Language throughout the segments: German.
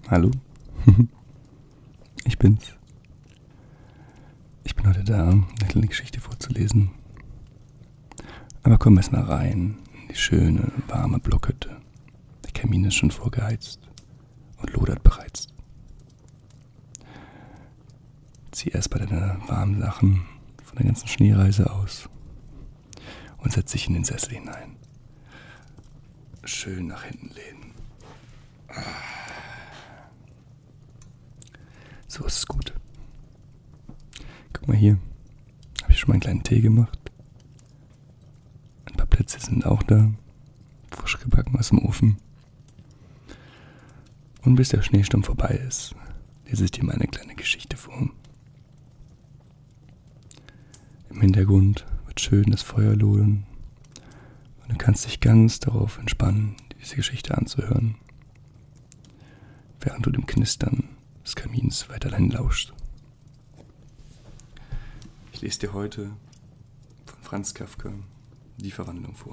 Hallo, ich bin's. Ich bin heute da, eine kleine Geschichte vorzulesen. Aber komm erst mal rein in die schöne, warme Blockhütte. Der Kamin ist schon vorgeheizt und lodert bereits. Zieh erst bei deinen warmen Sachen von der ganzen Schneereise aus und setz dich in den Sessel hinein. Schön nach hinten lehnen. So ist es gut. Guck mal hier, habe ich schon mal einen kleinen Tee gemacht. Ein paar Plätzchen sind auch da, frisch gebacken aus dem Ofen. Und bis der Schneesturm vorbei ist, lese ich dir mal eine kleine Geschichte vor. Im Hintergrund wird schön das Feuer lodern und du kannst dich ganz darauf entspannen, diese Geschichte anzuhören, während du dem Knistern des Kamins weiterhin lauscht. Ich lese dir heute von Franz Kafka Die Verwandlung vor.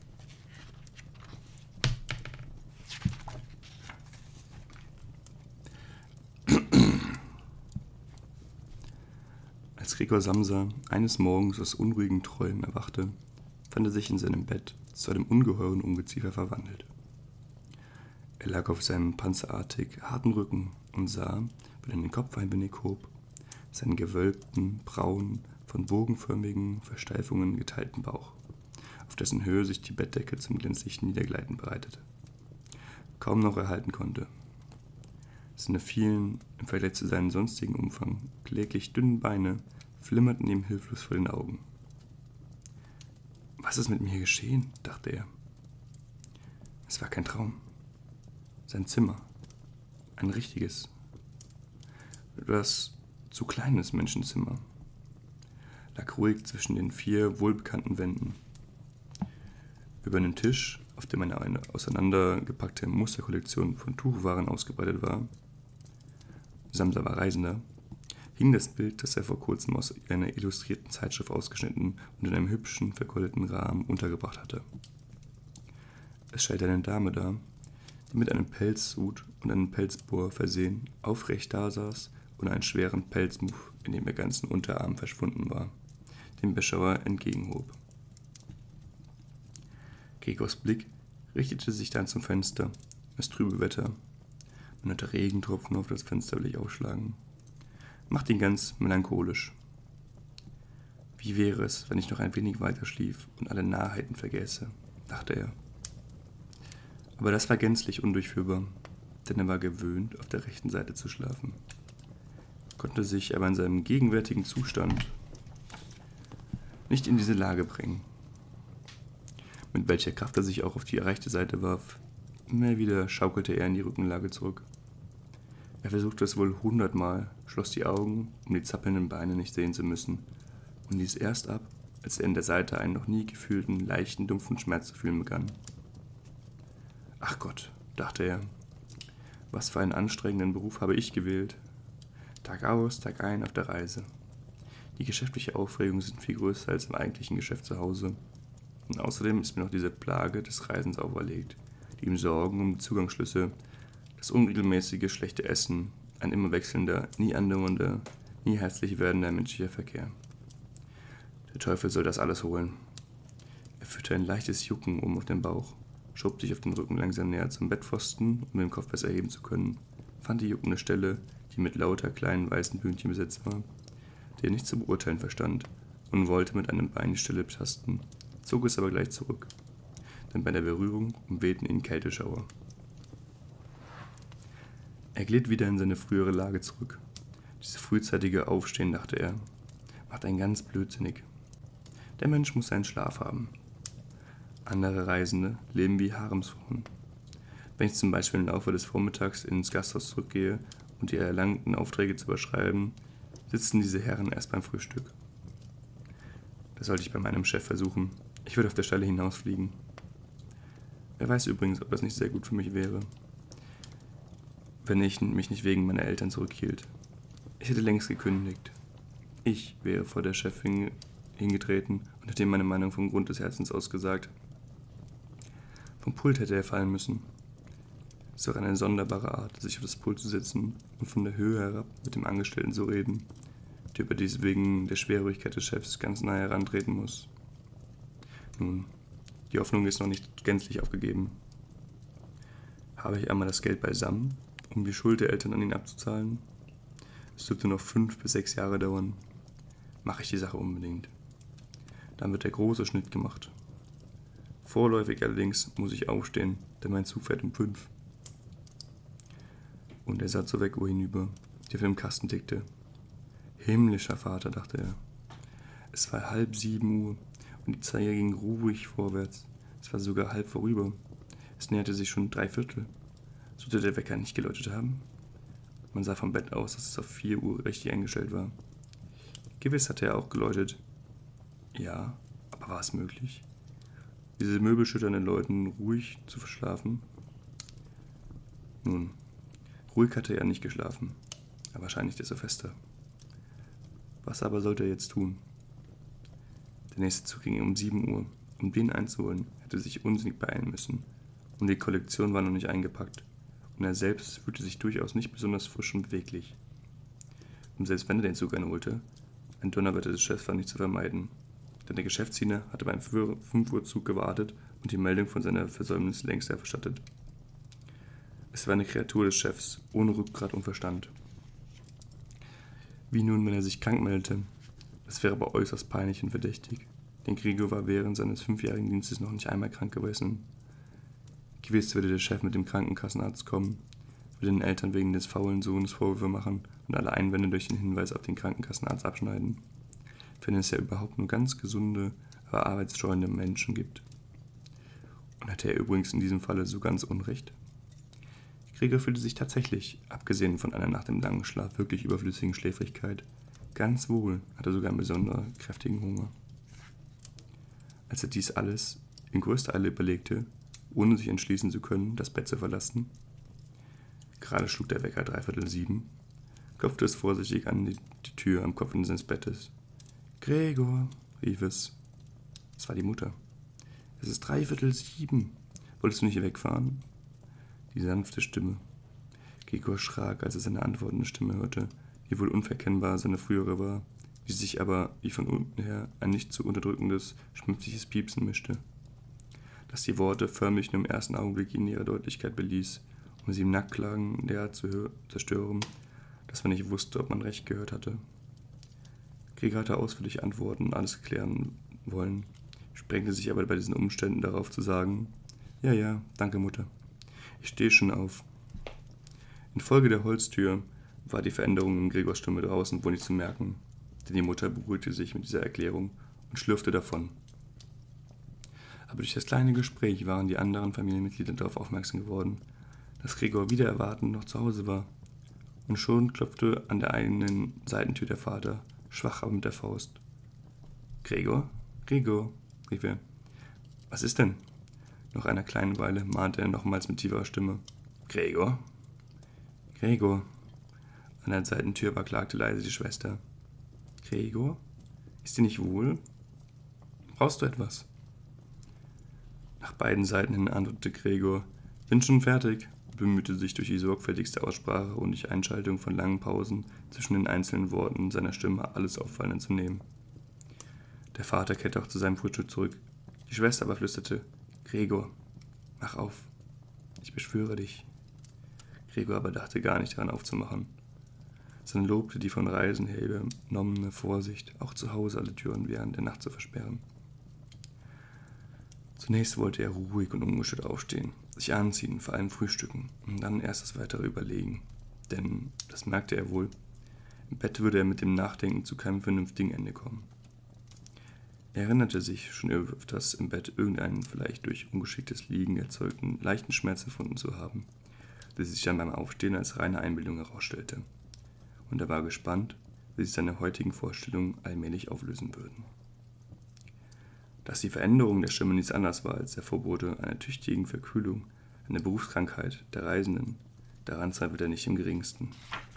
Als Gregor Samsa eines Morgens aus unruhigen Träumen erwachte, fand er sich in seinem Bett zu einem ungeheuren Ungeziefer verwandelt. Er lag auf seinem panzerartig harten Rücken und sah, wenn er den Kopf ein wenig hob, seinen gewölbten, braunen, von bogenförmigen Versteifungen geteilten Bauch, auf dessen Höhe sich die Bettdecke zum glänzlichen Niedergleiten bereitete, kaum noch erhalten konnte. Seine vielen, im Vergleich zu seinem sonstigen Umfang, kläglich dünnen Beine flimmerten ihm hilflos vor den Augen. Was ist mit mir geschehen, dachte er. Es war kein Traum. Sein Zimmer, ein richtiges, etwas zu kleines Menschenzimmer, lag ruhig zwischen den 4 wohlbekannten Wänden. Über einem Tisch, auf dem eine auseinandergepackte Musterkollektion von Tuchwaren ausgebreitet war, Samsa war Reisender, hing das Bild, das er vor kurzem aus einer illustrierten Zeitschrift ausgeschnitten und in einem hübschen, vergoldeten Rahmen untergebracht hatte. Es stellte eine Dame dar, die mit einem Pelzhut und einem Pelzbohr versehen aufrecht dasaß und einen schweren Pelzmuff, in dem ihr ganzen Unterarm verschwunden war, dem Beschauer entgegenhob. Gregors Blick richtete sich dann zum Fenster. Das trübe Wetter, man hörte Regentropfen auf das Fensterblech aufschlagen, machte ihn ganz melancholisch. Wie wäre es, wenn ich noch ein wenig weiter schlief und alle Narrheiten vergäße, dachte er. Aber das war gänzlich undurchführbar, denn er war gewöhnt, auf der rechten Seite zu schlafen, konnte sich aber in seinem gegenwärtigen Zustand nicht in diese Lage bringen. Mit welcher Kraft er sich auch auf die rechte Seite warf, immer wieder schaukelte er in die Rückenlage zurück. Er versuchte es wohl 100-mal, schloss die Augen, um die zappelnden Beine nicht sehen zu müssen, und ließ erst ab, als er in der Seite einen noch nie gefühlten, leichten, dumpfen Schmerz zu fühlen begann. Ach Gott, dachte er, was für einen anstrengenden Beruf habe ich gewählt. Tag aus, Tag ein auf der Reise. Die geschäftliche Aufregung sind viel größer als im eigentlichen Geschäft zu Hause. Und außerdem ist mir noch diese Plage des Reisens auferlegt, die ihm Sorgen um die Zugangsschlüsse, das unregelmäßige schlechte Essen, ein immer wechselnder, nie andauernder, nie herzlich werdender menschlicher Verkehr. Der Teufel soll das alles holen. Er fühlte ein leichtes Jucken oben auf dem Bauch, schob sich auf den Rücken langsam näher zum Bettpfosten, um den Kopf besser heben zu können, fand die juckende Stelle, die mit lauter kleinen weißen Pünktchen besetzt war, die er nicht zu beurteilen verstand, und wollte mit einem Bein die Stelle betasten, zog es aber gleich zurück, denn bei der Berührung umwehten ihn Kälteschauer. Er glitt wieder in seine frühere Lage zurück. Dieses frühzeitige Aufstehen, dachte er, macht einen ganz blödsinnig. Der Mensch muss seinen Schlaf haben. Andere Reisende leben wie Haremsfrauen. Wenn ich zum Beispiel im Laufe des Vormittags ins Gasthaus zurückgehe und die erlangten Aufträge zu überschreiben, sitzen diese Herren erst beim Frühstück. Das sollte ich bei meinem Chef versuchen. Ich würde auf der Stelle hinausfliegen. Wer weiß übrigens, ob das nicht sehr gut für mich wäre, wenn ich mich nicht wegen meiner Eltern zurückhielt. Ich hätte längst gekündigt. Ich wäre vor der Chefin hingetreten und hätte ihm meine Meinung vom Grund des Herzens aus gesagt. Vom Pult hätte er fallen müssen. Es war eine sonderbare Art, sich auf das Pult zu setzen und von der Höhe herab mit dem Angestellten zu reden, der überdies wegen der Schwerhörigkeit des Chefs ganz nahe herantreten muss. Nun, die Hoffnung ist noch nicht gänzlich aufgegeben. Habe ich einmal das Geld beisammen, um die Schuld der Eltern an ihn abzuzahlen? Es dürfte noch 5 bis 6 Jahre dauern. Mache ich die Sache unbedingt. Dann wird der große Schnitt gemacht. Vorläufig allerdings muss ich aufstehen, denn mein Zug fährt um 5. Und er sah zur Weckuhr hinüber, die auf dem Kasten tickte. Himmlischer Vater, dachte er. Es war 6:30 und die Zeit ging ruhig vorwärts. Es war sogar halb vorüber. Es näherte sich schon 3/4. Sollte der Wecker nicht geläutet haben? Man sah vom Bett aus, dass es auf 4 Uhr richtig eingestellt war. Gewiss hatte er auch geläutet. Ja, aber war es möglich, diese möbelschütternden Leuten ruhig zu verschlafen? Nun, ruhig hatte er nicht geschlafen, aber wahrscheinlich desto fester. Was aber sollte er jetzt tun? Der nächste Zug ging um 7 Uhr. Um den einzuholen, hätte er sich unsinnig beeilen müssen. Und die Kollektion war noch nicht eingepackt. Und er selbst fühlte sich durchaus nicht besonders frisch und beweglich. Und selbst wenn er den Zug einholte, ein Donnerwetter des Chefs war nicht zu vermeiden. Denn der Geschäftsdiener hatte beim 5 Uhr Zug gewartet und die Meldung von seiner Versäumnis längst erstattet. Es war eine Kreatur des Chefs, ohne Rückgrat und Verstand. Wie nun, wenn er sich krank meldete? Das wäre aber äußerst peinlich und verdächtig, denn Gregor war während seines 5-jährigen Dienstes noch nicht einmal krank gewesen. Gewiss würde der Chef mit dem Krankenkassenarzt kommen, würde den Eltern wegen des faulen Sohnes Vorwürfe machen und alle Einwände durch den Hinweis auf den Krankenkassenarzt abschneiden, wenn es ja überhaupt nur ganz gesunde, aber arbeitsscheuende Menschen gibt. Und hatte er übrigens in diesem Falle so ganz Unrecht? Gregor fühlte sich tatsächlich, abgesehen von einer nach dem langen Schlaf wirklich überflüssigen Schläfrigkeit, ganz wohl, hatte sogar einen besonders kräftigen Hunger. Als er dies alles in größter Eile überlegte, ohne sich entschließen zu können, das Bett zu verlassen, gerade schlug der Wecker 6:45, klopfte es vorsichtig an die Tür am Kopf seines Bettes. »Gregor«, rief es. Es war die Mutter. »Es ist 6:45. Wolltest du nicht wegfahren?« Die sanfte Stimme. Gregor schrak, als er seine antwortende Stimme hörte, die wohl unverkennbar seine frühere war, die sich aber, wie von unten her, ein nicht zu unterdrückendes, schmutzliches Piepsen mischte, das die Worte förmlich nur im ersten Augenblick in ihrer Deutlichkeit beließ, um sie im Nacktklang derart zu zerstören, dass man nicht wusste, ob man recht gehört hatte. Gregor hatte ausführliche Antworten und alles klären wollen, sprengte sich aber bei diesen Umständen darauf zu sagen, »Ja, danke, Mutter. Ich stehe schon auf.« Infolge der Holztür war die Veränderung in Gregors Stimme draußen wohl nicht zu merken, denn die Mutter beruhigte sich mit dieser Erklärung und schlürfte davon. Aber durch das kleine Gespräch waren die anderen Familienmitglieder darauf aufmerksam geworden, dass Gregor wider Erwarten noch zu Hause war, und schon klopfte an der einen Seitentür der Vater, schwach aber mit der Faust. »Gregor? Gregor«, rief er. »Was ist denn?« Nach einer kleinen Weile mahnte er nochmals mit tieferer Stimme. »Gregor? Gregor?« An der Seitentür klagte leise die Schwester. »Gregor? Ist dir nicht wohl? Brauchst du etwas?« Nach beiden Seiten hin antwortete Gregor. »Bin schon fertig«, und bemühte sich durch die sorgfältigste Aussprache und durch Einschaltung von langen Pausen zwischen den einzelnen Worten seiner Stimme alles Auffallende zu nehmen. Der Vater kehrte auch zu seinem Frühstück zurück. Die Schwester aber flüsterte, »Gregor, mach auf, ich beschwöre dich.« Gregor aber dachte gar nicht daran aufzumachen, sondern lobte die von Reisen her übernommene Vorsicht, auch zu Hause alle Türen während der Nacht zu versperren. Zunächst wollte er ruhig und ungestört aufstehen, sich anziehen, vor allem frühstücken und dann erst das Weitere überlegen. Denn, das merkte er wohl, im Bett würde er mit dem Nachdenken zu keinem vernünftigen Ende kommen. Er erinnerte sich schon öfters im Bett irgendeinen vielleicht durch ungeschicktes Liegen erzeugten leichten Schmerz erfunden zu haben, der sich dann beim Aufstehen als reine Einbildung herausstellte. Und er war gespannt, wie sich seine heutigen Vorstellungen allmählich auflösen würden. Dass die Veränderung der Stimme nichts anderes war als der Vorbote einer tüchtigen Verkühlung, einer Berufskrankheit der Reisenden, daran zweifelte er nicht im geringsten.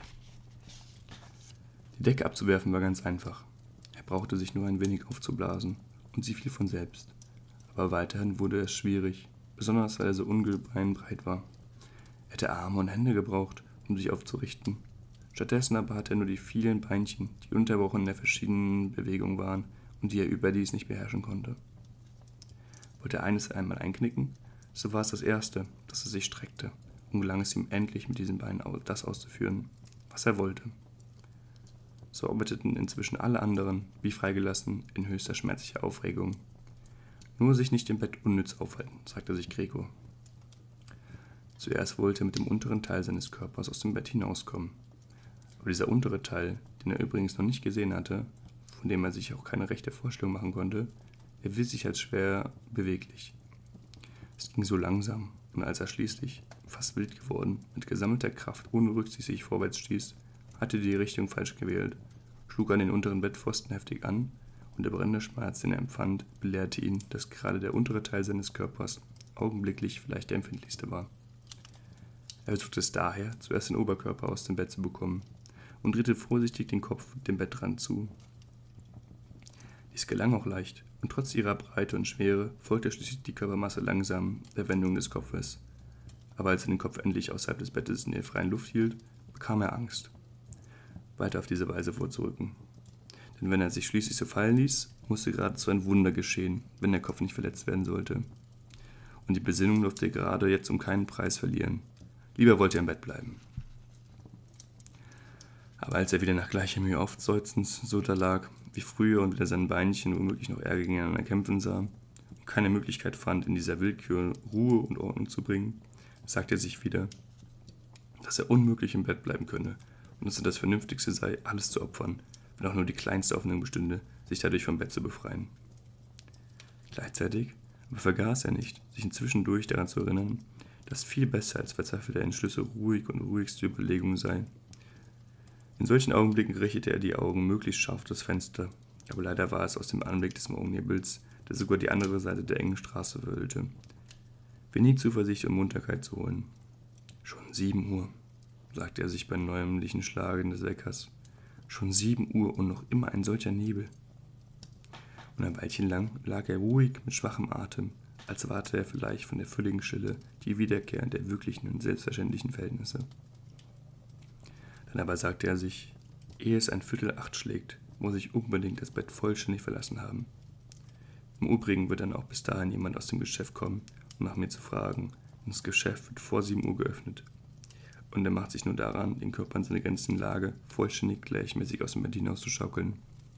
Die Decke abzuwerfen war ganz einfach. Er brauchte sich nur ein wenig aufzublasen, und sie fiel von selbst. Aber weiterhin wurde es schwierig, besonders weil er so ungemein breit war. Er hätte Arme und Hände gebraucht, um sich aufzurichten. Stattdessen aber hatte er nur die vielen Beinchen, die unterbrochen in der verschiedenen Bewegung waren und die er überdies nicht beherrschen konnte. Wollte er eines einmal einknicken, so war es das erste, dass er sich streckte, und gelang es ihm endlich mit diesen Beinen das auszuführen, was er wollte. So arbeiteten inzwischen alle anderen, wie freigelassen, in höchster schmerzlicher Aufregung. Nur sich nicht im Bett unnütz aufhalten, sagte sich Gregor. Zuerst wollte er mit dem unteren Teil seines Körpers aus dem Bett hinauskommen. Aber dieser untere Teil, den er übrigens noch nicht gesehen hatte, von dem er sich auch keine rechte Vorstellung machen konnte, erwies sich als schwer beweglich. Es ging so langsam, und als er schließlich, fast wild geworden, mit gesammelter Kraft ohne Rücksicht sich vorwärts stieß, hatte die Richtung falsch gewählt, schlug an den unteren Bettpfosten heftig an, und der brennende Schmerz, den er empfand, belehrte ihn, dass gerade der untere Teil seines Körpers augenblicklich vielleicht der empfindlichste war. Er versuchte es daher, zuerst den Oberkörper aus dem Bett zu bekommen, und drehte vorsichtig den Kopf dem Bettrand zu. Dies gelang auch leicht, und trotz ihrer Breite und Schwere folgte schließlich die Körpermasse langsam der Wendung des Kopfes. Aber als er den Kopf endlich außerhalb des Bettes in der freien Luft hielt, bekam er Angst, weiter auf diese Weise vorzurücken. Denn wenn er sich schließlich so fallen ließ, musste geradezu ein Wunder geschehen, wenn der Kopf nicht verletzt werden sollte. Und die Besinnung durfte er gerade jetzt um keinen Preis verlieren. Lieber wollte er im Bett bleiben. Aber als er wieder nach gleicher Mühe aufseufzend so da lag wie früher und wieder seinen Beinchen womöglich noch Ärger gegeneinander kämpfen sah und keine Möglichkeit fand, in dieser Willkür Ruhe und Ordnung zu bringen, sagte er sich wieder, dass er unmöglich im Bett bleiben könne und dass es das Vernünftigste sei, alles zu opfern, wenn auch nur die kleinste Hoffnung bestünde, sich dadurch vom Bett zu befreien. Gleichzeitig aber vergaß er nicht, sich inzwischendurch daran zu erinnern, dass viel besser als verzweifelte Entschlüsse ruhig und ruhigste Überlegung sei. In solchen Augenblicken richtete er die Augen möglichst scharf auf das Fenster, aber leider war es aus dem Anblick des Morgennebels, der sogar die andere Seite der engen Straße verhüllte, wenig Zuversicht und Munterkeit zu holen. »Schon 7 Uhr«, sagte er sich beim neuerlichen Schlagen des Weckers. »Schon 7 Uhr und noch immer ein solcher Nebel.« Und ein Weilchen lang lag er ruhig mit schwachem Atem, als warte er vielleicht von der völligen Stille die Wiederkehr der wirklichen und selbstverständlichen Verhältnisse. Dann aber sagte er sich, ehe es 7:45 schlägt, muss ich unbedingt das Bett vollständig verlassen haben. Im Übrigen wird dann auch bis dahin jemand aus dem Geschäft kommen, um nach mir zu fragen, und das Geschäft wird vor 7 Uhr geöffnet. Und er macht sich nur daran, den Körper in seiner ganzen Lage vollständig gleichmäßig aus dem Bett hinauszuschaukeln.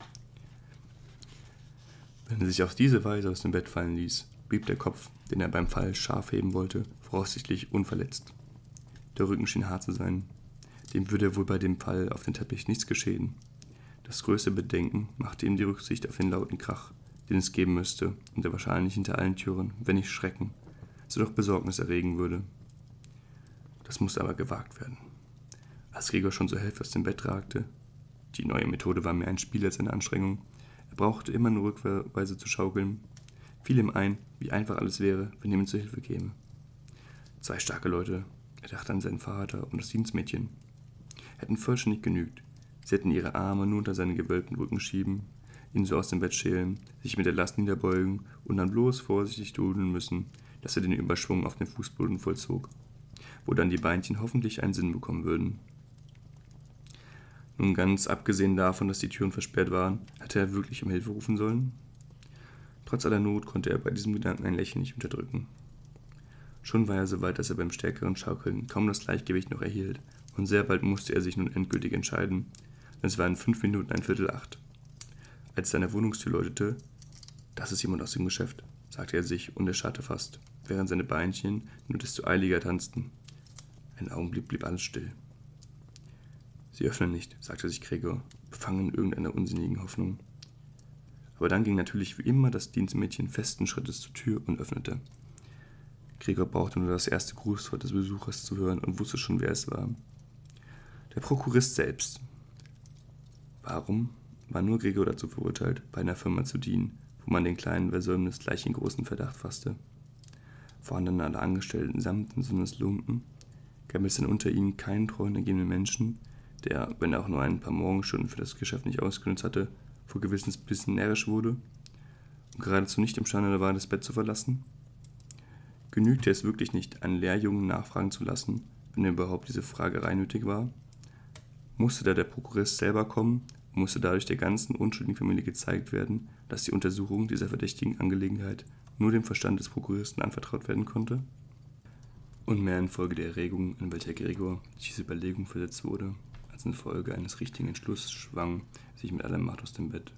Wenn er sich auf diese Weise aus dem Bett fallen ließ, blieb der Kopf, den er beim Fall scharf heben wollte, voraussichtlich unverletzt. Der Rücken schien hart zu sein. Dem würde wohl bei dem Fall auf den Teppich nichts geschehen. Das größte Bedenken machte ihm die Rücksicht auf den lauten Krach, den es geben müsste, und der wahrscheinlich hinter allen Türen, wenn nicht Schrecken, so doch Besorgnis erregen würde. Das musste aber gewagt werden. Als Gregor schon zur Hälfte aus dem Bett ragte, die neue Methode war mehr ein Spiel als eine Anstrengung, er brauchte immer nur rückweise zu schaukeln, fiel ihm ein, wie einfach alles wäre, wenn jemand zur Hilfe käme. 2 starke Leute, er dachte an seinen Vater und das Dienstmädchen, hätten vollständig genügt. Sie hätten ihre Arme nur unter seinen gewölbten Rücken schieben, ihn so aus dem Bett schälen, sich mit der Last niederbeugen und dann bloß vorsichtig dudeln müssen, dass er den Überschwung auf den Fußboden vollzog, wo dann die Beinchen hoffentlich einen Sinn bekommen würden. Nun ganz abgesehen davon, dass die Türen versperrt waren, hatte er wirklich um Hilfe rufen sollen? Trotz aller Not konnte er bei diesem Gedanken ein Lächeln nicht unterdrücken. Schon war er so weit, dass er beim stärkeren Schaukeln kaum das Gleichgewicht noch erhielt, und sehr bald musste er sich nun endgültig entscheiden, denn es war in 5 Minuten 7:45. Als es an der Wohnungstür läutete, »Das ist jemand aus dem Geschäft«, sagte er sich und erstarrte fast, während seine Beinchen nur desto eiliger tanzten. Einen Augenblick blieb alles still. »Sie öffnen nicht«, sagte sich Gregor, befangen in irgendeiner unsinnigen Hoffnung. Aber dann ging natürlich wie immer das Dienstmädchen festen Schrittes zur Tür und öffnete. Gregor brauchte nur das erste Grußwort des Besuchers zu hören und wusste schon, wer es war. Der Prokurist selbst. Warum war nur Gregor dazu verurteilt, bei einer Firma zu dienen, wo man den kleinen Versäumnis gleich in großen Verdacht fasste? Vorhanden alle Angestellten samt und seines Lumpen, gab es denn unter ihnen keinen treuen ergebenen Menschen, der, wenn er auch nur ein paar Morgenstunden für das Geschäft nicht ausgenutzt hatte, vor Gewissensbissen närrisch wurde und geradezu nicht imstande war, das Bett zu verlassen? Genügte es wirklich nicht, einen Lehrjungen nachfragen zu lassen, wenn überhaupt diese Fragerei nötig war. Musste da der Prokurist selber kommen, musste dadurch der ganzen unschuldigen Familie gezeigt werden, dass die Untersuchung dieser verdächtigen Angelegenheit nur dem Verstand des Prokuristen anvertraut werden konnte? Und mehr infolge der Erregung, in welcher Gregor durch diese Überlegung versetzt wurde, als infolge eines richtigen Entschlusses schwang sich mit aller Macht aus dem Bett.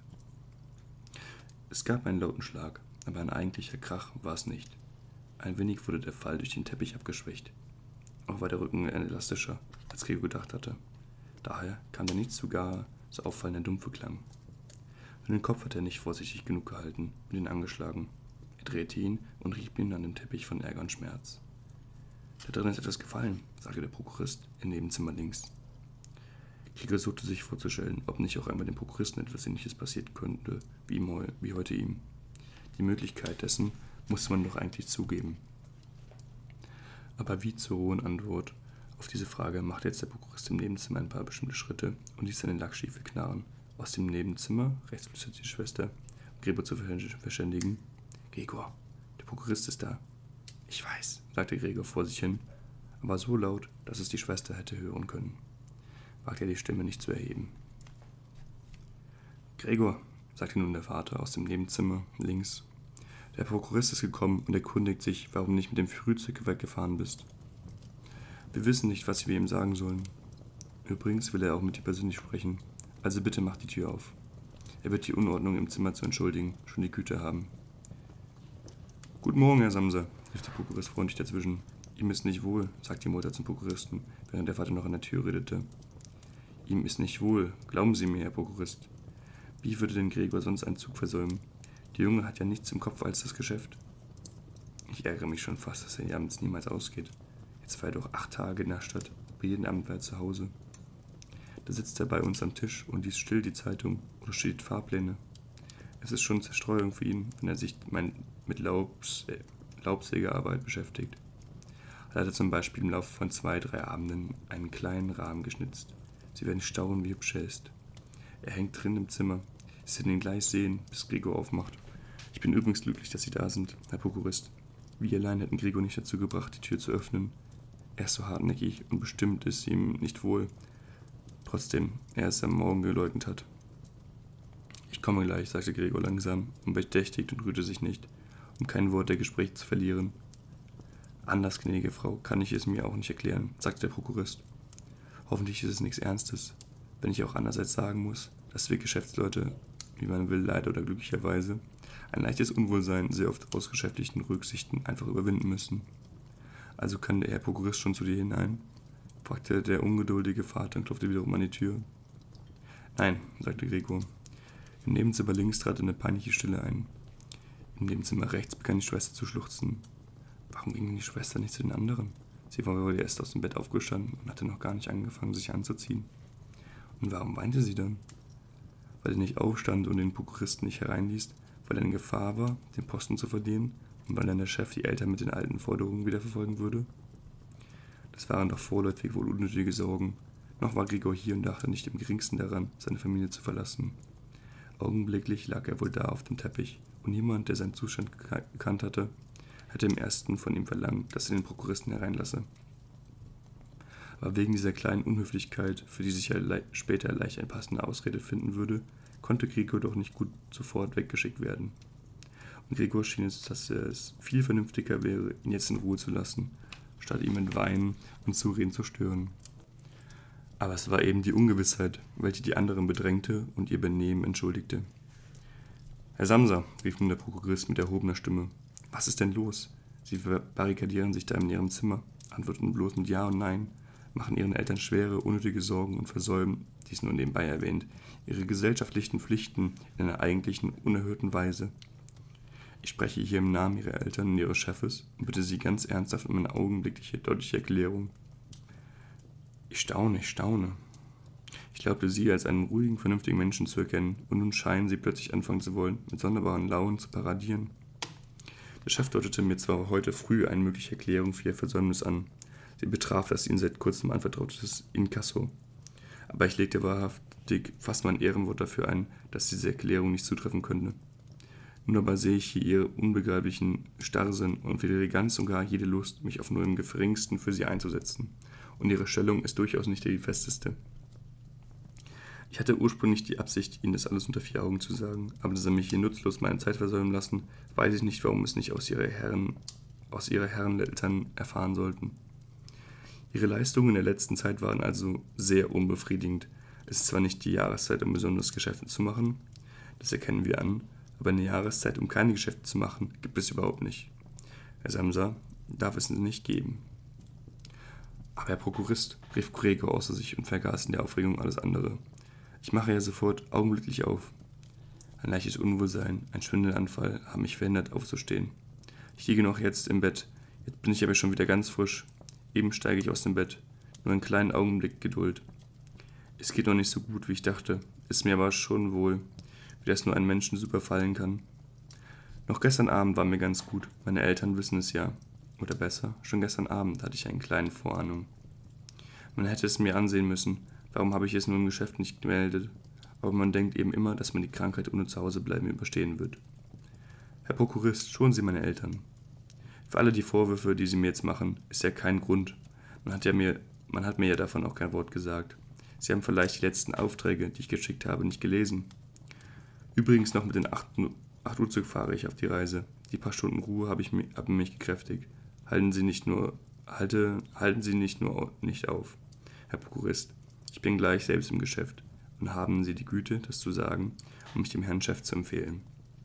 Es gab einen lauten Schlag, aber ein eigentlicher Krach war es nicht. Ein wenig wurde der Fall durch den Teppich abgeschwächt. Auch war der Rücken elastischer, als Gregor gedacht hatte. Daher kam der nicht so auffallende dumpfe Klang. Nur den Kopf hatte er nicht vorsichtig genug gehalten und ihn angeschlagen. Er drehte ihn und rieb ihn an dem Teppich von Ärger und Schmerz. »Da drin ist etwas gefallen«, sagte der Prokurist im Nebenzimmer links. Gregor suchte sich vorzustellen, ob nicht auch einmal dem Prokuristen etwas Ähnliches passiert könnte, wie heute ihm. Die Möglichkeit dessen musste man doch eigentlich zugeben. Aber wie zur hohen Antwort auf diese Frage machte jetzt der Prokurist im Nebenzimmer ein paar bestimmte Schritte und ließ seine Lackstiefel knarren. Aus dem Nebenzimmer, rechts flüsterte die Schwester, um Gregor zu verständigen. »Gregor, der Prokurist ist da.« »Ich weiß«, sagte Gregor vor sich hin, aber so laut, dass es die Schwester hätte hören können. Wagte er die Stimme nicht zu erheben. »Gregor«, sagte nun der Vater aus dem Nebenzimmer links, »der Prokurist ist gekommen und erkundigt sich, warum du nicht mit dem Frühzug weggefahren bist. Wir wissen nicht, was wir ihm sagen sollen. Übrigens will er auch mit dir persönlich sprechen, also bitte mach die Tür auf. Er wird die Unordnung im Zimmer zu entschuldigen, schon die Güte haben.« »Guten Morgen, Herr Samsa«, rief der Prokurist freundlich dazwischen. »Ihm ist nicht wohl«, sagte die Mutter zum Prokuristen, während der Vater noch an der Tür redete. »Ihm ist nicht wohl, glauben Sie mir, Herr Prokurist. Wie würde denn Gregor sonst einen Zug versäumen? Der Junge hat ja nichts im Kopf als das Geschäft. Ich ärgere mich schon fast, dass er abends niemals ausgeht. Jetzt war er doch 8 Tage in der Stadt, aber jeden Abend war er zu Hause. Da sitzt er bei uns am Tisch und liest still die Zeitung oder studiert Fahrpläne. Es ist schon Zerstreuung für ihn, wenn er sich mit Laubsägearbeit beschäftigt. Er hatte zum Beispiel im Laufe von 2, 3 Abenden einen kleinen Rahmen geschnitzt. Sie werden staunen, wie hübsch er ist. Er hängt drin im Zimmer. Sie werden ihn gleich sehen, bis Gregor aufmacht. Ich bin übrigens glücklich, dass Sie da sind, Herr Prokurist. Wir allein hätten Gregor nicht dazu gebracht, die Tür zu öffnen. Er ist so hartnäckig und bestimmt ist ihm nicht wohl. Trotzdem, er es am Morgen geleugnet hat. »Ich komme gleich«, sagte Gregor langsam und bedächtigt und rührte sich nicht, um kein Wort der Gespräche zu verlieren. »Anders, gnädige Frau, kann ich es mir auch nicht erklären«, sagte der Prokurist. »Hoffentlich ist es nichts Ernstes, wenn ich auch andererseits sagen muss, dass wir Geschäftsleute, wie man will, leider oder glücklicherweise, ein leichtes Unwohlsein sehr oft aus geschäftlichen Rücksichten einfach überwinden müssen. Also kann der Herr Prokurist schon zu dir hinein?« fragte der ungeduldige Vater und klopfte wiederum an die Tür. »Nein«, sagte Gregor. Im Nebenzimmer links trat eine peinliche Stille ein. Im Nebenzimmer rechts begann die Schwester zu schluchzen. Warum ging denn die Schwester nicht zu den anderen? Sie war wohl erst aus dem Bett aufgestanden und hatte noch gar nicht angefangen, sich anzuziehen. Und warum weinte sie dann? Weil er nicht aufstand und den Prokuristen nicht hereinließ, weil er in Gefahr war, den Posten zu verlieren und weil dann der Chef die Eltern mit den alten Forderungen wieder verfolgen würde? Das waren doch vorläufig wohl unnötige Sorgen. Noch war Gregor hier und dachte nicht im geringsten daran, seine Familie zu verlassen. Augenblicklich lag er wohl da auf dem Teppich, und niemand, der seinen Zustand gekannt hatte, hätte im ersten von ihm verlangt, dass er den Prokuristen hereinlasse. Aber wegen dieser kleinen Unhöflichkeit, für die sich er später leicht eine passende Ausrede finden würde, konnte Gregor doch nicht gut sofort weggeschickt werden. Und Gregor schien es, dass es viel vernünftiger wäre, ihn jetzt in Ruhe zu lassen, statt ihn mit Weinen und Zureden zu stören. Aber es war eben die Ungewissheit, welche die anderen bedrängte und ihr Benehmen entschuldigte. »Herr Samsa«, rief nun der Prokurist mit erhobener Stimme, »was ist denn los? Sie barrikadieren sich da in Ihrem Zimmer, antworten bloß mit Ja und Nein, machen Ihren Eltern schwere, unnötige Sorgen und versäumen, dies nur nebenbei erwähnt, ihre gesellschaftlichen Pflichten in einer eigentlichen, unerhörten Weise. Ich spreche hier im Namen Ihrer Eltern und Ihres Chefes und bitte Sie ganz ernsthaft um eine augenblickliche, deutliche Erklärung.« Ich staune. Ich glaubte Sie als einen ruhigen, vernünftigen Menschen zu erkennen, und nun scheinen Sie plötzlich anfangen zu wollen, mit sonderbaren Launen zu paradieren. Der Chef deutete mir zwar heute früh eine mögliche Erklärung für Ihr Versäumnis an. Sie betraf das Ihnen seit kurzem anvertrautes Inkasso. Aber ich legte wahrhaftig fast mein Ehrenwort dafür ein, dass diese Erklärung nicht zutreffen könnte. Nun aber sehe ich hier Ihre unbegreiflichen Starrsinn und weder die ganz und gar jede Lust, mich auf nur im geringsten für Sie einzusetzen. und ihre Stellung ist durchaus nicht die festeste. Ich hatte ursprünglich die Absicht, Ihnen das alles unter 4 Augen zu sagen, aber dass Sie mich hier nutzlos meine Zeit versäumen lassen, weiß ich nicht, warum es nicht aus Ihrer Herren Eltern erfahren sollten. Ihre Leistungen in der letzten Zeit waren also sehr unbefriedigend. Es ist zwar nicht die Jahreszeit, um besonders Geschäfte zu machen, das erkennen wir an, aber eine Jahreszeit, um keine Geschäfte zu machen, gibt es überhaupt nicht. Herr Samsa, darf es nicht geben. Aber Herr Prokurist, rief Gregor außer sich und vergaß in der Aufregung alles andere. Ich mache ja sofort augenblicklich auf. Ein leichtes Unwohlsein, ein Schwindelanfall haben mich verhindert aufzustehen. Ich liege noch jetzt im Bett, jetzt bin ich aber schon wieder ganz frisch. Eben steige ich aus dem Bett, nur einen kleinen Augenblick Geduld. Es geht noch nicht so gut, wie ich dachte, ist mir aber schon wohl, wie das nur einen Menschen super fallen kann. Noch gestern Abend war mir ganz gut, meine Eltern wissen es ja. Oder besser, schon gestern Abend hatte ich eine kleine Vorahnung. Man hätte es mir ansehen müssen, warum habe ich es nur im Geschäft nicht gemeldet? Aber man denkt eben immer, dass man die Krankheit ohne Zuhausebleiben überstehen wird. Herr Prokurist, schonen Sie meine Eltern. Für alle die Vorwürfe, die Sie mir jetzt machen, ist ja kein Grund. Man hat mir ja davon auch kein Wort gesagt. Sie haben vielleicht die letzten Aufträge, die ich geschickt habe, nicht gelesen. Übrigens noch mit den 8-Uhr-Zug fahre ich auf die Reise. Die paar Stunden Ruhe haben mich gekräftigt. Halten Sie nicht nur nicht auf, Herr Prokurist. Ich bin gleich selbst im Geschäft. Und haben Sie die Güte, das zu sagen, um mich dem Herrn Chef zu empfehlen.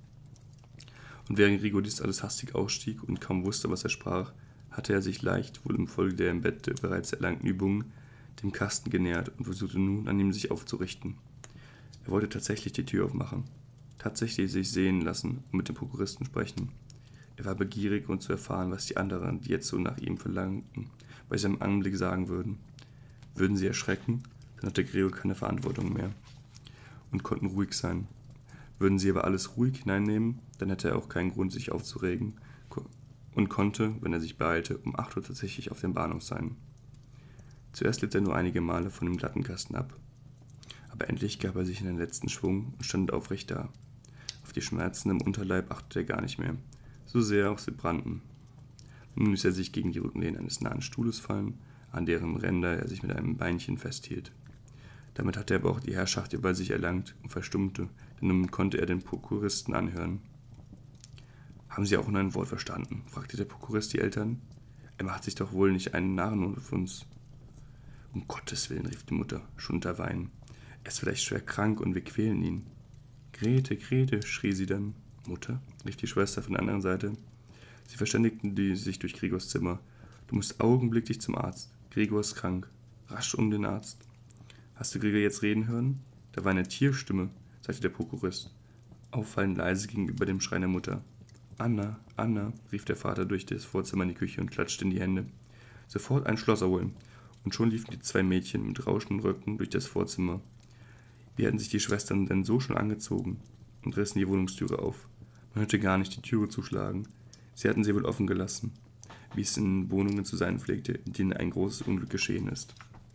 Und während Gregor dies alles hastig ausstieg und kaum wusste, was er sprach, hatte er sich leicht, wohl infolge der im Bett bereits erlangten Übungen, dem Kasten genähert und versuchte nun, an ihm sich aufzurichten. Er wollte tatsächlich die Tür aufmachen, tatsächlich sich sehen lassen und mit dem Prokuristen sprechen. Er war begierig und zu erfahren, was die anderen, die jetzt so nach ihm verlangten, bei seinem Anblick sagen würden. Würden sie erschrecken, dann hatte Gregor keine Verantwortung mehr und konnten ruhig sein. Würden sie aber alles ruhig hineinnehmen, dann hätte er auch keinen Grund, sich aufzuregen und konnte, wenn er sich beeilte, um 8 Uhr tatsächlich auf dem Bahnhof sein. Zuerst litt er nur einige Male von dem glatten Kasten ab, aber endlich gab er sich in den letzten Schwung und stand aufrecht da. Auf die Schmerzen im Unterleib achtete er gar nicht mehr, so sehr auch sie brannten. Nun ließ er sich gegen die Rückenlehne eines nahen Stuhles fallen, an deren Ränder er sich mit einem Beinchen festhielt. Damit hatte er aber auch die Herrschaft über sich erlangt und verstummte, denn nun konnte er den Prokuristen anhören. »Haben Sie auch nur ein Wort verstanden?« fragte der Prokurist die Eltern. »Er macht sich doch wohl nicht einen Narren auf uns.« »Um Gottes Willen«, rief die Mutter, schon unter Weinen. »Er ist vielleicht schwer krank und wir quälen ihn.« »Grete, Grete«, schrie sie dann. »Mutter«, rief die Schwester von der anderen Seite. Sie verständigten sich durch Gregors Zimmer. »Du musst augenblicklich zum Arzt. Gregor ist krank. Rasch um den Arzt.« »Hast du Gregor jetzt reden hören?« »Da war eine Tierstimme«, sagte der Prokurist, auffallend leise gegenüber dem Schrei der Mutter. »Anna, Anna«, rief der Vater durch das Vorzimmer in die Küche und klatschte in die Hände. »Sofort ein Schlosser holen!« Und schon liefen die 2 Mädchen mit rauschenden Röcken durch das Vorzimmer. Wie hatten sich die Schwestern denn so schon angezogen und rissen die Wohnungstüre auf? Man hörte gar nicht die Türe zuschlagen. Sie hatten sie wohl offen gelassen, wie es in Wohnungen zu sein pflegte, in denen ein großes Unglück geschehen ist.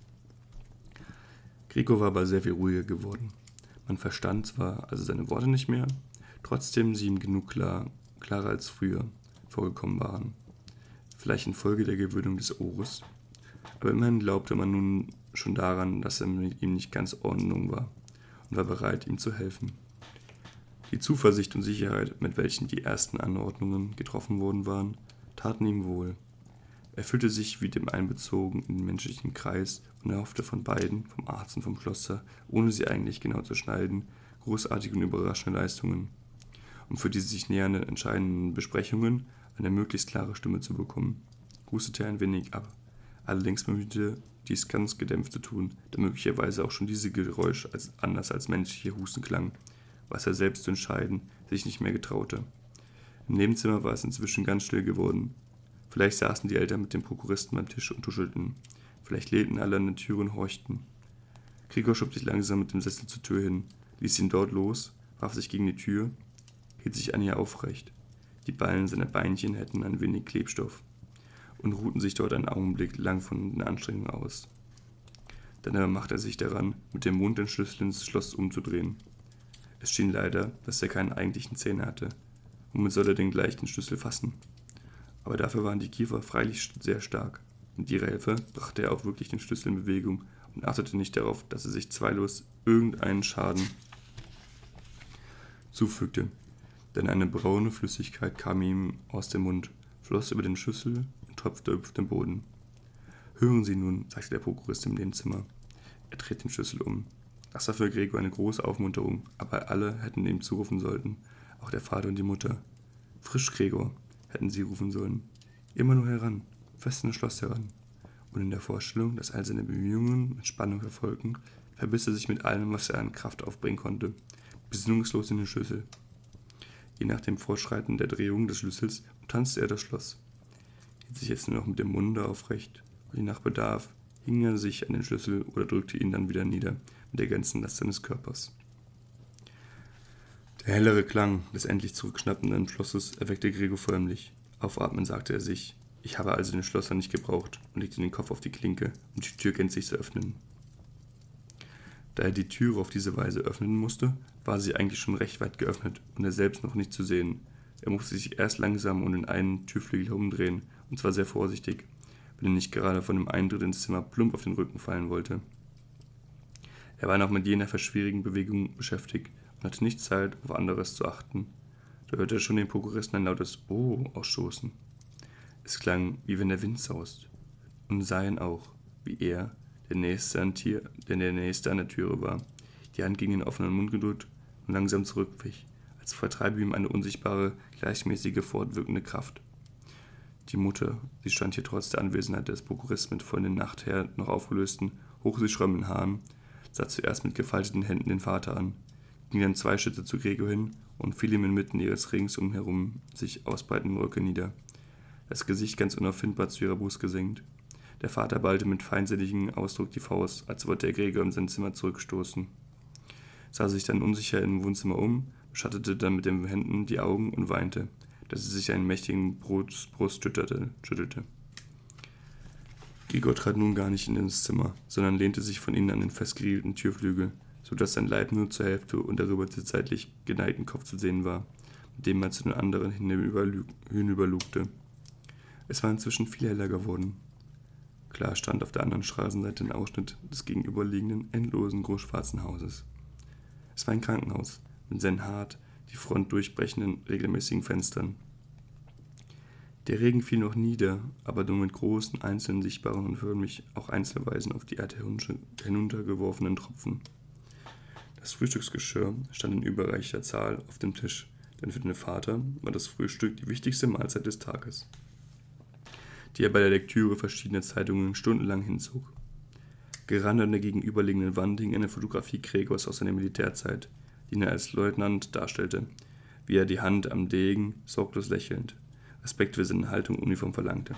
Gregor war aber sehr viel ruhiger geworden. Man verstand zwar also seine Worte nicht mehr, trotzdem sie ihm genug klarer als früher vorgekommen waren. Vielleicht infolge der Gewöhnung des Ohres, aber immerhin glaubte man nun schon daran, dass er mit ihm nicht ganz Ordnung war und war bereit, ihm zu helfen. Die Zuversicht und Sicherheit, mit welchen die ersten Anordnungen getroffen worden waren, taten ihm wohl. Er fühlte sich wie dem einbezogen in den menschlichen Kreis und erhoffte von beiden, vom Arzt und vom Schlosser, ohne sie eigentlich genau zu schneiden, großartige und überraschende Leistungen, um für die sich nähernden entscheidenden Besprechungen eine möglichst klare Stimme zu bekommen. Hustete er ein wenig ab. Allerdings bemühte dies ganz gedämpft zu tun, da möglicherweise auch schon dieses Geräusch anders als menschliche Husten klang, was er selbst zu entscheiden sich nicht mehr getraute. Im Nebenzimmer war es inzwischen ganz still geworden. Vielleicht saßen die Eltern mit dem Prokuristen beim Tisch und tuschelten. Vielleicht lehnten alle an den Türen und horchten. Gregor schob sich langsam mit dem Sessel zur Tür hin, ließ ihn dort los, warf sich gegen die Tür, hielt sich an ihr aufrecht. Die Ballen seiner Beinchen hätten ein wenig Klebstoff und ruhten sich dort einen Augenblick lang von den Anstrengungen aus. Dann aber machte er sich daran, mit dem Mund den Schlüssel ins Schloss umzudrehen. Es schien leider, dass er keine eigentlichen Zähne hatte. Womit soll er denn gleich den Schlüssel fassen? Aber dafür waren die Kiefer freilich sehr stark. Mit ihrer Hilfe brachte er auch wirklich den Schlüssel in Bewegung und achtete nicht darauf, dass er sich zweifellos irgendeinen Schaden zufügte. Denn eine braune Flüssigkeit kam ihm aus dem Mund, floss über den Schlüssel und tropfte auf den Boden. »Hören Sie nun«, sagte der Prokurist im Nebenzimmer. Er drehte den Schlüssel um. Das war für Gregor eine große Aufmunterung, aber alle hätten ihm zurufen sollen, auch der Vater und die Mutter. »Frisch, Gregor«, hätten sie rufen sollen. »Immer nur heran, fest in das Schloss heran.« Und in der Vorstellung, dass all seine Bemühungen mit Spannung verfolgten, verbiss er sich mit allem, was er an Kraft aufbringen konnte, besinnungslos in den Schlüssel. Je nach dem Fortschreiten der Drehung des Schlüssels umtanzte er das Schloss, hielt sich jetzt nur noch mit dem Munde aufrecht, und je nach Bedarf hing er sich an den Schlüssel oder drückte ihn dann wieder nieder mit der ganzen Last seines Körpers. Der hellere Klang des endlich zurückschnappenden Schlosses erweckte Gregor förmlich. Aufatmen sagte er sich. Ich habe also den Schlosser nicht gebraucht und legte den Kopf auf die Klinke, um die Tür gänzlich zu öffnen. Da er die Türe auf diese Weise öffnen musste, war sie eigentlich schon recht weit geöffnet und er selbst noch nicht zu sehen. Er musste sich erst langsam um den einen Türflügel herumdrehen, und zwar sehr vorsichtig, wenn er nicht gerade von dem Eintritt ins Zimmer plump auf den Rücken fallen wollte. Er war noch mit jener verschwierigen Bewegung beschäftigt und hatte nicht Zeit, auf anderes zu achten. Da hörte er schon den Prokuristen ein lautes »Oh« ausstoßen. Es klang, wie wenn der Wind saust, und sah ihn auch, wie er, der Nächste an der Türe war, die Hand gegen den offenen Mund gedrückt und langsam zurückwich, als vertreibe ihm eine unsichtbare, gleichmäßige, fortwirkende Kraft. Die Mutter, sie stand hier trotz der Anwesenheit des Prokuristen mit von der Nacht her noch aufgelösten, hochsichschäumenden Haaren, sah zuerst mit gefalteten Händen den Vater an, ging dann 2 Schritte zu Gregor hin und fiel ihm inmitten ihres ringsumherum sich ausbreitenden Röcke nieder, das Gesicht ganz unauffindbar zu ihrer Brust gesenkt. Der Vater ballte mit feindseligem Ausdruck die Faust, als wollte er Gregor in sein Zimmer zurückstoßen, sah sich dann unsicher im Wohnzimmer um, beschattete dann mit den Händen die Augen und weinte, dass er sich einen mächtigen Brust schüttelte. Gregor trat nun gar nicht in das Zimmer, sondern lehnte sich von innen an den festgeriegelten Türflügel, so dass sein Leib nur zur Hälfte und darüber der seitlich geneigten Kopf zu sehen war, mit dem er zu den anderen hinüberlugte. Es war inzwischen viel heller geworden. Klar stand auf der anderen Straßenseite ein Ausschnitt des gegenüberliegenden, endlosen, großschwarzen Hauses. Es war ein Krankenhaus, mit seinen hart die Front durchbrechenden, regelmäßigen Fenstern. Der Regen fiel noch nieder, aber nur mit großen, einzeln sichtbaren und förmlich auch einzelweisen auf die Erde hinuntergeworfenen Tropfen. Das Frühstücksgeschirr stand in überreicher Zahl auf dem Tisch, denn für den Vater war das Frühstück die wichtigste Mahlzeit des Tages, die er bei der Lektüre verschiedener Zeitungen stundenlang hinzog. Gerade an der gegenüberliegenden Wand hing eine Fotografie Gregors aus seiner Militärzeit, die ihn als Leutnant darstellte, wie er die Hand am Degen, sorglos lächelnd, Respekt für seine Haltung und Uniform verlangte.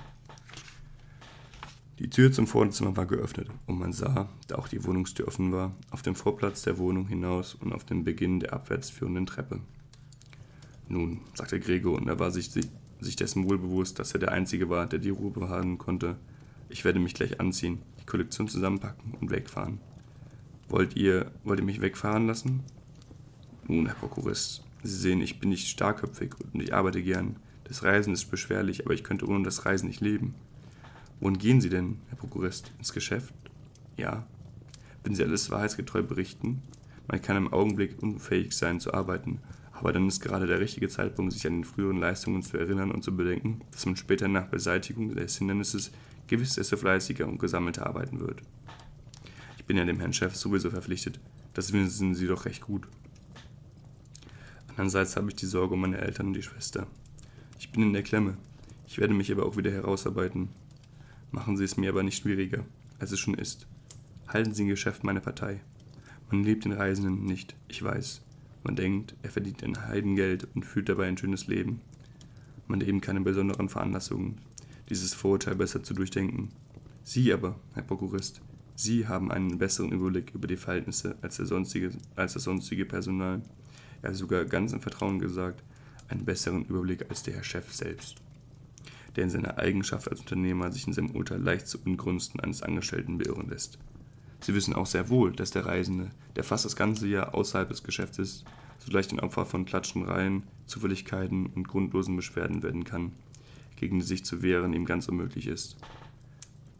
Die Tür zum Vorzimmer war geöffnet und man sah, da auch die Wohnungstür offen war, auf dem Vorplatz der Wohnung hinaus und auf den Beginn der abwärts führenden Treppe. »Nun«, sagte Gregor, und er war sich dessen wohl bewusst, dass er der Einzige war, der die Ruhe bewahren konnte. »Ich werde mich gleich anziehen, die Kollektion zusammenpacken und wegfahren.« Wollt ihr mich wegfahren lassen?« »Nun, Herr Prokurist, Sie sehen, ich bin nicht starkköpfig und ich arbeite gern. Das Reisen ist beschwerlich, aber ich könnte ohne das Reisen nicht leben.« »Wohin gehen Sie denn, Herr Prokurist? Ins Geschäft?« »Ja.« »Wenn Sie alles wahrheitsgetreu berichten? Man kann im Augenblick unfähig sein zu arbeiten, aber dann ist gerade der richtige Zeitpunkt, sich an den früheren Leistungen zu erinnern und zu bedenken, dass man später nach Beseitigung des Hindernisses gewiss desto fleißiger und gesammelter arbeiten wird. Ich bin ja dem Herrn Chef sowieso verpflichtet, das wissen Sie doch recht gut. Andererseits habe ich die Sorge um meine Eltern und die Schwester. Ich bin in der Klemme, ich werde mich aber auch wieder herausarbeiten. Machen Sie es mir aber nicht schwieriger, als es schon ist. Halten Sie im Geschäft meine Partei. Man liebt den Reisenden nicht, ich weiß. Man denkt, er verdient ein Heidengeld und führt dabei ein schönes Leben. Man hat eben keine besonderen Veranlassungen, dieses Vorurteil besser zu durchdenken. Sie aber, Herr Prokurist, Sie haben einen besseren Überblick über die Verhältnisse als das sonstige Personal. Ja, sogar ganz im Vertrauen gesagt, einen besseren Überblick als der Herr Chef selbst, der in seiner Eigenschaft als Unternehmer sich in seinem Urteil leicht zu Ungunsten eines Angestellten beirren lässt. Sie wissen auch sehr wohl, dass der Reisende, der fast das ganze Jahr außerhalb des Geschäfts ist, so leicht ein Opfer von Klatschereien, Zufälligkeiten und grundlosen Beschwerden werden kann, gegen die sich zu wehren ihm ganz unmöglich ist.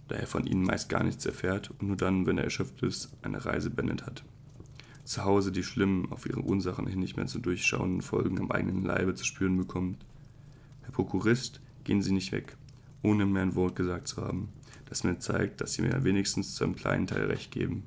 da er von ihnen meist gar nichts erfährt und nur dann, wenn er erschöpft ist, eine Reise beendet hat. Zu Hause die schlimmen, auf ihre Ursachen hin nicht mehr zu durchschauenden Folgen am eigenen Leibe zu spüren bekommt. Herr Prokurist, gehen Sie nicht weg, ohne mehr ein Wort gesagt zu haben, das mir zeigt, dass Sie mir wenigstens zu einem kleinen Teil recht geben.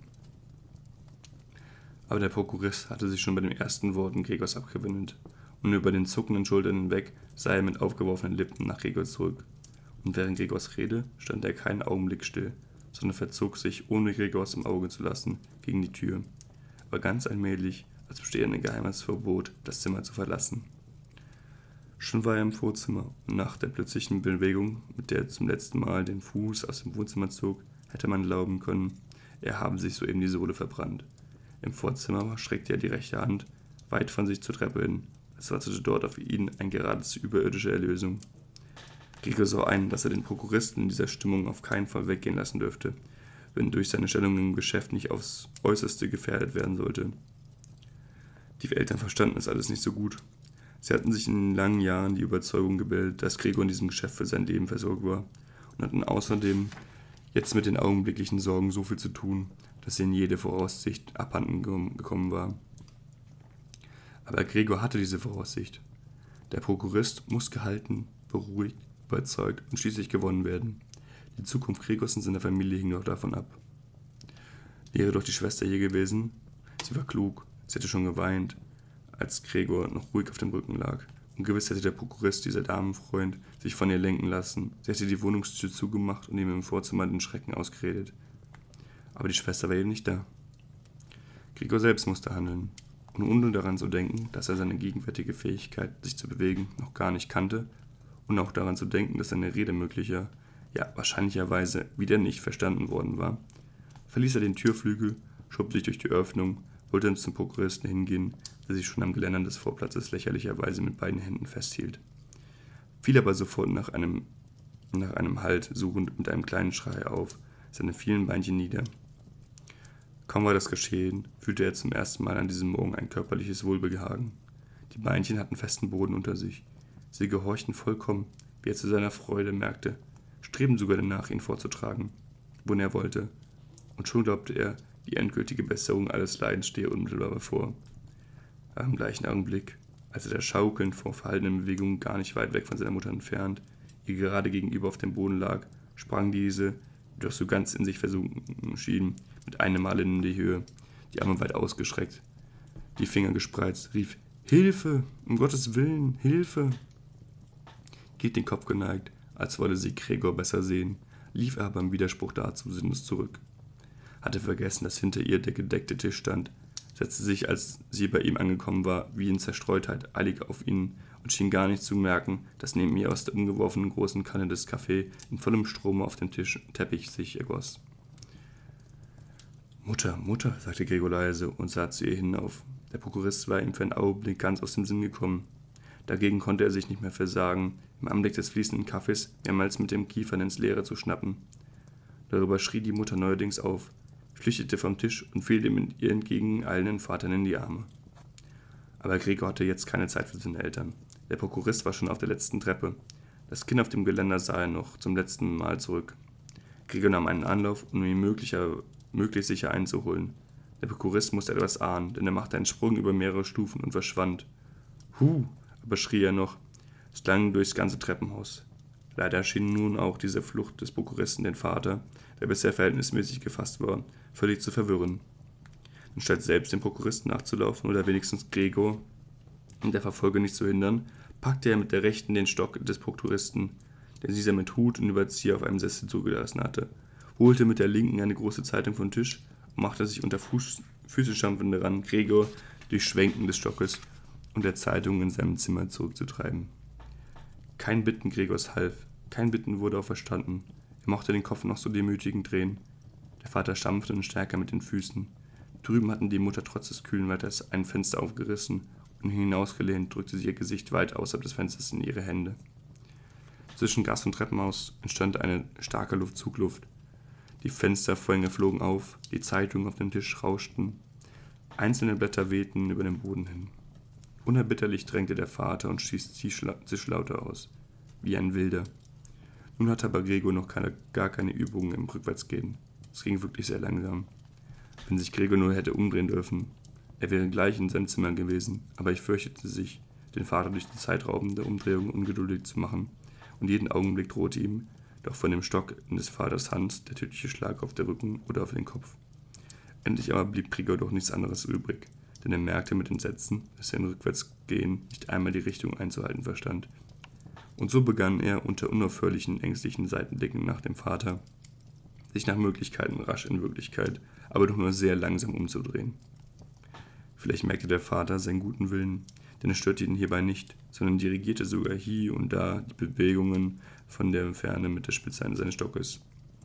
Aber der Prokurist hatte sich schon bei den ersten Worten Gregors abgewendet, und über den zuckenden Schultern hinweg sah er mit aufgeworfenen Lippen nach Gregor zurück. Und während Gregors Rede stand er keinen Augenblick still, sondern verzog sich, ohne Gregor aus dem Auge zu lassen, gegen die Tür, aber ganz allmählich, als bestehe ein geheimes Verbot, das Zimmer zu verlassen. Schon war er im Vorzimmer, und nach der plötzlichen Bewegung, mit der er zum letzten Mal den Fuß aus dem Wohnzimmer zog, hätte man glauben können, er habe sich soeben die Sohle verbrannt. Im Vorzimmer streckte er die rechte Hand weit von sich zur Treppe hin, als wartete dort auf ihn eine geradezu überirdische Erlösung. Gregor sah ein, dass er den Prokuristen in dieser Stimmung auf keinen Fall weggehen lassen dürfte, wenn durch seine Stellung im Geschäft nicht aufs Äußerste gefährdet werden sollte. Die Eltern verstanden es alles nicht so gut. Sie hatten sich in den langen Jahren die Überzeugung gebildet, dass Gregor in diesem Geschäft für sein Leben versorgt war und hatten außerdem jetzt mit den augenblicklichen Sorgen so viel zu tun, dass ihnen jede Voraussicht abhanden gekommen war. Aber Gregor hatte diese Voraussicht. Der Prokurist muss gehalten, beruhigt, überzeugt und schließlich gewonnen werden. Die Zukunft Gregors und seiner Familie hing noch davon ab. Wäre doch die Schwester hier gewesen? Sie war klug, sie hätte schon geweint, als Gregor noch ruhig auf dem Rücken lag. Und gewiss hätte der Prokurist, dieser Damenfreund, sich von ihr lenken lassen. Sie hätte die Wohnungstür zugemacht und ihm im Vorzimmer den Schrecken ausgeredet. Aber die Schwester war eben nicht da. Gregor selbst musste handeln. Und ohne daran zu denken, dass er seine gegenwärtige Fähigkeit, sich zu bewegen, noch gar nicht kannte, und auch daran zu denken, dass seine Rede wahrscheinlicherweise wieder nicht verstanden worden war, verließ er den Türflügel, schob sich durch die Öffnung, wollte zum Prokuristen hingehen, der sich schon am Geländer des Vorplatzes lächerlicherweise mit beiden Händen festhielt. Fiel aber sofort nach einem Halt suchend mit einem kleinen Schrei auf, seine vielen Beinchen nieder. Kaum war das geschehen, fühlte er zum ersten Mal an diesem Morgen ein körperliches Wohlbehagen. Die Beinchen hatten festen Boden unter sich. Sie gehorchten vollkommen, wie er zu seiner Freude merkte, strebten sogar danach, ihn vorzutragen, wohin er wollte. Und schon glaubte er, die endgültige Besserung alles Leidens stehe unmittelbar bevor. Aber im gleichen Augenblick, als er das Schaukeln vor verhaltenen Bewegungen gar nicht weit weg von seiner Mutter entfernt, ihr gerade gegenüber auf dem Boden lag, sprang diese, die doch so ganz in sich versunken schien, mit einem Mal in die Höhe, die Arme weit ausgestreckt, die Finger gespreizt, rief: »Hilfe! Um Gottes Willen! Hilfe!« Hielt den Kopf geneigt, als wolle sie Gregor besser sehen, lief er aber im Widerspruch dazu sinnlos zurück. Hatte vergessen, dass hinter ihr der gedeckte Tisch stand, setzte sich, als sie bei ihm angekommen war, wie in Zerstreutheit eilig auf ihn und schien gar nicht zu merken, dass neben ihr aus der umgeworfenen großen Kanne des Kaffee in vollem Strome auf dem Teppich sich ergoss. »Mutter, Mutter«, sagte Gregor leise und sah zu ihr hinauf. Der Prokurist war ihm für einen Augenblick ganz aus dem Sinn gekommen. Dagegen konnte er sich nicht mehr versagen, im Anblick des fließenden Kaffees mehrmals mit dem Kiefern ins Leere zu schnappen. Darüber schrie die Mutter neuerdings auf, flüchtete vom Tisch und fiel dem in ihr entgegeneilenden Vater in die Arme. Aber Gregor hatte jetzt keine Zeit für seine Eltern. Der Prokurist war schon auf der letzten Treppe. Das Kind auf dem Geländer sah er noch zum letzten Mal zurück. Gregor nahm einen Anlauf, um ihn möglichst sicher einzuholen. Der Prokurist musste etwas ahnen, denn er machte einen Sprung über mehrere Stufen und verschwand. »Hu!« aber schrie er noch. Es klang durchs ganze Treppenhaus. Leider schien nun auch diese Flucht des Prokuristen den Vater, der bisher verhältnismäßig gefasst war, völlig zu verwirren. Anstatt selbst dem Prokuristen nachzulaufen oder wenigstens Gregor in der Verfolgung nicht zu hindern, packte er mit der rechten den Stock des Prokuristen, den dieser mit Hut und Überzieher auf einem Sessel zugelassen hatte, holte mit der linken eine große Zeitung vom Tisch und machte sich unter Füße stampfend daran, Gregor durch Schwenken des Stockes und der Zeitung in seinem Zimmer zurückzutreiben. Kein Bitten Gregors half, kein Bitten wurde auch verstanden. Er mochte den Kopf noch so demütigend drehen. Der Vater stampfte nun stärker mit den Füßen. Drüben hatten die Mutter trotz des kühlen Wetters ein Fenster aufgerissen und hinausgelehnt drückte sie ihr Gesicht weit außerhalb des Fensters in ihre Hände. Zwischen Gast und Treppenhaus entstand eine starke Zugluft. Die Fenstervorhänge flogen auf, die Zeitungen auf dem Tisch rauschten. Einzelne Blätter wehten über den Boden hin. Unerbitterlich drängte der Vater und stieß zischlauter aus, wie ein Wilder. Nun hatte aber Gregor noch gar keine Übungen im Rückwärtsgehen. Es ging wirklich sehr langsam. Wenn sich Gregor nur hätte umdrehen dürfen, er wäre gleich in seinem Zimmer gewesen, aber ich fürchtete sich, den Vater durch die zeitraubende Umdrehung ungeduldig zu machen, und jeden Augenblick drohte ihm, doch von dem Stock in des Vaters Hand, der tödliche Schlag auf den Rücken oder auf den Kopf. Endlich aber blieb Gregor doch nichts anderes übrig, denn er merkte mit Entsetzen, dass er im Rückwärtsgehen nicht einmal die Richtung einzuhalten verstand. Und so begann er unter unaufhörlichen, ängstlichen Seitenblicken nach dem Vater, sich nach Möglichkeiten rasch in Wirklichkeit, aber doch nur sehr langsam umzudrehen. Vielleicht merkte der Vater seinen guten Willen, denn es störte ihn hierbei nicht, sondern dirigierte sogar hier und da die Bewegungen von der Ferne mit der Spitze seines Stockes.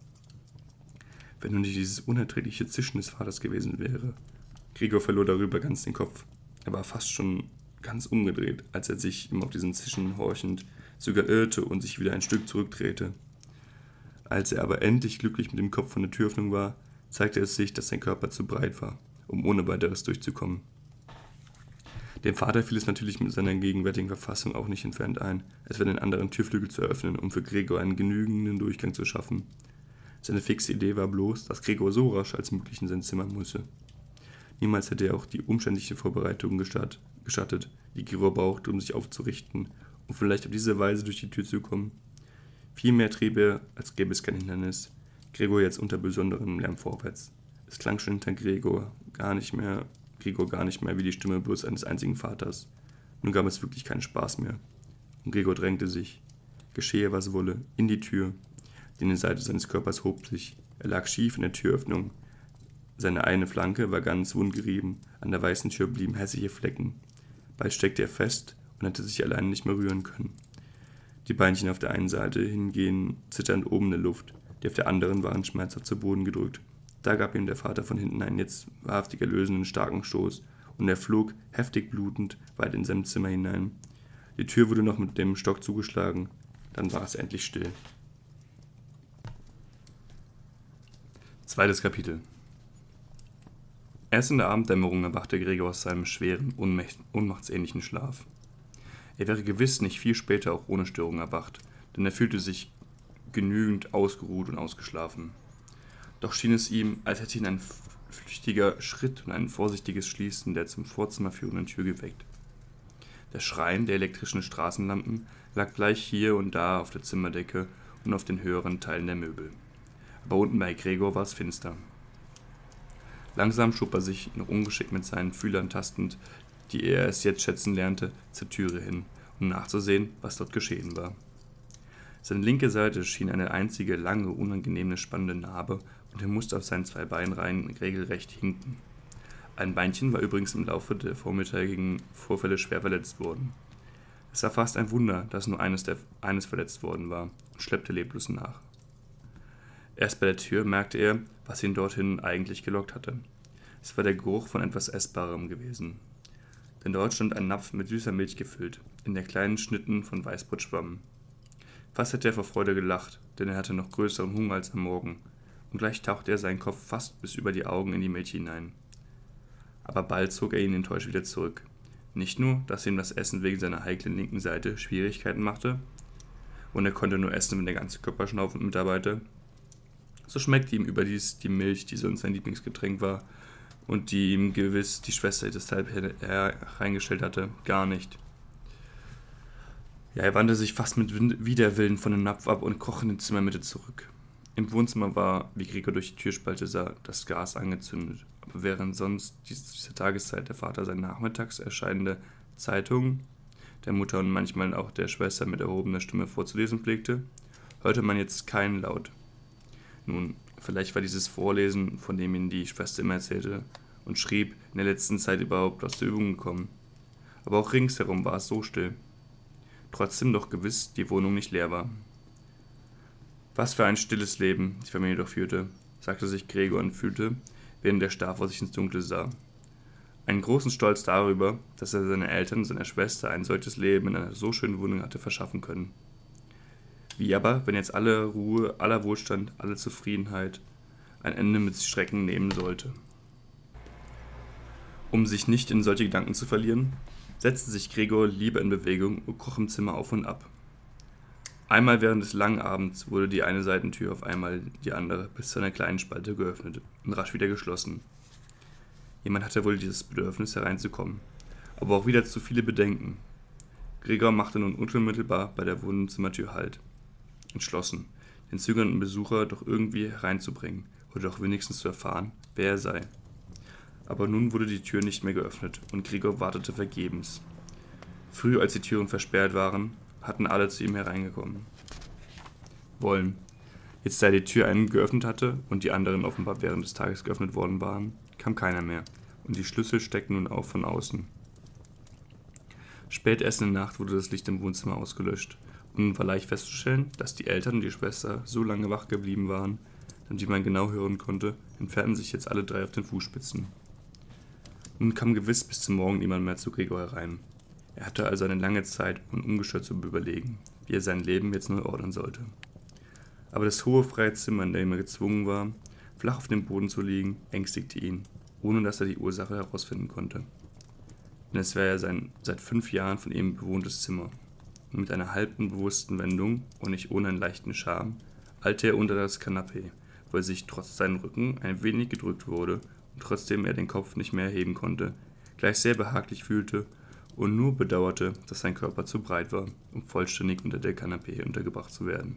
Wenn nun nicht dieses unerträgliche Zischen des Vaters gewesen wäre. Gregor verlor darüber ganz den Kopf. Er war fast schon ganz umgedreht, als er sich ihm auf diesen Zischen horchend sogar irrte und sich wieder ein Stück zurückdrehte. Als er aber endlich glücklich mit dem Kopf von der Türöffnung war, zeigte es sich, dass sein Körper zu breit war, um ohne weiteres durchzukommen. Dem Vater fiel es natürlich mit seiner gegenwärtigen Verfassung auch nicht entfernt ein, etwa den anderen Türflügel zu öffnen, um für Gregor einen genügenden Durchgang zu schaffen. Seine fixe Idee war bloß, dass Gregor so rasch als möglich in sein Zimmer müsse. Niemals hätte er auch die umständliche Vorbereitung gestattet, die Gregor brauchte, um sich aufzurichten und vielleicht auf diese Weise durch die Tür zu kommen. Vielmehr trieb er, als gäbe es kein Hindernis, Gregor jetzt unter besonderem Lärm vorwärts. Es klang schon hinter Gregor gar nicht mehr wie die Stimme bloß eines einzigen Vaters. Nun gab es wirklich keinen Spaß mehr. Und Gregor drängte sich, geschehe was wolle, in die Tür. Die eine Seite seines Körpers hob sich. Er lag schief in der Türöffnung. Seine eine Flanke war ganz wundgerieben, an der weißen Tür blieben hässliche Flecken. Bald steckte er fest und hätte sich allein nicht mehr rühren können. Die Beinchen auf der einen Seite hingehen zitternd oben in der Luft, die auf der anderen waren schmerzhaft zu Boden gedrückt. Da gab ihm der Vater von hinten einen jetzt wahrhaftig erlösenden starken Stoß, und er flog, heftig blutend, weit in sein Zimmer hinein. Die Tür wurde noch mit dem Stock zugeschlagen, dann war es endlich still. Zweites Kapitel. Erst in der Abenddämmerung erwachte Gregor aus seinem schweren, ohnmachtsähnlichen Schlaf. Er wäre gewiss nicht viel später auch ohne Störung erwacht, denn er fühlte sich genügend ausgeruht und ausgeschlafen. Doch schien es ihm, als hätte ihn ein flüchtiger Schritt und ein vorsichtiges Schließen der zum Vorzimmer führenden Tür geweckt. Der Schrein der elektrischen Straßenlampen lag gleich hier und da auf der Zimmerdecke und auf den höheren Teilen der Möbel. Aber unten bei Gregor war es finster. Langsam schob er sich, noch ungeschickt mit seinen Fühlern tastend, die er erst jetzt schätzen lernte, zur Türe hin, um nachzusehen, was dort geschehen war. Seine linke Seite schien eine einzige, lange, unangenehme, spannende Narbe und er musste auf seinen 2 Beinreihen regelrecht hinken. Ein Beinchen war übrigens im Laufe der vormittagigen Vorfälle schwer verletzt worden. Es war fast ein Wunder, dass nur eines verletzt worden war und schleppte leblos nach. Erst bei der Tür merkte er, was ihn dorthin eigentlich gelockt hatte. Es war der Geruch von etwas Essbarem gewesen. Denn dort stand ein Napf mit süßer Milch gefüllt, in der kleinen Schnitten von Weißbrot schwammen. Fast hätte er vor Freude gelacht, denn er hatte noch größeren Hunger als am Morgen, und gleich tauchte er seinen Kopf fast bis über die Augen in die Milch hinein. Aber bald zog er ihn enttäuscht wieder zurück. Nicht nur, dass ihm das Essen wegen seiner heiklen linken Seite Schwierigkeiten machte, und er konnte nur essen, wenn der ganze Körper schnaufend mitarbeitete, so schmeckte ihm überdies die Milch, die sonst sein Lieblingsgetränk war, und die ihm gewiss die Schwester deshalb hereingestellt hatte, gar nicht. Ja, er wandte sich fast mit Widerwillen von dem Napf ab und kroch in die Zimmermitte zurück. Im Wohnzimmer war, wie Gregor durch die Türspalte sah, das Gas angezündet, aber während sonst dieser Tageszeit der Vater seine nachmittags erscheinende Zeitung, der Mutter und manchmal auch der Schwester mit erhobener Stimme vorzulesen pflegte, hörte man jetzt keinen Laut. Nun, vielleicht war dieses Vorlesen, von dem ihm die Schwester immer erzählte, und schrieb, in der letzten Zeit überhaupt aus der Übung gekommen. Aber auch ringsherum war es so still. Trotzdem doch gewiss die Wohnung nicht leer war. Was für ein stilles Leben die Familie doch führte, sagte sich Gregor und fühlte, während er starr vor sich ins Dunkle sah. Einen großen Stolz darüber, dass er seinen Eltern und seiner Schwester ein solches Leben in einer so schönen Wohnung hatte verschaffen können. Wie aber, wenn jetzt alle Ruhe, aller Wohlstand, alle Zufriedenheit ein Ende mit Schrecken nehmen sollte? Um sich nicht in solche Gedanken zu verlieren, setzte sich Gregor lieber in Bewegung und kroch im Zimmer auf und ab. Einmal während des langen Abends wurde die eine Seitentür auf einmal die andere bis zu einer kleinen Spalte geöffnet und rasch wieder geschlossen. Jemand hatte wohl dieses Bedürfnis, hereinzukommen, aber auch wieder zu viele Bedenken. Gregor machte nun unmittelbar bei der Wohnzimmertür Halt, entschlossen, den zögernden Besucher doch irgendwie hereinzubringen oder doch wenigstens zu erfahren, wer er sei. Aber nun wurde die Tür nicht mehr geöffnet und Gregor wartete vergebens. Früh, als die Türen versperrt waren, hatten alle zu ihm hereingekommen wollen. Jetzt, da er die Tür einen geöffnet hatte und die anderen offenbar während des Tages geöffnet worden waren, kam keiner mehr und die Schlüssel steckten nun auch von außen. Spät erst in der Nacht wurde das Licht im Wohnzimmer ausgelöscht und nun war leicht festzustellen, dass die Eltern und die Schwester so lange wach geblieben waren, denn wie man genau hören konnte, entfernten sich jetzt alle drei auf den Fußspitzen. Nun kam gewiss bis zum Morgen niemand mehr zu Gregor herein. Er hatte also eine lange Zeit, um ungestört zu überlegen, wie er sein Leben jetzt neu ordnen sollte. Aber das hohe freie Zimmer, in dem er gezwungen war, flach auf dem Boden zu liegen, ängstigte ihn, ohne dass er die Ursache herausfinden konnte. Denn es war ja sein seit 5 Jahren von ihm bewohntes Zimmer. Und mit einer halb unbewussten Wendung und nicht ohne einen leichten Scham eilte er unter das Kanapee, wo er sich trotz seinem Rücken ein wenig gedrückt wurde und trotzdem er den Kopf nicht mehr erheben konnte, gleich sehr behaglich fühlte und nur bedauerte, dass sein Körper zu breit war, um vollständig unter der Kanapee untergebracht zu werden.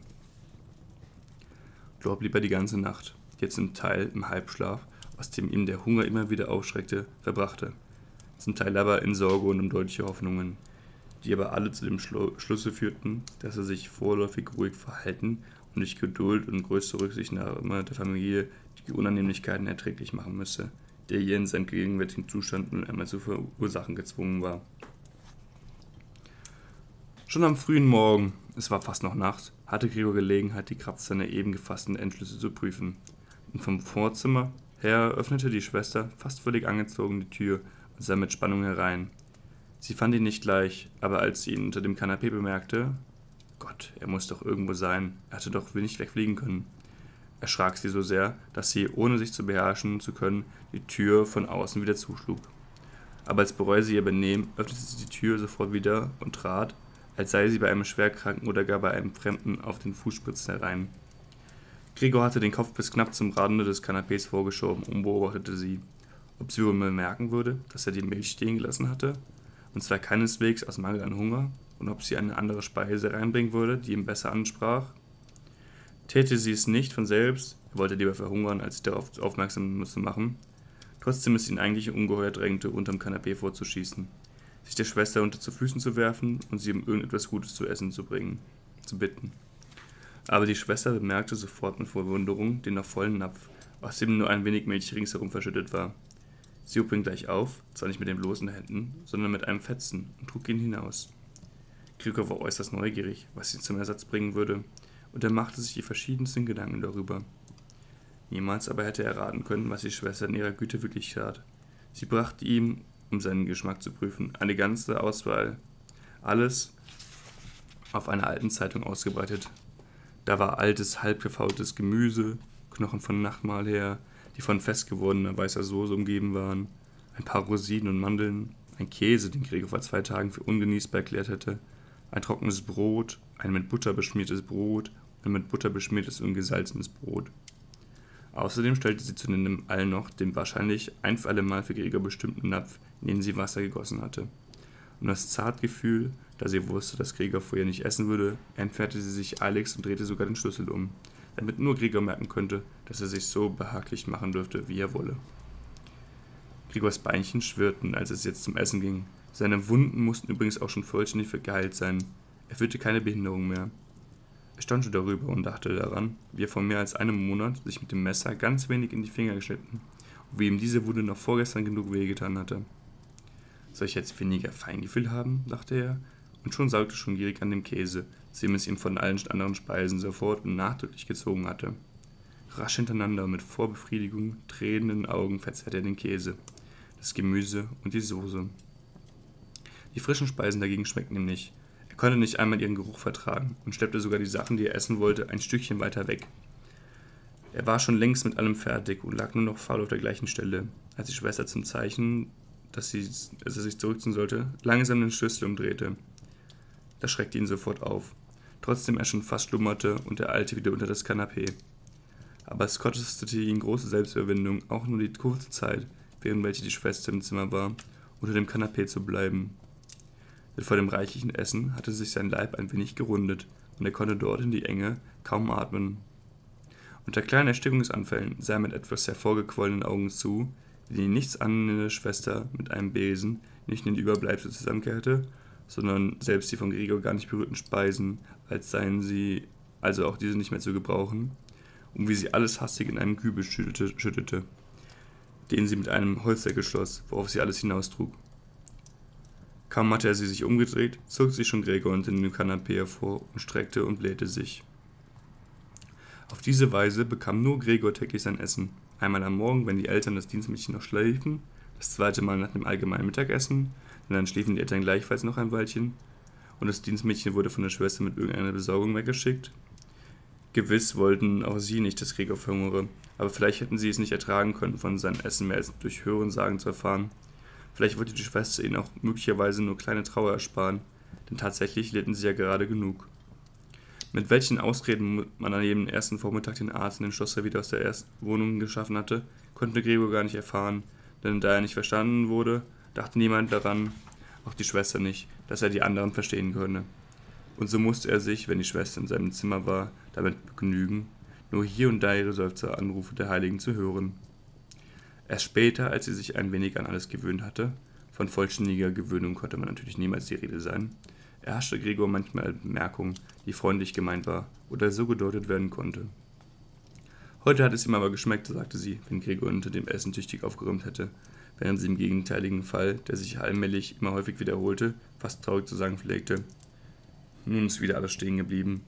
Dort blieb er die ganze Nacht, jetzt zum Teil im Halbschlaf, aus dem ihm der Hunger immer wieder aufschreckte, verbrachte, zum Teil aber in Sorge und undeutliche Hoffnungen, die aber alle zu dem Schlusse führten, dass er sich vorläufig ruhig verhalten und durch Geduld und größte Rücksichtnahme der Familie die Unannehmlichkeiten erträglich machen müsse, der ihr in seinem gegenwärtigen Zustand nun einmal zu verursachen gezwungen war. Schon am frühen Morgen, es war fast noch Nacht, hatte Gregor Gelegenheit, die Kraft seiner eben gefassten Entschlüsse zu prüfen, und vom Vorzimmer her öffnete die Schwester fast völlig angezogen die Tür und sah mit Spannung herein. Sie fand ihn nicht gleich, aber als sie ihn unter dem Kanapee bemerkte, Gott, er muss doch irgendwo sein, er hatte doch nicht wegfliegen können, erschrak sie so sehr, dass sie, ohne sich zu beherrschen zu können, die Tür von außen wieder zuschlug. Aber als bereue sie ihr Benehmen, öffnete sie die Tür sofort wieder und trat, als sei sie bei einem Schwerkranken oder gar bei einem Fremden, auf den Fußspitzen herein. Gregor hatte den Kopf bis knapp zum Rande des Kanapees vorgeschoben und beobachtete sie, ob sie wohl bemerken würde, dass er die Milch stehen gelassen hatte, und zwar keineswegs aus Mangel an Hunger, und ob sie eine andere Speise reinbringen würde, die ihm besser ansprach. Täte sie es nicht von selbst, er wollte lieber verhungern, als sich darauf aufmerksam zu machen, trotzdem es ihn eigentlich ungeheuer drängte, unterm Kanapee vorzuschießen, sich der Schwester unter zu Füßen zu werfen und sie um irgendetwas Gutes zu essen zu bitten. Aber die Schwester bemerkte sofort mit Verwunderung den noch vollen Napf, aus dem nur ein wenig Milch ringsherum verschüttet war. Sie hob ihn gleich auf, zwar nicht mit den bloßen Händen, sondern mit einem Fetzen und trug ihn hinaus. Gregor war äußerst neugierig, was sie zum Ersatz bringen würde, und er machte sich die verschiedensten Gedanken darüber. Niemals aber hätte er raten können, was die Schwester in ihrer Güte wirklich tat. Sie brachte ihm, um seinen Geschmack zu prüfen, eine ganze Auswahl, alles auf einer alten Zeitung ausgebreitet. Da war altes, halbgefaultes Gemüse, Knochen von Nachtmahl her, die von fest gewordener weißer Soße umgeben waren, ein paar Rosinen und Mandeln, ein Käse, den Gregor vor 2 Tagen für ungenießbar erklärt hätte, ein trockenes Brot, ein mit Butter beschmiertes Brot und ein mit Butter beschmiertes und gesalzenes Brot. Außerdem stellte sie zu dem allen noch den wahrscheinlich ein für alle Mal für Gregor bestimmten Napf, in den sie Wasser gegossen hatte. Und das Zartgefühl, da sie wusste, dass Gregor vorher nicht essen würde, entfernte sie sich eiligst und drehte sogar den Schlüssel um, damit nur Gregor merken könnte, dass er sich so behaglich machen dürfte, wie er wolle. Gregors Beinchen schwirrten, als es jetzt zum Essen ging. Seine Wunden mussten übrigens auch schon vollständig geheilt sein. Er fühlte keine Behinderung mehr. Er staunte darüber und dachte daran, wie er vor mehr als einem Monat sich mit dem Messer ganz wenig in die Finger geschnitten und wie ihm diese Wunde noch vorgestern genug wehgetan hatte. Soll ich jetzt weniger Feingefühl haben, dachte er, und schon saugte schon gierig an dem Käse, dem es ihm von allen anderen Speisen sofort und nachdrücklich gezogen hatte. Rasch hintereinander mit Vorbefriedigung, tränenden Augen verzehrte er den Käse, das Gemüse und die Soße. Die frischen Speisen dagegen schmeckten ihm nicht. Er konnte nicht einmal ihren Geruch vertragen und schleppte sogar die Sachen, die er essen wollte, ein Stückchen weiter weg. Er war schon längst mit allem fertig und lag nur noch faul auf der gleichen Stelle, als die Schwester zum Zeichen, dass er sich zurückziehen sollte, langsam den Schlüssel umdrehte. Das schreckte ihn sofort auf. trotzdem er schon fast schlummerte und er eilte wieder unter das Kanapee. Aber es kostete ihn große Selbstüberwindung, auch nur die kurze Zeit, während welche die Schwester im Zimmer war, unter dem Kanapee zu bleiben. Denn vor dem reichlichen Essen hatte sich sein Leib ein wenig gerundet, und er konnte dort in die Enge kaum atmen. Unter kleinen Erstickungsanfällen sah er mit etwas hervorgequollenen Augen zu, wie die nichtsahnende Schwester mit einem Besen nicht nur die Überbleibsel zusammenkehrte, sondern selbst die von Gregor gar nicht berührten Speisen, als seien sie also auch diese nicht mehr zu gebrauchen, und wie sie alles hastig in einem Kübel schüttete, den sie mit einem Holzdeckel schloss, worauf sie alles hinaustrug. Kaum hatte er sie sich umgedreht, zog sich schon Gregor unter dem Kanapee hervor und streckte und blähte sich. Auf diese Weise bekam nur Gregor täglich sein Essen. Einmal am Morgen, wenn die Eltern das Dienstmädchen noch schliefen, das zweite Mal nach dem allgemeinen Mittagessen, denn dann schliefen die Eltern gleichfalls noch ein Weilchen, und das Dienstmädchen wurde von der Schwester mit irgendeiner Besorgung weggeschickt. Gewiss wollten auch sie nicht, dass Gregor verhungere, aber vielleicht hätten sie es nicht ertragen können, von seinem Essen mehr als durch Hörensagen zu erfahren. Vielleicht wollte die Schwester ihnen auch möglicherweise nur kleine Trauer ersparen, denn tatsächlich litten sie ja gerade genug. Mit welchen Ausreden man an jedem ersten Vormittag den Arzt in dem Schloss wieder aus der ersten Wohnung geschaffen hatte, konnte Gregor gar nicht erfahren, denn da er nicht verstanden wurde, dachte niemand daran, auch die Schwester nicht, dass er die anderen verstehen könne. Und so musste er sich, wenn die Schwester in seinem Zimmer war, damit begnügen, nur hier und da ihre Seufzeranrufe der Heiligen zu hören. Erst später, als sie sich ein wenig an alles gewöhnt hatte, von vollständiger Gewöhnung konnte man natürlich niemals die Rede sein, erhaschte Gregor manchmal Bemerkung, die freundlich gemeint war oder so gedeutet werden konnte. Heute hat es ihm aber geschmeckt, sagte sie, wenn Gregor unter dem Essen tüchtig aufgeräumt hätte, während sie im gegenteiligen Fall, der sich allmählich immer häufig wiederholte, fast traurig zu sagen pflegte: Nun ist wieder alles stehen geblieben.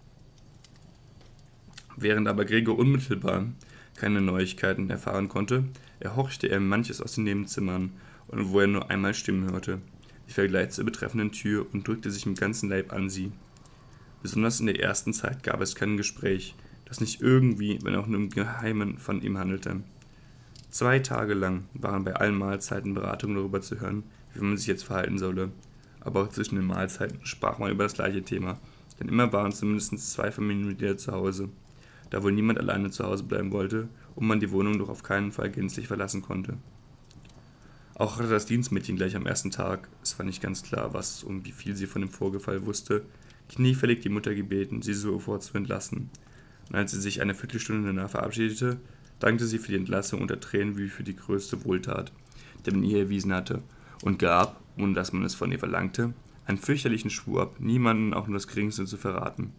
Während aber Gregor unmittelbar keine Neuigkeiten erfahren konnte, erhorchte er manches aus den Nebenzimmern, und wo er nur einmal Stimmen hörte, die Vergleich zur betreffenden Tür, und drückte sich mit ganzem Leib an sie. Besonders in der ersten Zeit gab es kein Gespräch, das nicht irgendwie, wenn auch nur im Geheimen, von ihm handelte. 2 Tage lang waren bei allen Mahlzeiten Beratungen darüber zu hören, wie man sich jetzt verhalten solle. Aber auch zwischen den Mahlzeiten sprach man über das gleiche Thema, denn immer waren zumindest 2 Familienmitglieder zu Hause, da wohl niemand alleine zu Hause bleiben wollte und man die Wohnung doch auf keinen Fall gänzlich verlassen konnte. Auch hatte das Dienstmädchen gleich am ersten Tag, es war nicht ganz klar, was und wie viel sie von dem Vorfall wusste, kniefällig die Mutter gebeten, sie sofort zu entlassen. Und als sie sich eine Viertelstunde danach verabschiedete, dankte sie für die Entlassung unter Tränen wie für die größte Wohltat, die man ihr erwiesen hatte, und gab, ohne dass man es von ihr verlangte, einen fürchterlichen Schwur ab, niemanden auch nur das Geringste zu verraten.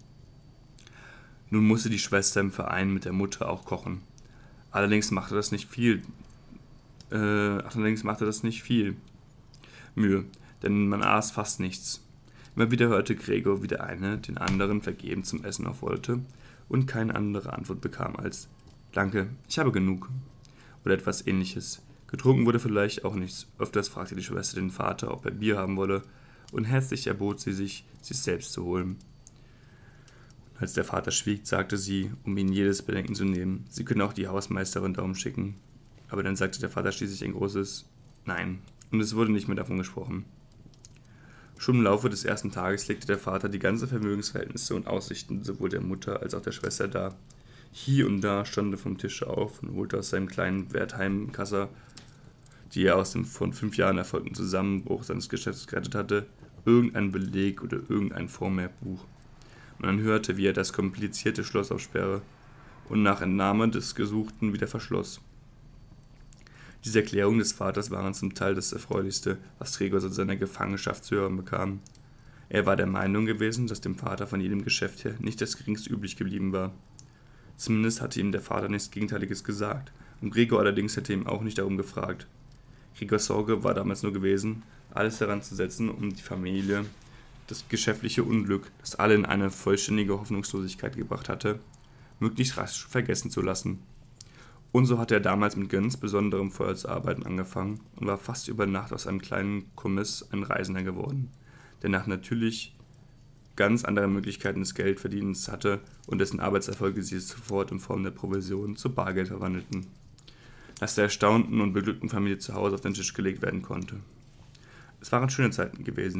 Nun musste die Schwester im Verein mit der Mutter auch kochen. Allerdings machte das nicht viel Mühe, denn man aß fast nichts. Immer wieder hörte Gregor, wie der eine den anderen vergebens zum Essen aufforderte und keine andere Antwort bekam als »Danke, ich habe genug« oder etwas Ähnliches. Getrunken wurde vielleicht auch nichts. Öfters fragte die Schwester den Vater, ob er Bier haben wolle, und herzlich erbot sie sich selbst zu holen. Als der Vater schwieg, sagte sie, um ihm jedes Bedenken zu nehmen, sie könne auch die Hausmeisterin darum schicken. Aber dann sagte der Vater schließlich ein großes Nein, und es wurde nicht mehr davon gesprochen. Schon im Laufe des ersten Tages legte der Vater die ganzen Vermögensverhältnisse und Aussichten sowohl der Mutter als auch der Schwester dar. Hier und da stand er vom Tische auf und holte aus seinem kleinen Wertheimkasser, die er aus dem vor 5 Jahren erfolgten Zusammenbruch seines Geschäfts gerettet hatte, irgendeinen Beleg oder irgendein Vormerkbuch. Man hörte, wie er das komplizierte Schloss aufsperre und nach Entnahme des Gesuchten wieder verschloss. Diese Erklärungen des Vaters waren zum Teil das Erfreulichste, was Gregor seit seiner Gefangenschaft zu hören bekam. Er war der Meinung gewesen, dass dem Vater von jedem Geschäft her nicht das Geringste übrig geblieben war. Zumindest hatte ihm der Vater nichts Gegenteiliges gesagt, und Gregor allerdings hätte ihm auch nicht darum gefragt. Gregors Sorge war damals nur gewesen, alles daran zu setzen, um die Familie, das geschäftliche Unglück, das alle in eine vollständige Hoffnungslosigkeit gebracht hatte, möglichst rasch vergessen zu lassen. Und so hatte er damals mit ganz besonderem Feuer zu arbeiten angefangen und war fast über Nacht aus einem kleinen Kommiss ein Reisender geworden, der nach natürlich ganz andere Möglichkeiten des Geldverdienens hatte und dessen Arbeitserfolge sie sofort in Form der Provision zu Bargeld verwandelten, das der erstaunten und beglückten Familie zu Hause auf den Tisch gelegt werden konnte. Es waren schöne Zeiten gewesen,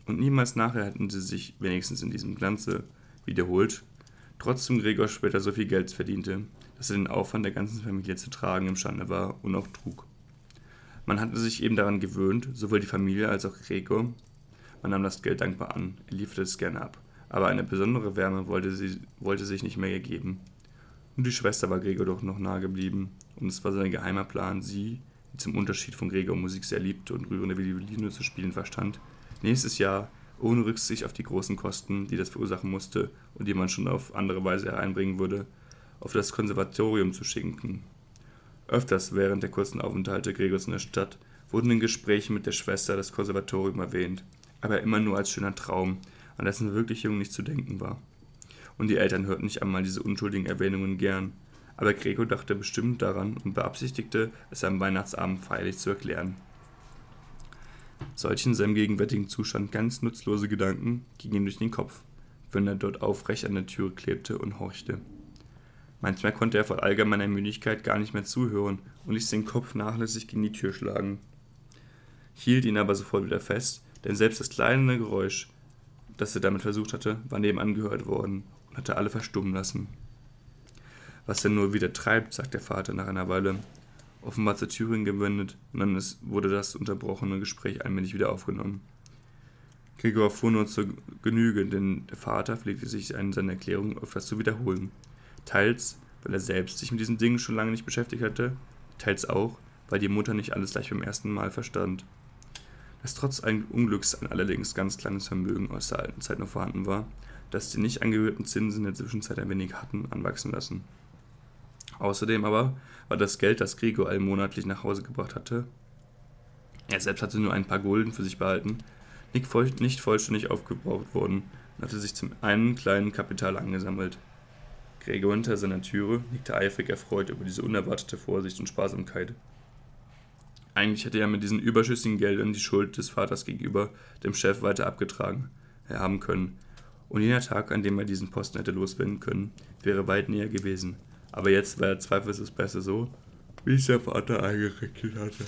und niemals nachher hatten sie sich wenigstens in diesem Glanze wiederholt, trotzdem Gregor später so viel Geld verdiente, dass er den Aufwand der ganzen Familie zu tragen imstande war und auch trug. Man hatte sich eben daran gewöhnt, sowohl die Familie als auch Gregor. Man nahm das Geld dankbar an, er lieferte es gerne ab, aber eine besondere Wärme wollte sich nicht mehr ergeben. Nur die Schwester war Gregor doch noch nahe geblieben, und es war sein geheimer Plan, sie, die zum Unterschied von Gregor Musik sehr liebte und rührende Violine zu spielen verstand, nächstes Jahr, ohne Rücksicht auf die großen Kosten, die das verursachen musste und die man schon auf andere Weise hereinbringen würde, auf das Konservatorium zu schicken. Öfters während der kurzen Aufenthalte Gregors in der Stadt wurden in Gesprächen mit der Schwester das Konservatorium erwähnt, aber immer nur als schöner Traum, an dessen Verwirklichung nicht zu denken war. Und die Eltern hörten nicht einmal diese unschuldigen Erwähnungen gern, aber Gregor dachte bestimmt daran und beabsichtigte, es am Weihnachtsabend feierlich zu erklären. Solch in seinem gegenwärtigen Zustand ganz nutzlose Gedanken gingen ihm durch den Kopf, wenn er dort aufrecht an der Tür klebte und horchte. Manchmal konnte er vor allgemeiner Müdigkeit gar nicht mehr zuhören und ließ den Kopf nachlässig gegen die Tür schlagen. Hielt ihn aber sofort wieder fest, denn selbst das kleine Geräusch, das er damit versucht hatte, war nebenan gehört worden und hatte alle verstummen lassen. »Was er nur wieder treibt«, sagt der Vater nach einer Weile, offenbar zur Tür hingewendet, und dann wurde das unterbrochene Gespräch allmählich wieder aufgenommen. Gregor fuhr nur zur Genüge, denn der Vater pflegte sich in seiner Erklärung öfters zu wiederholen. Teils, weil er selbst sich mit diesen Dingen schon lange nicht beschäftigt hatte, teils auch, weil die Mutter nicht alles gleich beim ersten Mal verstand. Dass trotz eines Unglücks ein allerdings ganz kleines Vermögen aus der alten Zeit noch vorhanden war, das die nicht angehörten Zinsen in der Zwischenzeit ein wenig hatten anwachsen lassen. Außerdem aber war das Geld, das Gregor allmonatlich nach Hause gebracht hatte, er selbst hatte nur ein paar Gulden für sich behalten, nicht vollständig aufgebraucht worden und hatte sich zum einen kleinen Kapital angesammelt. Gregor hinter seiner Türe nickte eifrig erfreut über diese unerwartete Vorsicht und Sparsamkeit. Eigentlich hätte er mit diesen überschüssigen Geldern die Schuld des Vaters gegenüber dem Chef weiter abgetragen haben können, und jener Tag, an dem er diesen Posten hätte loswerden können, wäre weit näher gewesen. Aber jetzt war er zweifellos besser so, wie es der Vater eingerechnet hatte.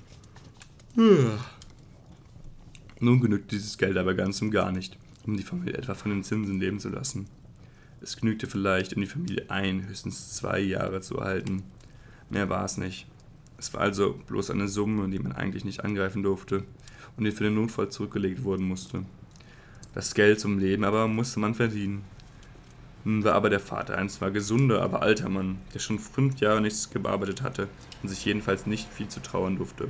Nun genügte dieses Geld aber ganz und gar nicht, um die Familie etwa von den Zinsen leben zu lassen. Es genügte vielleicht, um die Familie höchstens 2 Jahre zu erhalten. Mehr war es nicht. Es war also bloß eine Summe, die man eigentlich nicht angreifen durfte und die für den Notfall zurückgelegt worden musste. Das Geld zum Leben aber musste man verdienen. Nun war aber der Vater ein zwar gesunder, aber alter Mann, der schon 5 Jahre nichts gearbeitet hatte und sich jedenfalls nicht viel zu trauern durfte.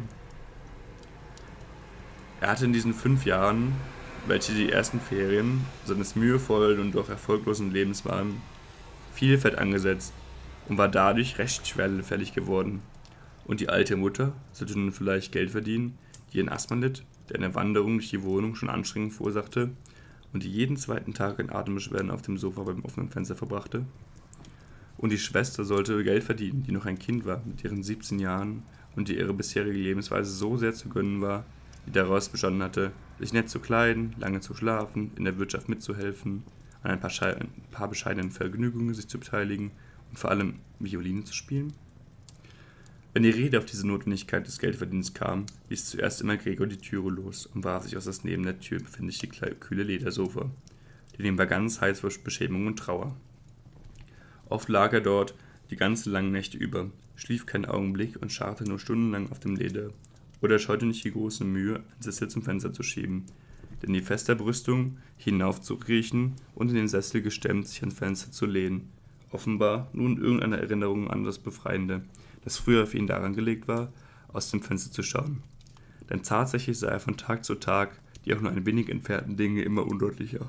Er hatte in diesen 5 Jahren, welche die ersten Ferien seines mühevollen und doch erfolglosen Lebens waren, viel Fett angesetzt und war dadurch recht schwerfällig geworden. Und die alte Mutter sollte nun vielleicht Geld verdienen, die an Asthma litt, der eine Wanderung durch die Wohnung schon Anstrengung verursachte und die jeden zweiten Tag in Atembeschwerden auf dem Sofa beim offenen Fenster verbrachte. Und die Schwester sollte Geld verdienen, die noch ein Kind war mit ihren 17 Jahren und die ihre bisherige Lebensweise so sehr zu gönnen war, die daraus bestanden hatte, sich nett zu kleiden, lange zu schlafen, in der Wirtschaft mitzuhelfen, an ein paar bescheidenen Vergnügungen sich zu beteiligen und vor allem Violine zu spielen. Wenn die Rede auf diese Notwendigkeit des Geldverdienens kam, ließ zuerst immer Gregor die Türe los und warf sich aus das neben der Tür befindliche kühle Ledersofa. Dem war ganz heiß vor Beschämung und Trauer. Oft lag er dort die ganzen langen Nächte über, schlief keinen Augenblick und scharrte nur stundenlang auf dem Leder. Oder scheute nicht die große Mühe, einen Sessel zum Fenster zu schieben, denn die feste Brüstung hinauf zu kriechen und in den Sessel gestemmt sich ans Fenster zu lehnen. Offenbar nun irgendeine Erinnerung an das Befreiende, das früher für ihn daran gelegt war, aus dem Fenster zu schauen. Denn tatsächlich sah er von Tag zu Tag die auch nur ein wenig entfernten Dinge immer undeutlicher.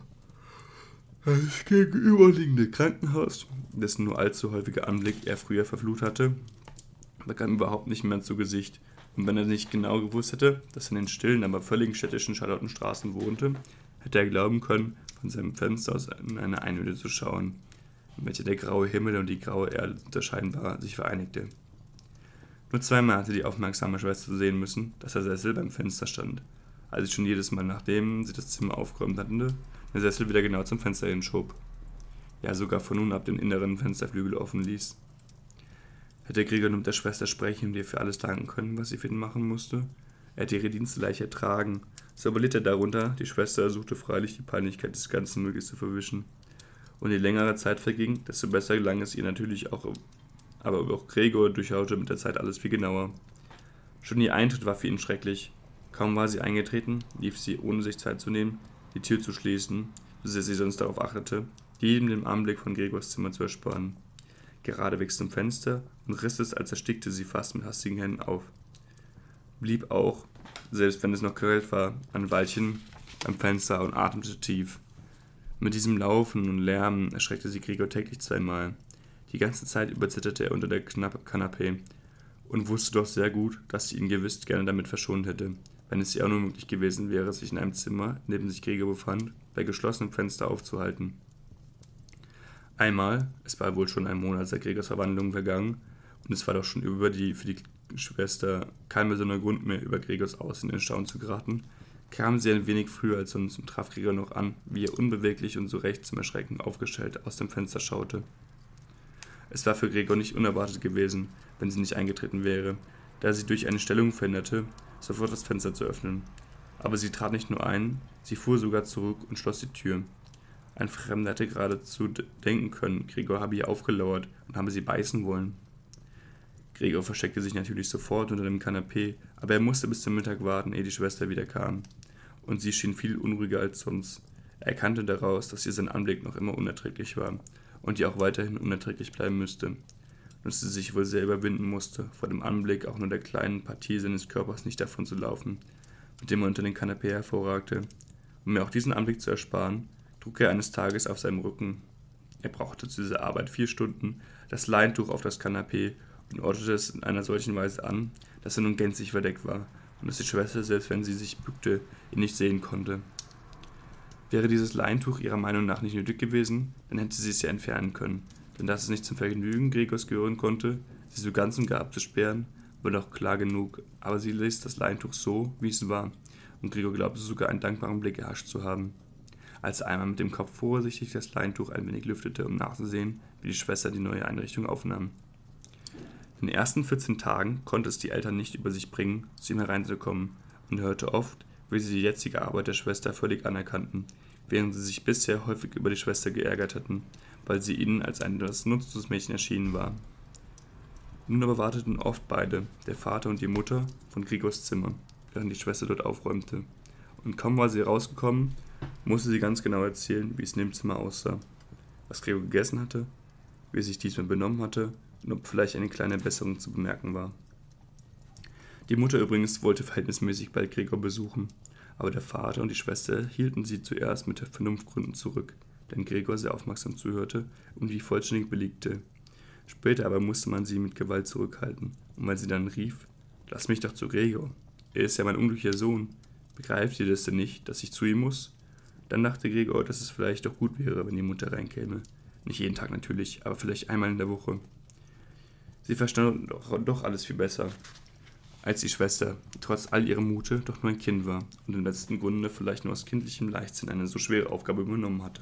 Das gegenüberliegende Krankenhaus, dessen nur allzu häufiger Anblick er früher verflucht hatte, bekam überhaupt nicht mehr zu Gesicht, und wenn er nicht genau gewusst hätte, dass er in den stillen, aber völlig städtischen Charlottenstraßen wohnte, hätte er glauben können, von seinem Fenster aus in eine Einöde zu schauen, in welcher der graue Himmel und die graue Erde unterscheinbar sich vereinigte. Nur zweimal hatte die aufmerksame Schwester sehen müssen, dass der Sessel beim Fenster stand, als sie schon jedes Mal, nachdem sie das Zimmer aufgeräumt hatten, den Sessel wieder genau zum Fenster hinschob, ja sogar von nun ab den inneren Fensterflügel offen ließ. Hätte Gregor nur mit der Schwester sprechen und ihr für alles danken können, was sie für ihn machen musste, Er hätte ihre Dienste leicht ertragen. So aber litt er darunter, die Schwester suchte freilich die Peinlichkeit des Ganzen möglichst zu verwischen. Und je längere Zeit verging, desto besser gelang es ihr natürlich auch, aber auch Gregor durchschaute mit der Zeit alles viel genauer. Schon ihr Eintritt war für ihn schrecklich. Kaum war sie eingetreten, lief sie, ohne sich Zeit zu nehmen, die Tür zu schließen, so sehr sie sonst darauf achtete, jedem den Anblick von Gregors Zimmer zu ersparen. Geradewegs zum Fenster und riss es, als erstickte sie fast mit hastigen Händen auf. Blieb auch, selbst wenn es noch kalt war, ein Weilchen am Fenster und atmete tief. Mit diesem Laufen und Lärmen erschreckte sie Gregor täglich zweimal. Die ganze Zeit über zitterte er unter der Kanapee und wusste doch sehr gut, dass sie ihn gewiss gerne damit verschont hätte, wenn es ihr auch nur möglich gewesen wäre, sich in einem Zimmer, in dem sich Gregor befand, bei geschlossenem Fenster aufzuhalten. Einmal, es war wohl schon ein Monat seit Gregors Verwandlung vergangen, und es war doch schon für die Schwester kein besonderer Grund mehr, über Gregors Aussehen in Staunen zu geraten, kam sie ein wenig früher als sonst und traf Gregor noch an, wie er unbeweglich und so recht zum Erschrecken aufgestellt aus dem Fenster schaute. Es war für Gregor nicht unerwartet gewesen, wenn sie nicht eingetreten wäre, da sie durch eine Stellung verhinderte, sofort das Fenster zu öffnen. Aber sie trat nicht nur ein, sie fuhr sogar zurück und schloss die Tür. Ein Fremder hätte geradezu denken können, Gregor habe ihr aufgelauert und habe sie beißen wollen. Gregor versteckte sich natürlich sofort unter dem Kanapee, aber er musste bis zum Mittag warten, ehe die Schwester wieder kam. Und sie schien viel unruhiger als sonst. Er erkannte daraus, dass ihr sein Anblick noch immer unerträglich war und ihr auch weiterhin unerträglich bleiben müsste. Und dass sie sich wohl sehr überwinden musste, vor dem Anblick auch nur der kleinen Partie seines Körpers nicht davon zu laufen, mit dem er unter den Kanapee hervorragte. Um mir auch diesen Anblick zu ersparen, trug er eines Tages auf seinem Rücken. Er brauchte zu dieser Arbeit 4 Stunden, das Leintuch auf das Kanapee und ordnete es in einer solchen Weise an, dass er nun gänzlich verdeckt war und dass die Schwester, selbst wenn sie sich bückte, ihn nicht sehen konnte. Wäre dieses Leintuch ihrer Meinung nach nicht nötig gewesen, dann hätte sie es ja entfernen können, denn dass es nicht zum Vergnügen Gregors gehören konnte, sie so ganz und gar abzusperren, war doch klar genug, aber sie ließ das Leintuch so, wie es war, und Gregor glaubte sogar einen dankbaren Blick erhascht zu haben. Als er einmal mit dem Kopf vorsichtig das Leintuch ein wenig lüftete, um nachzusehen, wie die Schwester die neue Einrichtung aufnahm. In den ersten 14 Tagen konnte es die Eltern nicht über sich bringen, zu ihm hereinzukommen, und er hörte oft, wie sie die jetzige Arbeit der Schwester völlig anerkannten, während sie sich bisher häufig über die Schwester geärgert hatten, weil sie ihnen als ein etwas nutzloses Mädchen erschienen war. Nun aber warteten oft beide, der Vater und die Mutter, von Gregors Zimmer, während die Schwester dort aufräumte. Und kaum war sie rausgekommen, musste sie ganz genau erzählen, wie es in dem Zimmer aussah, was Gregor gegessen hatte, wie er sich diesmal benommen hatte und ob vielleicht eine kleine Besserung zu bemerken war. Die Mutter übrigens wollte verhältnismäßig bald Gregor besuchen, aber der Vater und die Schwester hielten sie zuerst mit Vernunftgründen zurück, denn Gregor sehr aufmerksam zuhörte und wie vollständig belegte. Später aber musste man sie mit Gewalt zurückhalten, und weil sie dann rief, »Lass mich doch zu Gregor, er ist ja mein unglücklicher Sohn, begreift ihr das denn nicht, dass ich zu ihm muss?« Dann dachte Gregor, dass es vielleicht doch gut wäre, wenn die Mutter reinkäme. Nicht jeden Tag natürlich, aber vielleicht einmal in der Woche. Sie verstand doch alles viel besser, als die Schwester, die trotz all ihrem Mute doch nur ein Kind war und im letzten Grunde vielleicht nur aus kindlichem Leichtsinn eine so schwere Aufgabe übernommen hatte.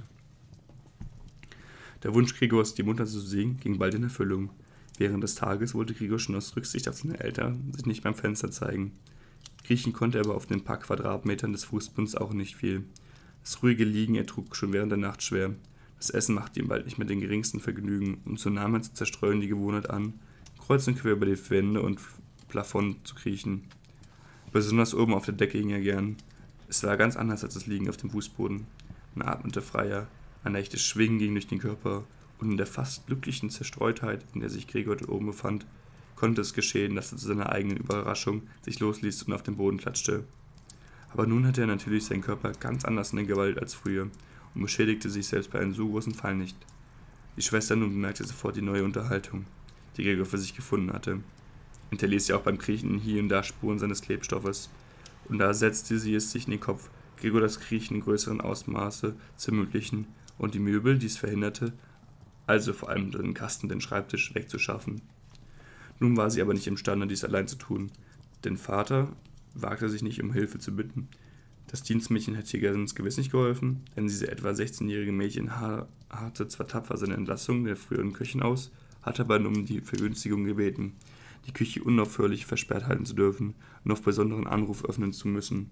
Der Wunsch Gregors, die Mutter zu sehen, ging bald in Erfüllung. Während des Tages wollte Gregor schon aus Rücksicht auf seine Eltern sich nicht beim Fenster zeigen. Kriechen konnte er aber auf den paar Quadratmetern des Fußbodens auch nicht viel. Das ruhige Liegen ertrug schon während der Nacht schwer. Das Essen machte ihm bald nicht mehr den geringsten Vergnügen, und so nahm er zu zerstreuen die Gewohnheit an, kreuz und quer über die Wände und Plafond zu kriechen. Besonders oben auf der Decke hing er gern. Es war ganz anders als das Liegen auf dem Fußboden. Man atmete freier, ein leichtes Schwingen ging durch den Körper, und in der fast glücklichen Zerstreutheit, in der sich Gregor dort oben befand, konnte es geschehen, dass er zu seiner eigenen Überraschung sich losließ und auf den Boden klatschte. Aber nun hatte er natürlich seinen Körper ganz anders in der Gewalt als früher und beschädigte sich selbst bei einem so großen Fall nicht. Die Schwester nun bemerkte sofort die neue Unterhaltung, die Gregor für sich gefunden hatte. Hinterließ sie auch beim Kriechen hier und da Spuren seines Klebstoffes, und da setzte sie es sich in den Kopf, Gregor das Kriechen in größeren Ausmaße zu ermöglichen und die Möbel, die es verhinderte, also vor allem den Kasten, den Schreibtisch, wegzuschaffen. Nun war sie aber nicht imstande, dies allein zu tun. Den Vater wagte sich nicht, um Hilfe zu bitten. Das Dienstmädchen hätte ihr ganz gewiss nicht geholfen, denn diese etwa 16-jährige Mädchen harrte zwar tapfer seine Entlassung der früheren Köchin aus, hatte aber nur um die Vergünstigung gebeten, die Küche unaufhörlich versperrt halten zu dürfen und auf besonderen Anruf öffnen zu müssen.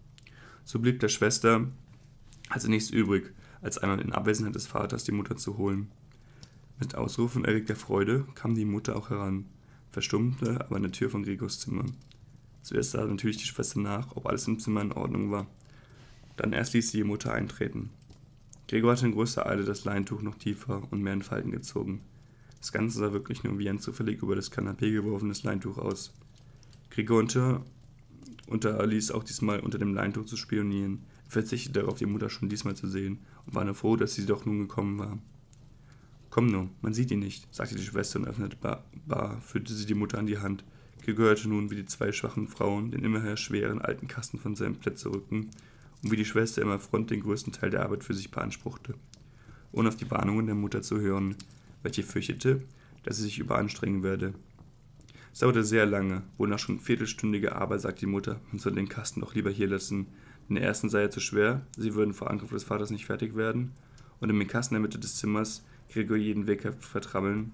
So blieb der Schwester also nichts übrig, als einmal in Abwesenheit des Vaters die Mutter zu holen. Mit Ausrufen erregter Freude kam die Mutter auch heran, verstummte aber an der Tür von Gregors Zimmer. Zuerst sah natürlich die Schwester nach, ob alles im Zimmer in Ordnung war. Dann erst ließ sie die Mutter eintreten. Gregor hatte in größter Eile das Leintuch noch tiefer und mehr in Falten gezogen. Das Ganze sah wirklich nur wie ein zufällig über das Kanapee geworfenes Leintuch aus. Gregor unterließ auch diesmal unter dem Leintuch zu spionieren. Er verzichtete darauf, die Mutter schon diesmal zu sehen und war nur froh, dass sie doch nun gekommen war. »Komm nur, man sieht ihn nicht«, sagte die Schwester und öffnete führte sie die Mutter an die Hand. Gregor hörte nun, wie die zwei schwachen Frauen den immerher schweren alten Kasten von seinem Plätze rückten und wie die Schwester im Affront den größten Teil der Arbeit für sich beanspruchte, ohne auf die Warnungen der Mutter zu hören, welche fürchtete, dass sie sich überanstrengen werde. Es dauerte sehr lange, wohl nach schon viertelstündiger Arbeit sagte die Mutter, man solle den Kasten doch lieber hier lassen, denn erstens sei er zu schwer, sie würden vor Angriff des Vaters nicht fertig werden, und im Kasten in der Mitte des Zimmers Gregor jeden Weg verrammeln.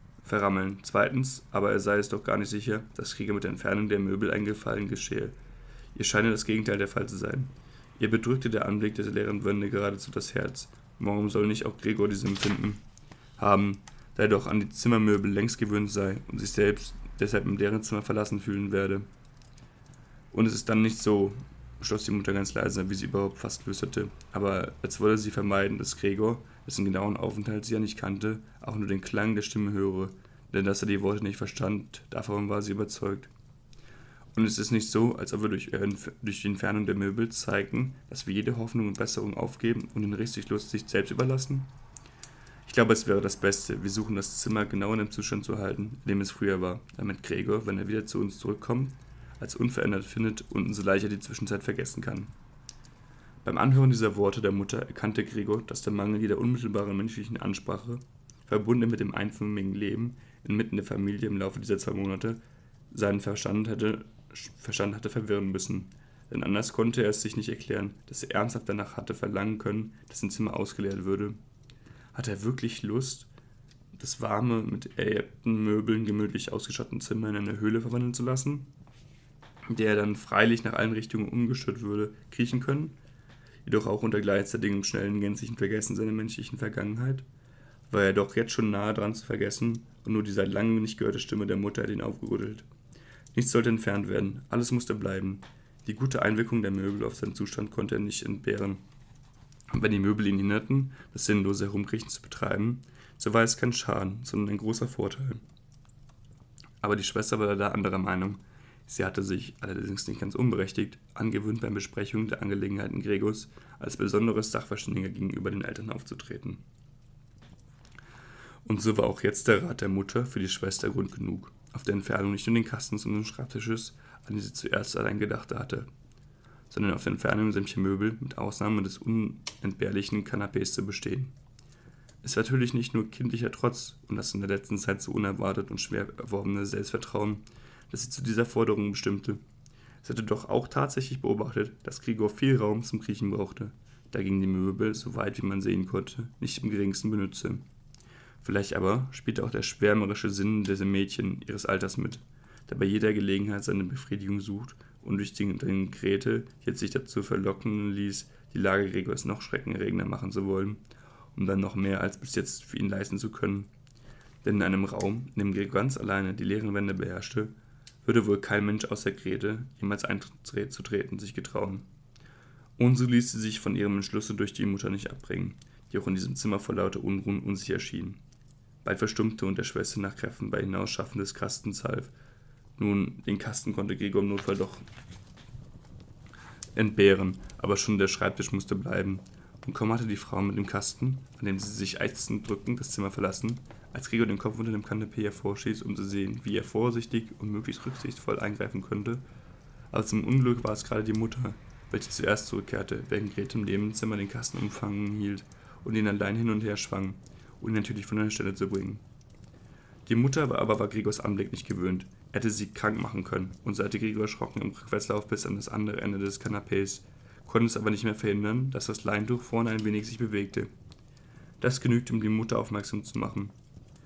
Zweitens, aber er sei es doch gar nicht sicher, dass Gregor mit der Entfernung der Möbel ein Gefallen geschehe. Ihr scheine das Gegenteil der Fall zu sein. Ihr bedrückte der Anblick der leeren Wände geradezu das Herz. Warum soll nicht auch Gregor dieses Empfinden haben, da er doch an die Zimmermöbel längst gewöhnt sei und sich selbst deshalb in deren Zimmer verlassen fühlen werde? Und es ist dann nicht so, schloss die Mutter ganz leise, wie sie überhaupt fast flüsterte, aber als wolle sie vermeiden, dass Gregor, dessen genauen Aufenthalt sie ja nicht kannte, auch nur den Klang der Stimme höre, denn dass er die Worte nicht verstand, davon war sie überzeugt. Und es ist nicht so, als ob wir durch die Entfernung der Möbel zeigen, dass wir jede Hoffnung und Besserung aufgeben und den Rücksichtlos sich selbst überlassen? Ich glaube, es wäre das Beste, wir suchen das Zimmer genau in dem Zustand zu halten, in dem es früher war, damit Gregor, wenn er wieder zu uns zurückkommt, als unverändert findet und umso leichter die Zwischenzeit vergessen kann. Beim Anhören dieser Worte der Mutter erkannte Gregor, dass der Mangel jeder unmittelbaren menschlichen Ansprache, verbunden mit dem einförmigen Leben inmitten der Familie im Laufe dieser 2 Monate, seinen Verstand hatte verwirren müssen, denn anders konnte er es sich nicht erklären, dass er ernsthaft danach hatte verlangen können, dass sein Zimmer ausgeleert würde. Hatte er wirklich Lust, das warme, mit erbten Möbeln gemütlich ausgestattete Zimmer in eine Höhle verwandeln zu lassen, in der er dann freilich nach allen Richtungen ungestört würde kriechen können, jedoch auch unter gleichzeitigem schnellen, gänzlichen Vergessen seiner menschlichen Vergangenheit? War er doch jetzt schon nahe dran zu vergessen, und nur die seit langem nicht gehörte Stimme der Mutter hat ihn aufgerüttelt. Nichts sollte entfernt werden, alles musste bleiben. Die gute Einwirkung der Möbel auf seinen Zustand konnte er nicht entbehren. Und wenn die Möbel ihn hinderten, das sinnlose Herumkriechen zu betreiben, so war es kein Schaden, sondern ein großer Vorteil. Aber die Schwester war da anderer Meinung. Sie hatte sich, allerdings nicht ganz unberechtigt, angewöhnt, bei Besprechungen der Angelegenheiten Gregors als besonderes Sachverständiger gegenüber den Eltern aufzutreten. Und so war auch jetzt der Rat der Mutter für die Schwester Grund genug, auf der Entfernung nicht nur den Kasten des Schreibtisches, an den sie zuerst allein gedacht hatte, sondern auf der Entfernung sämtlicher Möbel mit Ausnahme des unentbehrlichen Kanapés zu bestehen. Es war natürlich nicht nur kindlicher Trotz und das in der letzten Zeit so unerwartet und schwer erworbene Selbstvertrauen, das sie zu dieser Forderung bestimmte. Es hatte doch auch tatsächlich beobachtet, dass Gregor viel Raum zum Kriechen brauchte, da gingen die Möbel, so weit wie man sehen konnte, nicht im geringsten Benütze. Vielleicht aber spielte auch der schwärmerische Sinn dieser Mädchen ihres Alters mit, der bei jeder Gelegenheit seine Befriedigung sucht und durch den Grete jetzt sich dazu verlocken ließ, die Lage Gregors noch schreckenerregender machen zu wollen, um dann noch mehr als bis jetzt für ihn leisten zu können. Denn in einem Raum, in dem Gregor ganz alleine die leeren Wände beherrschte, würde wohl kein Mensch außer Grete jemals einzutreten sich getrauen. Und so ließ sie sich von ihrem Entschlusse durch die Mutter nicht abbringen, die auch in diesem Zimmer vor lauter Unruhen unsicher schien. Bald verstummte und der Schwester nach Kräften bei Hinausschaffen des Kastens half. Nun, den Kasten konnte Gregor im Notfall doch entbehren, aber schon der Schreibtisch musste bleiben. Und kaum hatte die Frau mit dem Kasten, an dem sie sich ächzend drückend das Zimmer verlassen, als Gregor den Kopf unter dem Kanapee hervorstieß, um zu sehen, wie er vorsichtig und möglichst rücksichtsvoll eingreifen könnte. Aber zum Unglück war es gerade die Mutter, welche zuerst zurückkehrte, während Grete im Nebenzimmer den Kasten umfangen hielt und ihn allein hin und her schwang, um ihn natürlich von einer Stelle zu bringen. Die Mutter war Gregors Anblick nicht gewöhnt. Er hätte sie krank machen können und seilte Gregor erschrocken im Rückwärtslauf bis an das andere Ende des Kanapés, konnte es aber nicht mehr verhindern, dass das Leintuch vorne ein wenig sich bewegte. Das genügte, um die Mutter aufmerksam zu machen.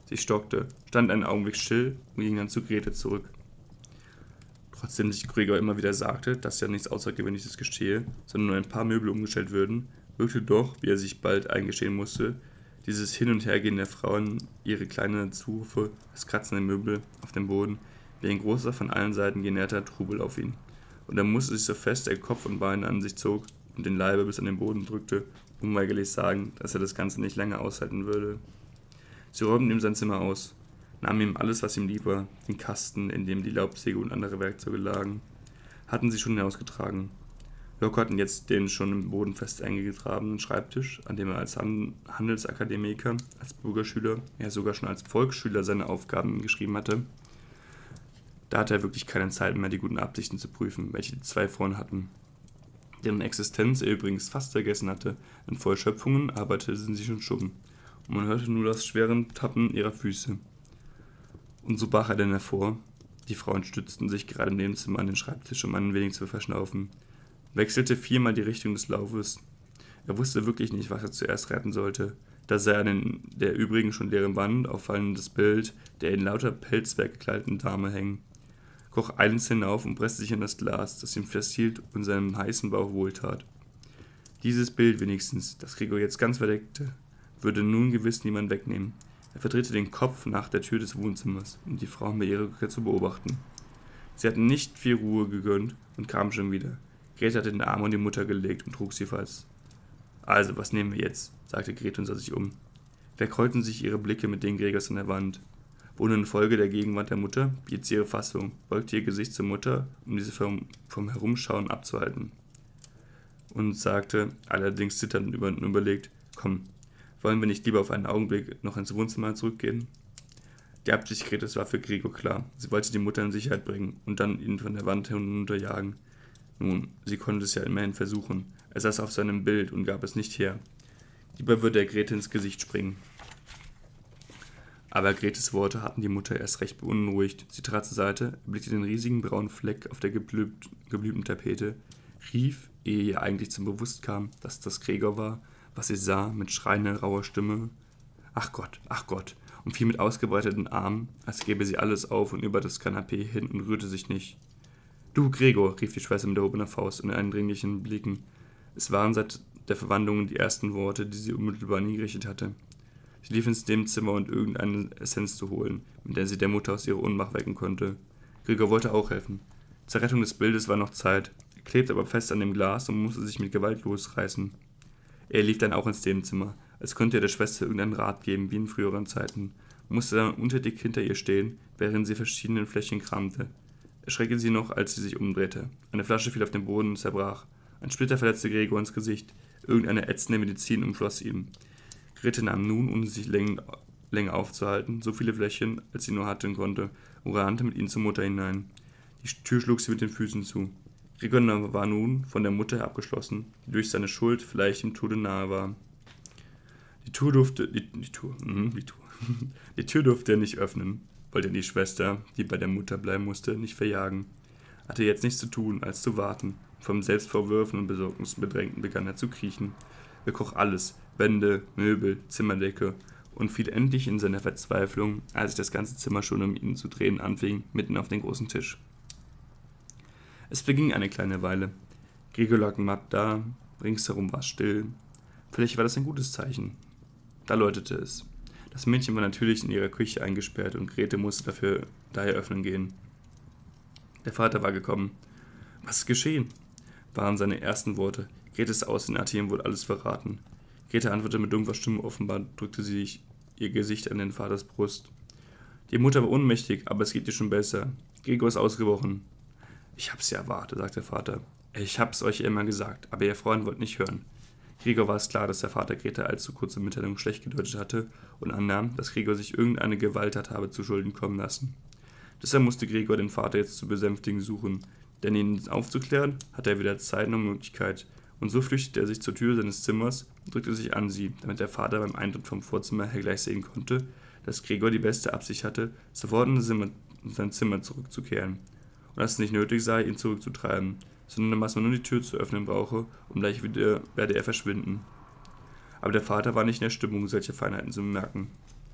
Sie stockte, stand einen Augenblick still und ging dann zu Grete zurück. Trotzdem sich Gregor immer wieder sagte, dass ja nichts Außergewöhnliches geschehe, sondern nur ein paar Möbel umgestellt würden, wirkte doch, wie er sich bald eingestehen musste, dieses Hin- und Hergehen der Frauen, ihre kleinen Zurufe, das Kratzen der Möbel auf dem Boden, wie ein großer, von allen Seiten genährter Trubel auf ihn. Und er musste sich so fest er Kopf und Beine an sich zog und den Leibe bis an den Boden drückte, unweigerlich sagen, dass er das Ganze nicht länger aushalten würde. Sie räumten ihm sein Zimmer aus, nahmen ihm alles, was ihm lieb war, den Kasten, in dem die Laubsäge und andere Werkzeuge lagen, hatten sie schon hinausgetragen, lockerten jetzt den schon im Boden fest eingegrabenen Schreibtisch, an dem er als Handelsakademiker, als Bürgerschüler, ja sogar schon als Volksschüler seine Aufgaben geschrieben hatte. Da hatte er wirklich keine Zeit mehr, die guten Absichten zu prüfen, welche die zwei Frauen hatten, deren Existenz er übrigens fast vergessen hatte, in voll Schöpfungen arbeiteten sie schon Schuppen, und man hörte nur das schwere Tappen ihrer Füße. Und so brach er denn hervor. Die Frauen stützten sich gerade im Nebenzimmer an den Schreibtisch, um ein wenig zu verschnaufen. Wechselte viermal die Richtung des Laufes. Er wusste wirklich nicht, was er zuerst retten sollte. Da sah er an der übrigen schon leeren Wand auffallendes Bild der in lauter Pelzwerk gekleideten Dame hängen. Kroch eilends hinauf und presste sich an das Glas, das ihm festhielt und seinem heißen Bauch wohltat. Dieses Bild wenigstens, das Gregor jetzt ganz verdeckte, würde nun gewiss niemand wegnehmen. Er verdrehte den Kopf nach der Tür des Wohnzimmers, um die Frauen bei ihrer Rückkehr zu beobachten. Sie hatten nicht viel Ruhe gegönnt und kamen schon wieder. Grete hatte den Arm um die Mutter gelegt und trug sie fast. »Also, was nehmen wir jetzt?« sagte Grete und sah sich um. Verkreuzten sich ihre Blicke mit denen Gregors an der Wand. Ohne infolge der Gegenwart der Mutter behielt sie ihre Fassung, beugte ihr Gesicht zur Mutter, um diese vom Herumschauen abzuhalten. Und sagte, allerdings zitternd und überlegt, »Komm, wollen wir nicht lieber auf einen Augenblick noch ins Wohnzimmer zurückgehen?« Die Absicht Gretes war für Gregor klar. Sie wollte die Mutter in Sicherheit bringen und dann ihn von der Wand hinunterjagen. Nun, sie konnte es ja immerhin versuchen. Er saß auf seinem Bild und gab es nicht her. Lieber würde er Grete ins Gesicht springen. Aber Gretes Worte hatten die Mutter erst recht beunruhigt. Sie trat zur Seite, erblickte den riesigen braunen Fleck auf der geblühten Tapete, rief, ehe ihr eigentlich zum Bewusst kam, dass das Gregor war, was sie sah, mit schreiender, rauer Stimme. »Ach Gott«, und fiel mit ausgebreiteten Armen, als gäbe sie alles auf und über das Kanapee hin und rührte sich nicht. »Du, Gregor«, rief die Schwester mit erhobener Faust und eindringlichen Blicken. Es waren seit der Verwandlung die ersten Worte, die sie unmittelbar an ihn gerichtet hatte. Sie lief ins Nebenzimmer, um irgendeine Essenz zu holen, mit der sie der Mutter aus ihrer Ohnmacht wecken konnte. Gregor wollte auch helfen. Zur Rettung des Bildes war noch Zeit. Er klebte aber fest an dem Glas und musste sich mit Gewalt losreißen. Er lief dann auch ins Nebenzimmer, als könnte er der Schwester irgendeinen Rat geben, wie in früheren Zeiten, musste dann untätig hinter ihr stehen, während sie verschiedene Fläschchen kramte. Er schreckte sie noch, als sie sich umdrehte. Eine Flasche fiel auf den Boden und zerbrach. Ein Splitter verletzte Gregor ins Gesicht. Irgendeine ätzende Medizin umschloss ihn. Grete nahm nun, ohne sich länger aufzuhalten, so viele Fläschchen, als sie nur hatten konnte, und rannte mit ihnen zur Mutter hinein. Die Tür schlug sie mit den Füßen zu. Gregor war nun von der Mutter abgeschlossen, die durch seine Schuld vielleicht dem Tode nahe war. Die Tür durfte er nicht öffnen, wollte die Schwester, die bei der Mutter bleiben musste, nicht verjagen. Hatte jetzt nichts zu tun, als zu warten. Vom Selbstvorwürfen und Besorgnisbedrängten begann er zu kriechen. Er kroch alles, Wände, Möbel, Zimmerdecke, und fiel endlich in seiner Verzweiflung, als sich das ganze Zimmer schon um ihn zu drehen anfing, mitten auf den großen Tisch. Es verging eine kleine Weile. Gregor lag matt da, ringsherum war es still. Vielleicht war das ein gutes Zeichen. Da läutete es. Das Mädchen war natürlich in ihrer Küche eingesperrt und Grete musste daher öffnen gehen. Der Vater war gekommen. »Was ist geschehen?« waren seine ersten Worte. Gretes Aussehen hatte ihm wohl alles verraten. Grete antwortete mit dumpfer Stimme, offenbar drückte sie ihr Gesicht an den Vaters Brust. Die Mutter war ohnmächtig, aber es geht ihr schon besser. Gregor ist ausgebrochen. »Ich hab's ja erwartet«, sagte der Vater. »Ich hab's euch immer gesagt, aber ihr Freund wollt nicht hören.« Gregor war es klar, dass der Vater Grete allzu kurze Mitteilung schlecht gedeutet hatte und annahm, dass Gregor sich irgendeine Gewalttat habe zu Schulden kommen lassen. Deshalb musste Gregor den Vater jetzt zu besänftigen suchen, denn ihn aufzuklären, hatte er weder Zeit noch Möglichkeit, und so flüchtete er sich zur Tür seines Zimmers und drückte sich an sie, damit der Vater beim Eintritt vom Vorzimmer her gleich sehen konnte, dass Gregor die beste Absicht hatte, sofort in sein Zimmer zurückzukehren, und dass es nicht nötig sei, ihn zurückzutreiben, sondern dass man nur die Tür zu öffnen brauche, und gleich wieder werde er verschwinden. Aber der Vater war nicht in der Stimmung, solche Feinheiten zu bemerken.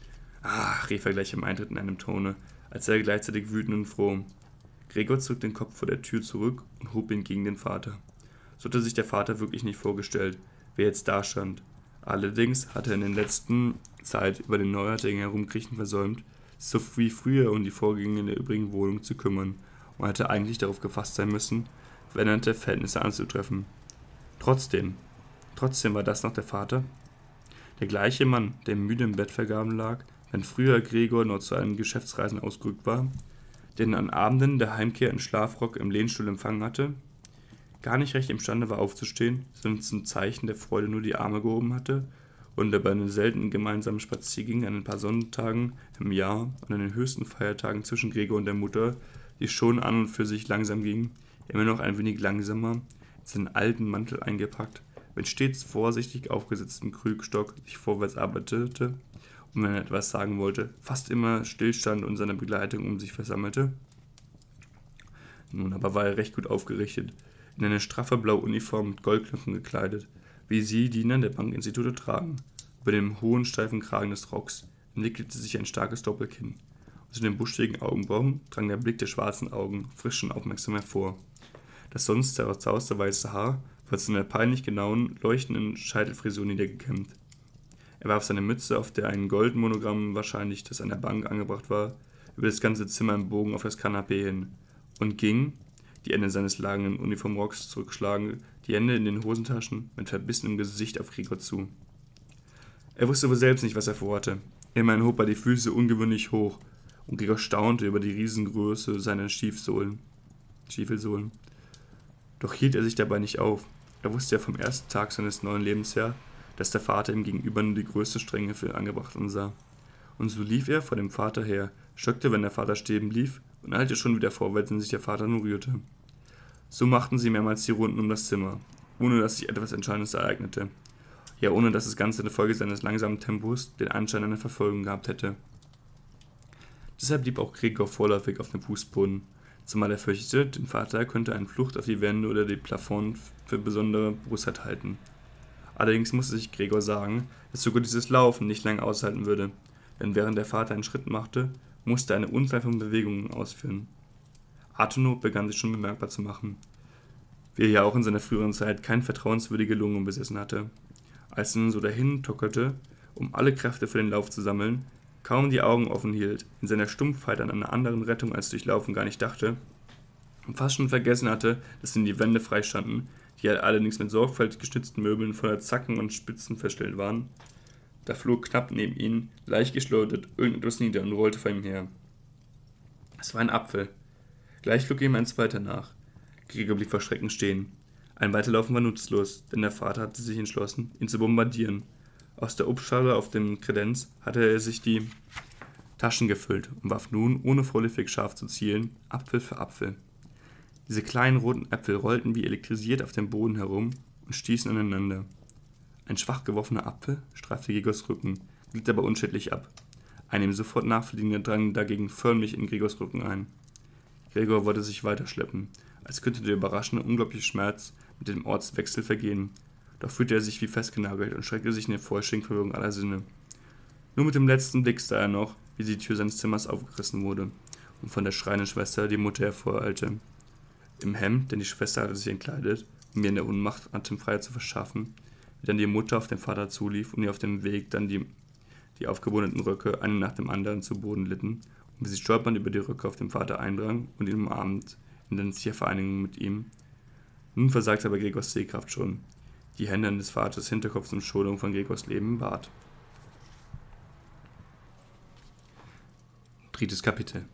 »Ah«, rief er gleich im Eintritt in einem Tone, als sei er gleichzeitig wütend und froh. Gregor zog den Kopf vor der Tür zurück und hob ihn gegen den Vater. So hatte sich der Vater wirklich nicht vorgestellt, wer jetzt dastand. Allerdings hatte er in der letzten Zeit über den neuartigen Herumkriechen versäumt, sich so wie früher um die Vorgänge in der übrigen Wohnung zu kümmern und hatte eigentlich darauf gefasst sein müssen, veränderte Verhältnisse anzutreffen. Trotzdem war das noch der Vater? Der gleiche Mann, der müde im Bett vergraben lag, wenn früher Gregor noch zu einem Geschäftsreisen ausgerückt war, den an Abenden der Heimkehr in Schlafrock im Lehnstuhl empfangen hatte, gar nicht recht imstande war aufzustehen, sondern zum Zeichen der Freude nur die Arme gehoben hatte und der bei den seltenen gemeinsamen Spaziergängen an ein paar Sonntagen im Jahr und an den höchsten Feiertagen zwischen Gregor und der Mutter, die schon an und für sich langsam ging, immer noch ein wenig langsamer, in seinen alten Mantel eingepackt, mit stets vorsichtig aufgesetztem Krückstock sich vorwärts arbeitete und wenn er etwas sagen wollte, fast immer stillstand und seine Begleitung um sich versammelte. Nun aber war er recht gut aufgerichtet, in eine straffe blaue Uniform mit Goldknöpfen gekleidet, wie sie Diener der Bankinstitute tragen. Über dem hohen, steifen Kragen des Rocks entwickelte sich ein starkes Doppelkinn. Aus den buschigen Augenbrauen drang der Blick der schwarzen Augen frisch und aufmerksam hervor. Das sonst zerzauste weiße Haar war zu einer peinlich genauen, leuchtenden Scheitelfrisur niedergekämmt. Er warf seine Mütze, auf der ein Goldmonogramm, wahrscheinlich das einer Bank angebracht war, über das ganze Zimmer im Bogen auf das Kanapee hin und ging, die Ende seines langen Uniformrocks zurückschlagend, die Hände in den Hosentaschen, mit verbissenem Gesicht auf Gregor zu. Er wusste wohl selbst nicht, was er vorhatte. Immerhin hob er die Füße ungewöhnlich hoch, und Gregor staunte über die Riesengröße seiner Stiefelsohlen. Doch hielt er sich dabei nicht auf. Er wusste ja vom ersten Tag seines neuen Lebens her, dass der Vater ihm gegenüber nur die größte Strenge für angebracht ansah. Und so lief er vor dem Vater her, schockte, wenn der Vater stehen blieb, und eilte schon wieder vorwärts, wenn sich der Vater nur rührte. So machten sie mehrmals die Runden um das Zimmer, ohne dass sich etwas Entscheidendes ereignete. Ja, ohne dass das Ganze in der Folge seines langsamen Tempos den Anschein einer Verfolgung gehabt hätte. Deshalb blieb auch Gregor vorläufig auf dem Fußboden, zumal er fürchtete, den Vater könnte eine Flucht auf die Wände oder die Plafond für besondere Bosheit halten. Allerdings musste sich Gregor sagen, dass sogar dieses Laufen nicht lange aushalten würde, denn während der Vater einen Schritt machte, musste er eine Unzahl von Bewegungen ausführen. Atemnot begann sich schon bemerkbar zu machen, wie er ja auch in seiner früheren Zeit keine vertrauenswürdige Lunge besessen hatte. Als er nun so dahin tuckerte, um alle Kräfte für den Lauf zu sammeln, kaum die Augen offen hielt, in seiner Stumpfheit an einer anderen Rettung als Durchlaufen gar nicht dachte und fast schon vergessen hatte, dass ihm die Wände freistanden, die allerdings mit sorgfältig geschnitzten Möbeln voller Zacken und Spitzen verstellt waren. Da flog knapp neben ihm, leicht geschleudert, irgendetwas nieder und rollte vor ihm her. Es war ein Apfel. Gleich flog ihm ein zweiter nach. Gregor blieb vor Schrecken stehen. Ein Weiterlaufen war nutzlos, denn der Vater hatte sich entschlossen, ihn zu bombardieren. Aus der Obstschale auf dem Kredenz hatte er sich die Taschen gefüllt und warf nun, ohne vorläufig scharf zu zielen, Apfel für Apfel. Diese kleinen roten Äpfel rollten wie elektrisiert auf dem Boden herum und stießen aneinander. Ein schwach geworfener Apfel streifte Gregors Rücken, glitt aber unschädlich ab. Ein ihm sofort nachfliegender drang dagegen förmlich in Gregors Rücken ein. Gregor wollte sich weiterschleppen, als könnte der überraschende, unglaubliche Schmerz mit dem Ortswechsel vergehen. Doch fühlte er sich wie festgenagelt und streckte sich in der vollständigen Verwirrung aller Sinne. Nur mit dem letzten Blick sah er noch, wie die Tür seines Zimmers aufgerissen wurde und von der schreienden Schwester die Mutter hervoreilte. Im Hemd, denn die Schwester hatte sich entkleidet, um ihr in der Ohnmacht Atemfreiheit zu verschaffen, wie dann die Mutter auf den Vater zulief und ihr auf dem Weg dann die aufgebundenen Röcke einen nach dem anderen zu Boden litten und wie sie stolpernd über die Röcke auf den Vater eindrang und ihn umarmend in nützlicher Vereinigung mit ihm. Nun versagte aber Gregors Sehkraft schon. Die Hände des Vaters Hinterkopf zum Schonung von Gregors Leben bat. 3. Kapitel.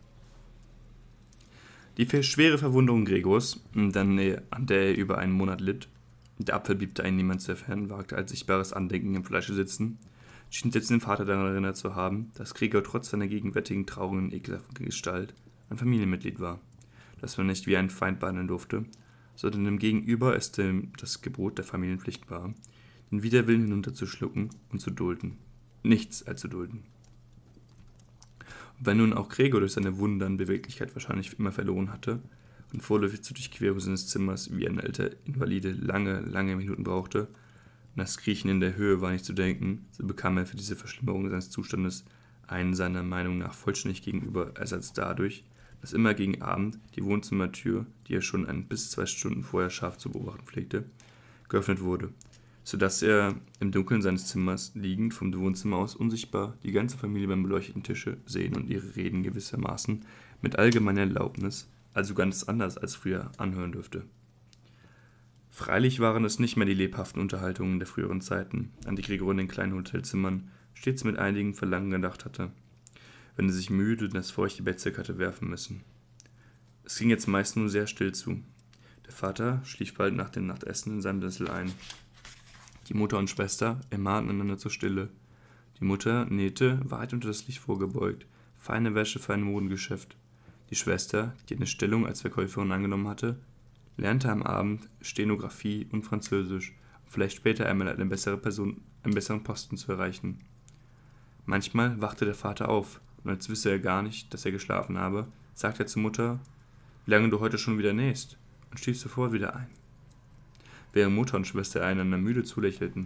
Die schwere Verwundung Gregors, an der er über einen Monat litt, der Apfel blieb da ihn niemand zu erfahren wagte, als sichtbares Andenken im Fleische sitzen, schien selbst den Vater daran erinnert zu haben, dass Gregor trotz seiner gegenwärtigen traurigen, ekelhaften Gestalt ein Familienmitglied war, das man nicht wie einen Feind behandeln durfte, sondern dem Gegenüber es das Gebot der Familienpflicht war, den Widerwillen hinunterzuschlucken und zu dulden. Nichts als zu dulden. Und wenn nun auch Gregor durch seine Wunden an Beweglichkeit wahrscheinlich immer verloren hatte und vorläufig zur Durchquerung seines Zimmers wie ein älter Invalide lange Minuten brauchte, und das Kriechen in der Höhe war nicht zu denken, so bekam er für diese Verschlimmerung seines Zustandes einen seiner Meinung nach vollständig gegenüber ersetzt dadurch, dass immer gegen Abend die Wohnzimmertür, die er schon 1 bis 2 Stunden vorher scharf zu beobachten pflegte, geöffnet wurde, sodass er im Dunkeln seines Zimmers liegend vom Wohnzimmer aus unsichtbar die ganze Familie beim beleuchteten Tische sehen und ihre Reden gewissermaßen mit allgemeiner Erlaubnis, also ganz anders als früher, anhören dürfte. Freilich waren es nicht mehr die lebhaften Unterhaltungen der früheren Zeiten, an die Gregor in den kleinen Hotelzimmern stets mit einigen Verlangen gedacht hatte, wenn er sich müde in das feuchte Bettzeug hatte werfen müssen. Es ging jetzt meist nur sehr still zu. Der Vater schlief bald nach dem Nachtessen in seinem Sessel ein. Die Mutter und Schwester ermahnten einander zur Stille. Die Mutter nähte, weit unter das Licht vorgebeugt, feine Wäsche für ein Modengeschäft. Die Schwester, die eine Stellung als Verkäuferin angenommen hatte, lernte am Abend Stenografie und Französisch, um vielleicht später einmal einen besseren Posten zu erreichen. Manchmal wachte der Vater auf, und als wisse er gar nicht, dass er geschlafen habe, sagte er zur Mutter, wie lange du heute schon wieder nähst, und schlief sofort wieder ein. Während Mutter und Schwester einander müde zulächelten.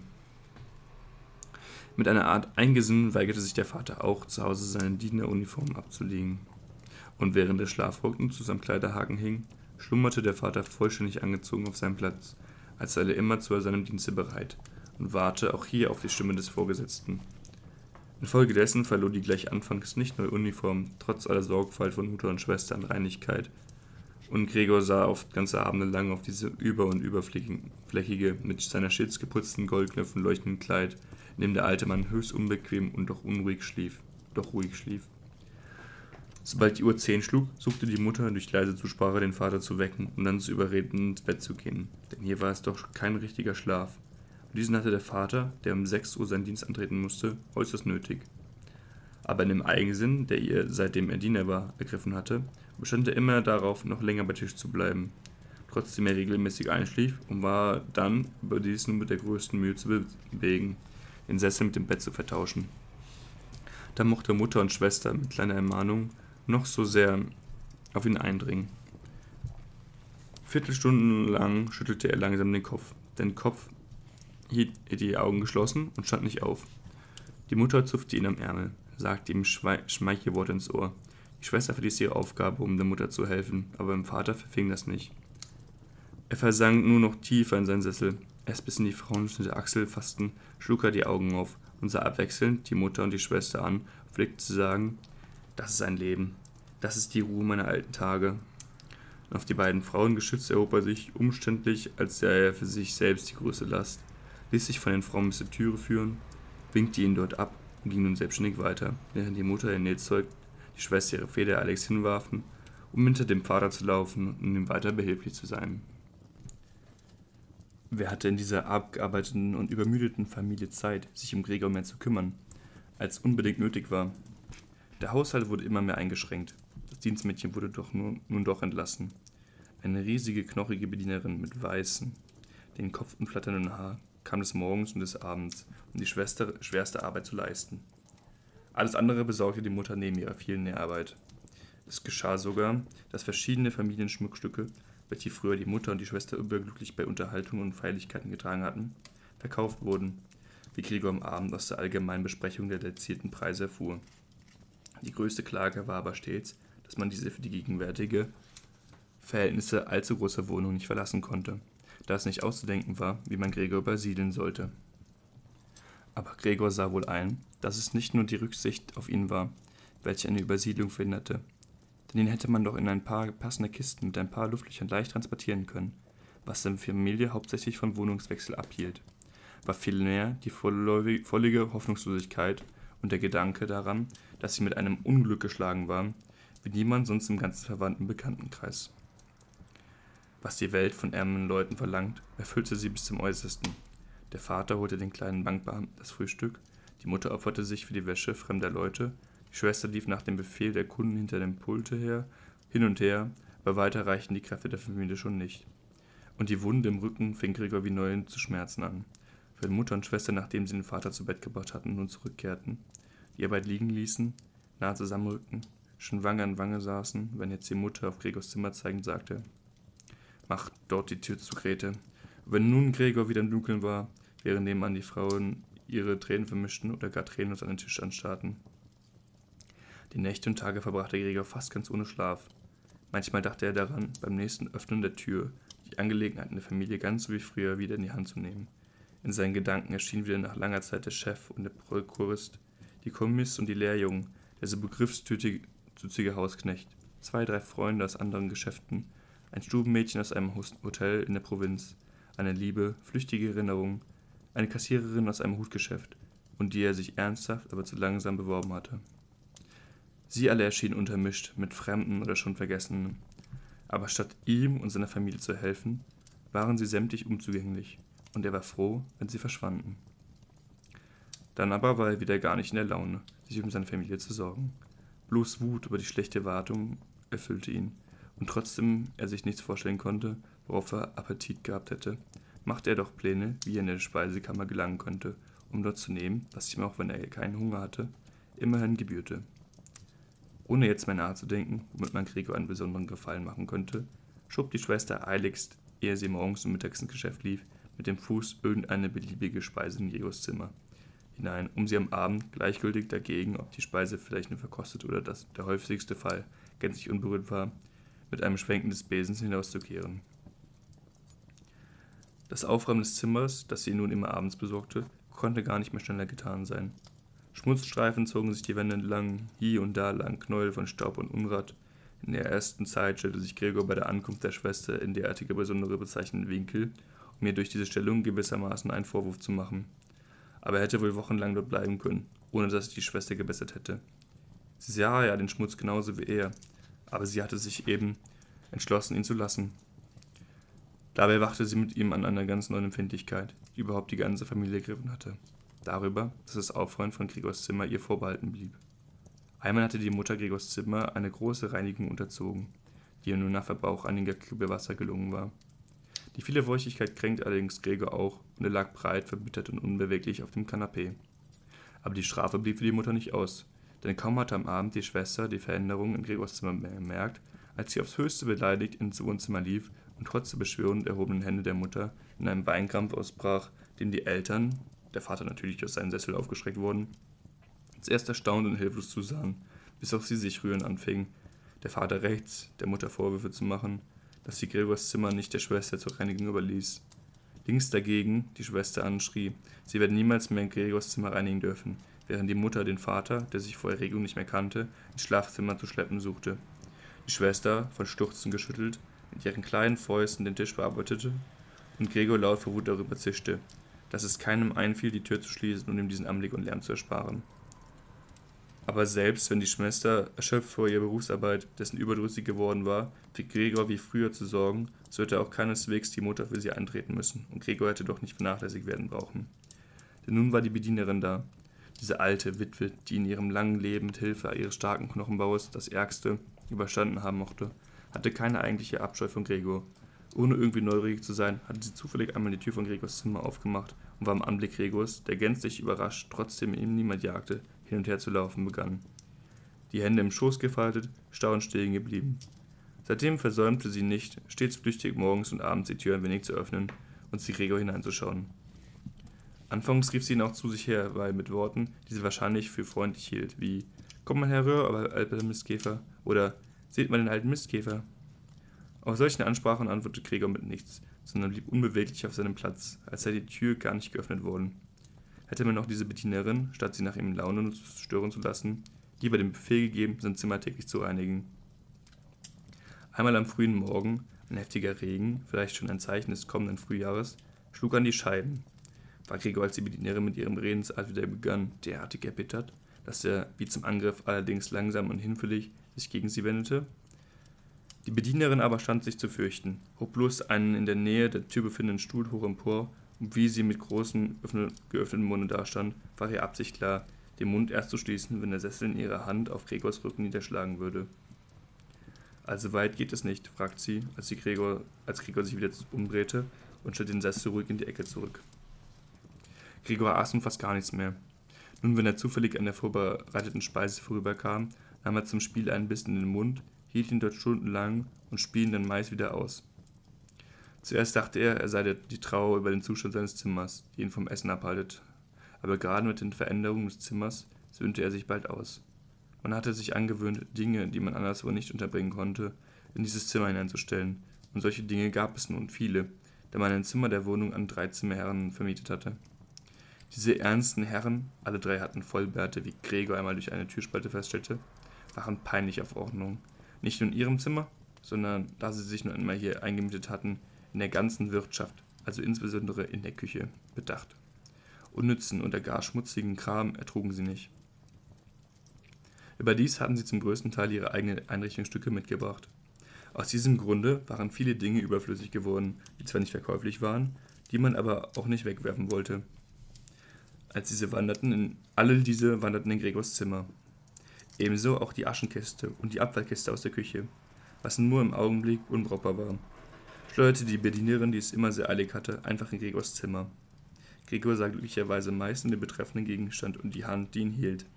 Mit einer Art Eingesinnen weigerte sich der Vater auch, zu Hause seine Dieneruniform abzulegen. Und während der Schlafrock zu seinem Kleiderhaken hing, schlummerte der Vater vollständig angezogen auf seinem Platz, als sei er immer zu seinem Dienste bereit, und warte auch hier auf die Stimme des Vorgesetzten. Infolgedessen verlor die gleich anfangs nicht neue Uniform, trotz aller Sorgfalt von Mutter und Schwester an Reinlichkeit, und Gregor sah oft ganze Abende lang auf diese und überflächige, mit seiner stets geputzten Goldknöpfen leuchtenden Kleid, in dem der alte Mann höchst unbequem und doch ruhig schlief. Sobald die Uhr 10 schlug, suchte die Mutter durch leise Zusprache den Vater zu wecken und dann zu überreden, ins Bett zu gehen, denn hier war es doch kein richtiger Schlaf. Und diesen hatte der Vater, der um 6 Uhr seinen Dienst antreten musste, äußerst nötig. Aber in dem Eigensinn, der ihr, seitdem er Diener war, ergriffen hatte, bestand er immer darauf, noch länger bei Tisch zu bleiben, trotzdem er regelmäßig einschlief und war dann überdies nur mit der größten Mühe zu bewegen, den Sessel mit dem Bett zu vertauschen. Da mochte Mutter und Schwester mit kleiner Ermahnung noch so sehr auf ihn eindringen. Viertelstunden lang schüttelte er langsam den Kopf. Den Kopf hielt er die Augen geschlossen und stand nicht auf. Die Mutter zupfte ihn am Ärmel, sagte ihm Schmeichelworte ins Ohr. Die Schwester verließ ihre Aufgabe, um der Mutter zu helfen, aber dem Vater verfing das nicht. Er versank nur noch tiefer in seinen Sessel. Erst bis in die Frauenschnitte Achsel fassten, schlug er die Augen auf und sah abwechselnd die Mutter und die Schwester an, pflegte zu sagen, das ist ein Leben, das ist die Ruhe meiner alten Tage. Und auf die beiden Frauen geschützt erhob er sich umständlich, als sei er für sich selbst die größte Last, ließ sich von den Frauen bis zur Türe führen, winkte ihn dort ab und ging nun selbstständig weiter, während die Mutter ihr Nähzeug, die Schwester ihre Feder Alex hinwarfen, um hinter dem Vater zu laufen und ihm weiter behilflich zu sein. Wer hatte in dieser abgearbeiteten und übermüdeten Familie Zeit, sich um Gregor mehr zu kümmern, als unbedingt nötig war? Der Haushalt wurde immer mehr eingeschränkt. Das Dienstmädchen wurde nun doch entlassen. Eine riesige, knochige Bedienerin mit weißen, den Kopf umflatternden Haar kam des Morgens und des Abends, um die schwerste Arbeit zu leisten. Alles andere besorgte die Mutter neben ihrer vielen Näharbeit. Es geschah sogar, dass verschiedene Familienschmuckstücke, welche früher die Mutter und die Schwester überglücklich bei Unterhaltungen und Feierlichkeiten getragen hatten, verkauft wurden, wie Gregor am Abend aus der allgemeinen Besprechung der dezidierten Preise erfuhr. Die größte Klage war aber stets, dass man diese für die gegenwärtige Verhältnisse allzu große Wohnung nicht verlassen konnte, da es nicht auszudenken war, wie man Gregor übersiedeln sollte. Aber Gregor sah wohl ein, dass es nicht nur die Rücksicht auf ihn war, welche eine Übersiedlung verhinderte, denn den hätte man doch in ein paar passende Kisten mit ein paar Luftlöchern leicht transportieren können, was seine Familie hauptsächlich von Wohnungswechsel abhielt, war vielmehr die völlige Hoffnungslosigkeit und der Gedanke daran, dass sie mit einem Unglück geschlagen war, wie niemand sonst im ganzen verwandten Bekanntenkreis. Was die Welt von ärmeren Leuten verlangt, erfüllte sie bis zum Äußersten. Der Vater holte den kleinen Bankbeamten das Frühstück, die Mutter opferte sich für die Wäsche fremder Leute, die Schwester lief nach dem Befehl der Kunden hinter dem Pulte hin und her, aber weiter reichten die Kräfte der Familie schon nicht. Und die Wunde im Rücken fing Gregor wie neu zu schmerzen an. Wenn Mutter und Schwester, nachdem sie den Vater zu Bett gebracht hatten, nun zurückkehrten, die Arbeit liegen ließen, nahe zusammenrückten, schon Wange an Wange saßen, wenn jetzt die Mutter auf Gregors Zimmer zeigend sagte, »Mach dort die Tür zu, Grete.« Wenn nun Gregor wieder im Dunkeln war, während nebenan die Frauen ihre Tränen vermischten oder gar tränenlos an den Tisch anstarrten. Die Nächte und Tage verbrachte Gregor fast ganz ohne Schlaf. Manchmal dachte er daran, beim nächsten Öffnen der Tür die Angelegenheiten der Familie ganz so wie früher wieder in die Hand zu nehmen. In seinen Gedanken erschien wieder nach langer Zeit der Chef und der Prokurist, die Kommis und die Lehrjungen, der so begriffstüchtige Hausknecht, 2, 3 Freunde aus anderen Geschäften, ein Stubenmädchen aus einem Hotel in der Provinz, eine liebe, flüchtige Erinnerung, eine Kassiererin aus einem Hutgeschäft, und die er sich ernsthaft, aber zu langsam beworben hatte. Sie alle erschienen untermischt mit Fremden oder schon Vergessenen, aber statt ihm und seiner Familie zu helfen, waren sie sämtlich unzugänglich, und er war froh, wenn sie verschwanden. Dann aber war er wieder gar nicht in der Laune, sich um seine Familie zu sorgen. Bloß Wut über die schlechte Wartung erfüllte ihn, und trotzdem er sich nichts vorstellen konnte, worauf er Appetit gehabt hätte, machte er doch Pläne, wie er in die Speisekammer gelangen könnte, um dort zu nehmen, was ihm, auch wenn er keinen Hunger hatte, immerhin gebührte. Ohne jetzt mehr nachzudenken, womit man Gregor einen besonderen Gefallen machen könnte, schob die Schwester eiligst, ehe sie morgens und mittags ins Geschäft lief, mit dem Fuß irgendeine beliebige Speise in Gregors Zimmer hinein, um sie am Abend, gleichgültig dagegen, ob die Speise vielleicht nur verkostet oder der häufigste Fall gänzlich unberührt war, mit einem Schwenken des Besens hinauszukehren. Das Aufräumen des Zimmers, das sie nun immer abends besorgte, konnte gar nicht mehr schneller getan sein. Schmutzstreifen zogen sich die Wände entlang, hier und da lagen Knäuel von Staub und Unrat. In der ersten Zeit stellte sich Gregor bei der Ankunft der Schwester in derartige besondere bezeichnende Winkel, um ihr durch diese Stellung gewissermaßen einen Vorwurf zu machen. Aber er hätte wohl wochenlang dort bleiben können, ohne dass sich die Schwester gebessert hätte. Sie sah ja den Schmutz genauso wie er, aber sie hatte sich eben entschlossen, ihn zu lassen. Dabei wachte sie mit ihm an einer ganz neuen Empfindlichkeit, die überhaupt die ganze Familie ergriffen hatte. Darüber, dass das Aufräumen von Gregors Zimmer ihr vorbehalten blieb. Einmal hatte die Mutter Gregors Zimmer eine große Reinigung unterzogen, die ihr nur nach Verbrauch einiger Kübel Wasser gelungen war. Die viele Feuchtigkeit kränkte allerdings Gregor auch, und er lag breit, verbittert und unbeweglich auf dem Kanapee. Aber die Strafe blieb für die Mutter nicht aus, denn kaum hatte am Abend die Schwester die Veränderung in Gregors Zimmer bemerkt, als sie aufs Höchste beleidigt ins Wohnzimmer lief und trotz der beschwörend erhobenen Hände der Mutter in einem Weinkrampf ausbrach, dem die Eltern, der Vater natürlich aus seinem Sessel aufgeschreckt wurden, zuerst erstaunt und hilflos zusahen, bis auch sie sich rühren anfingen, der Vater rechts, der Mutter Vorwürfe zu machen, dass sie Gregors Zimmer nicht der Schwester zur Reinigung überließ. Links dagegen die Schwester anschrie, sie werde niemals mehr in Gregors Zimmer reinigen dürfen, während die Mutter den Vater, der sich vor Erregung nicht mehr kannte, ins Schlafzimmer zu schleppen suchte. Die Schwester, von Stuchzen geschüttelt, mit ihren kleinen Fäusten den Tisch bearbeitete und Gregor laut vor Wut darüber zischte, dass es keinem einfiel, die Tür zu schließen und ihm diesen Anblick und Lärm zu ersparen. Aber selbst wenn die Schwester, erschöpft vor ihrer Berufsarbeit, dessen überdrüssig geworden war, für Gregor wie früher zu sorgen, so hätte auch keineswegs die Mutter für sie eintreten müssen, und Gregor hätte doch nicht vernachlässigt werden brauchen. Denn nun war die Bedienerin da, diese alte Witwe, die in ihrem langen Leben mit Hilfe ihres starken Knochenbaues das Ärgste überstanden haben mochte, hatte keine eigentliche Abscheu von Gregor. Ohne irgendwie neugierig zu sein, hatte sie zufällig einmal die Tür von Gregors Zimmer aufgemacht und war am Anblick Gregors, der gänzlich überrascht, trotzdem ihm niemand jagte, hin und her zu laufen begann. Die Hände im Schoß gefaltet, staunend stehen geblieben. Seitdem versäumte sie nicht, stets flüchtig morgens und abends die Tür ein wenig zu öffnen und zu Gregor hineinzuschauen. Anfangs rief sie ihn auch zu sich her, weil mit Worten, die sie wahrscheinlich für freundlich hielt, wie »Komm mal herüber, alter Mistkäfer« oder »Seht mal den alten Mistkäfer«. Auf solchen Ansprachen antwortete Gregor mit nichts, sondern blieb unbeweglich auf seinem Platz, als sei die Tür gar nicht geöffnet worden. Hätte man auch diese Bedienerin, statt sie nach ihm Laune stören zu lassen, lieber den Befehl gegeben, sein Zimmer täglich zu reinigen. Einmal am frühen Morgen, ein heftiger Regen, vielleicht schon ein Zeichen des kommenden Frühjahres, schlug an die Scheiben. War Gregor, als die Bedienerin mit ihrem Redensart wieder begann, derartig erbittert, dass er, wie zum Angriff, allerdings langsam und hinfällig sich gegen sie wendete? Die Bedienerin aber stand sich zu fürchten, hob bloß einen in der Nähe der Tür befindenden Stuhl hoch empor, und wie sie mit großem, geöffneten Munde dastand, war ihre Absicht klar, den Mund erst zu schließen, wenn der Sessel in ihrer Hand auf Gregors Rücken niederschlagen würde. »Also weit geht es nicht?« fragte sie, als Gregor sich wieder umdrehte und stellte den Sessel ruhig in die Ecke zurück. Gregor aß nun fast gar nichts mehr. Nun, wenn er zufällig an der vorbereiteten Speise vorüberkam, nahm er zum Spiel einen Bissen in den Mund, hielt ihn dort stundenlang und spie ihn dann meist wieder aus. Zuerst dachte er sei die Trauer über den Zustand seines Zimmers, die ihn vom Essen abhaltet, aber gerade mit den Veränderungen des Zimmers söhnte er sich bald aus. und hatte sich angewöhnt, Dinge, die man anderswo nicht unterbringen konnte, in dieses Zimmer hineinzustellen. Und solche Dinge gab es nun viele, da man ein Zimmer der Wohnung an 3 Zimmerherren vermietet hatte. Diese ernsten Herren, alle 3 hatten Vollbärte, wie Gregor einmal durch eine Türspalte feststellte, waren peinlich auf Ordnung. Nicht nur in ihrem Zimmer, sondern, da sie sich nur einmal hier eingemietet hatten, in der ganzen Wirtschaft, also insbesondere in der Küche, bedacht. Unnützen oder gar schmutzigen Kram ertrugen sie nicht. Überdies hatten sie zum größten Teil ihre eigenen Einrichtungsstücke mitgebracht. Aus diesem Grunde waren viele Dinge überflüssig geworden, die zwar nicht verkäuflich waren, die man aber auch nicht wegwerfen wollte. Alle diese wanderten in Gregors Zimmer. Ebenso auch die Aschenkiste und die Abfallkiste aus der Küche, was nur im Augenblick unbrauchbar war. Schleuderte die Bedienerin, die es immer sehr eilig hatte, einfach in Gregors Zimmer. Gregor sah glücklicherweise meist in den betreffenden Gegenstand und die Hand, die ihn hielt.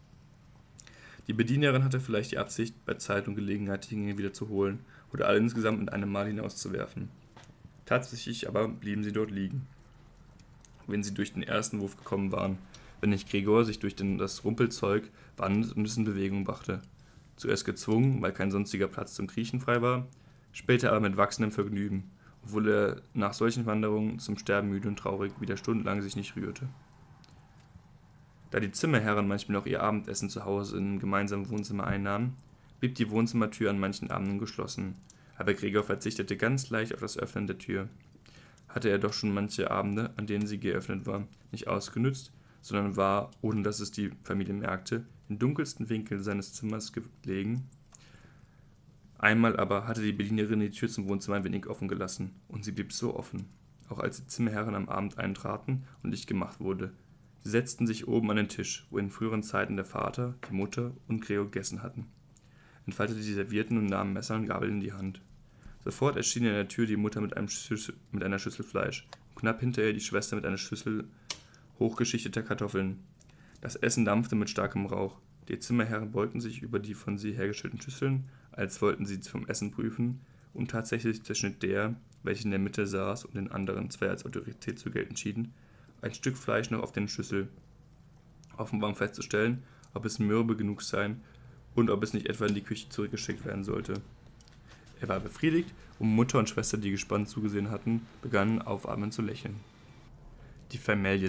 Die Bedienerin hatte vielleicht die Absicht, bei Zeit und Gelegenheit die Dinge wieder zu holen oder alle insgesamt mit einem Mal hinauszuwerfen. Tatsächlich aber blieben sie dort liegen, wenn sie durch den ersten Wurf gekommen waren, wenn nicht Gregor sich durch das Rumpelzeug wand und es in Bewegung brachte. Zuerst gezwungen, weil kein sonstiger Platz zum Kriechen frei war, später aber mit wachsendem Vergnügen, obwohl er nach solchen Wanderungen zum Sterben müde und traurig wieder stundenlang sich nicht rührte. Da die Zimmerherren manchmal auch ihr Abendessen zu Hause im gemeinsamen Wohnzimmer einnahmen, blieb die Wohnzimmertür an manchen Abenden geschlossen, aber Gregor verzichtete ganz leicht auf das Öffnen der Tür. Hatte er doch schon manche Abende, an denen sie geöffnet war, nicht ausgenützt, sondern war, ohne dass es die Familie merkte, im dunkelsten Winkel seines Zimmers gelegen. Einmal aber hatte die Bedienerin die Tür zum Wohnzimmer ein wenig offen gelassen, und sie blieb so offen, auch als die Zimmerherren am Abend eintraten und Licht gemacht wurde. Sie setzten sich oben an den Tisch, wo in früheren Zeiten der Vater, die Mutter und Gregor gegessen hatten, entfaltete die Servietten und nahmen Messer und Gabel in die Hand. Sofort erschien in der Tür die Mutter mit einer Schüssel Fleisch, und knapp hinter ihr die Schwester mit einer Schüssel hochgeschichteter Kartoffeln. Das Essen dampfte mit starkem Rauch. Die Zimmerherren beugten sich über die von sie hergestellten Schüsseln, als wollten sie vom Essen prüfen, und tatsächlich zerschnitt der, welcher in der Mitte saß und den anderen 2 als Autorität zu gelten schienen, ein Stück Fleisch noch auf den Schüssel, offenbar um festzustellen, ob es mürbe genug sei und ob es nicht etwa in die Küche zurückgeschickt werden sollte. Er war befriedigt, und Mutter und Schwester, die gespannt zugesehen hatten, begannen aufatmend zu lächeln. Die Familie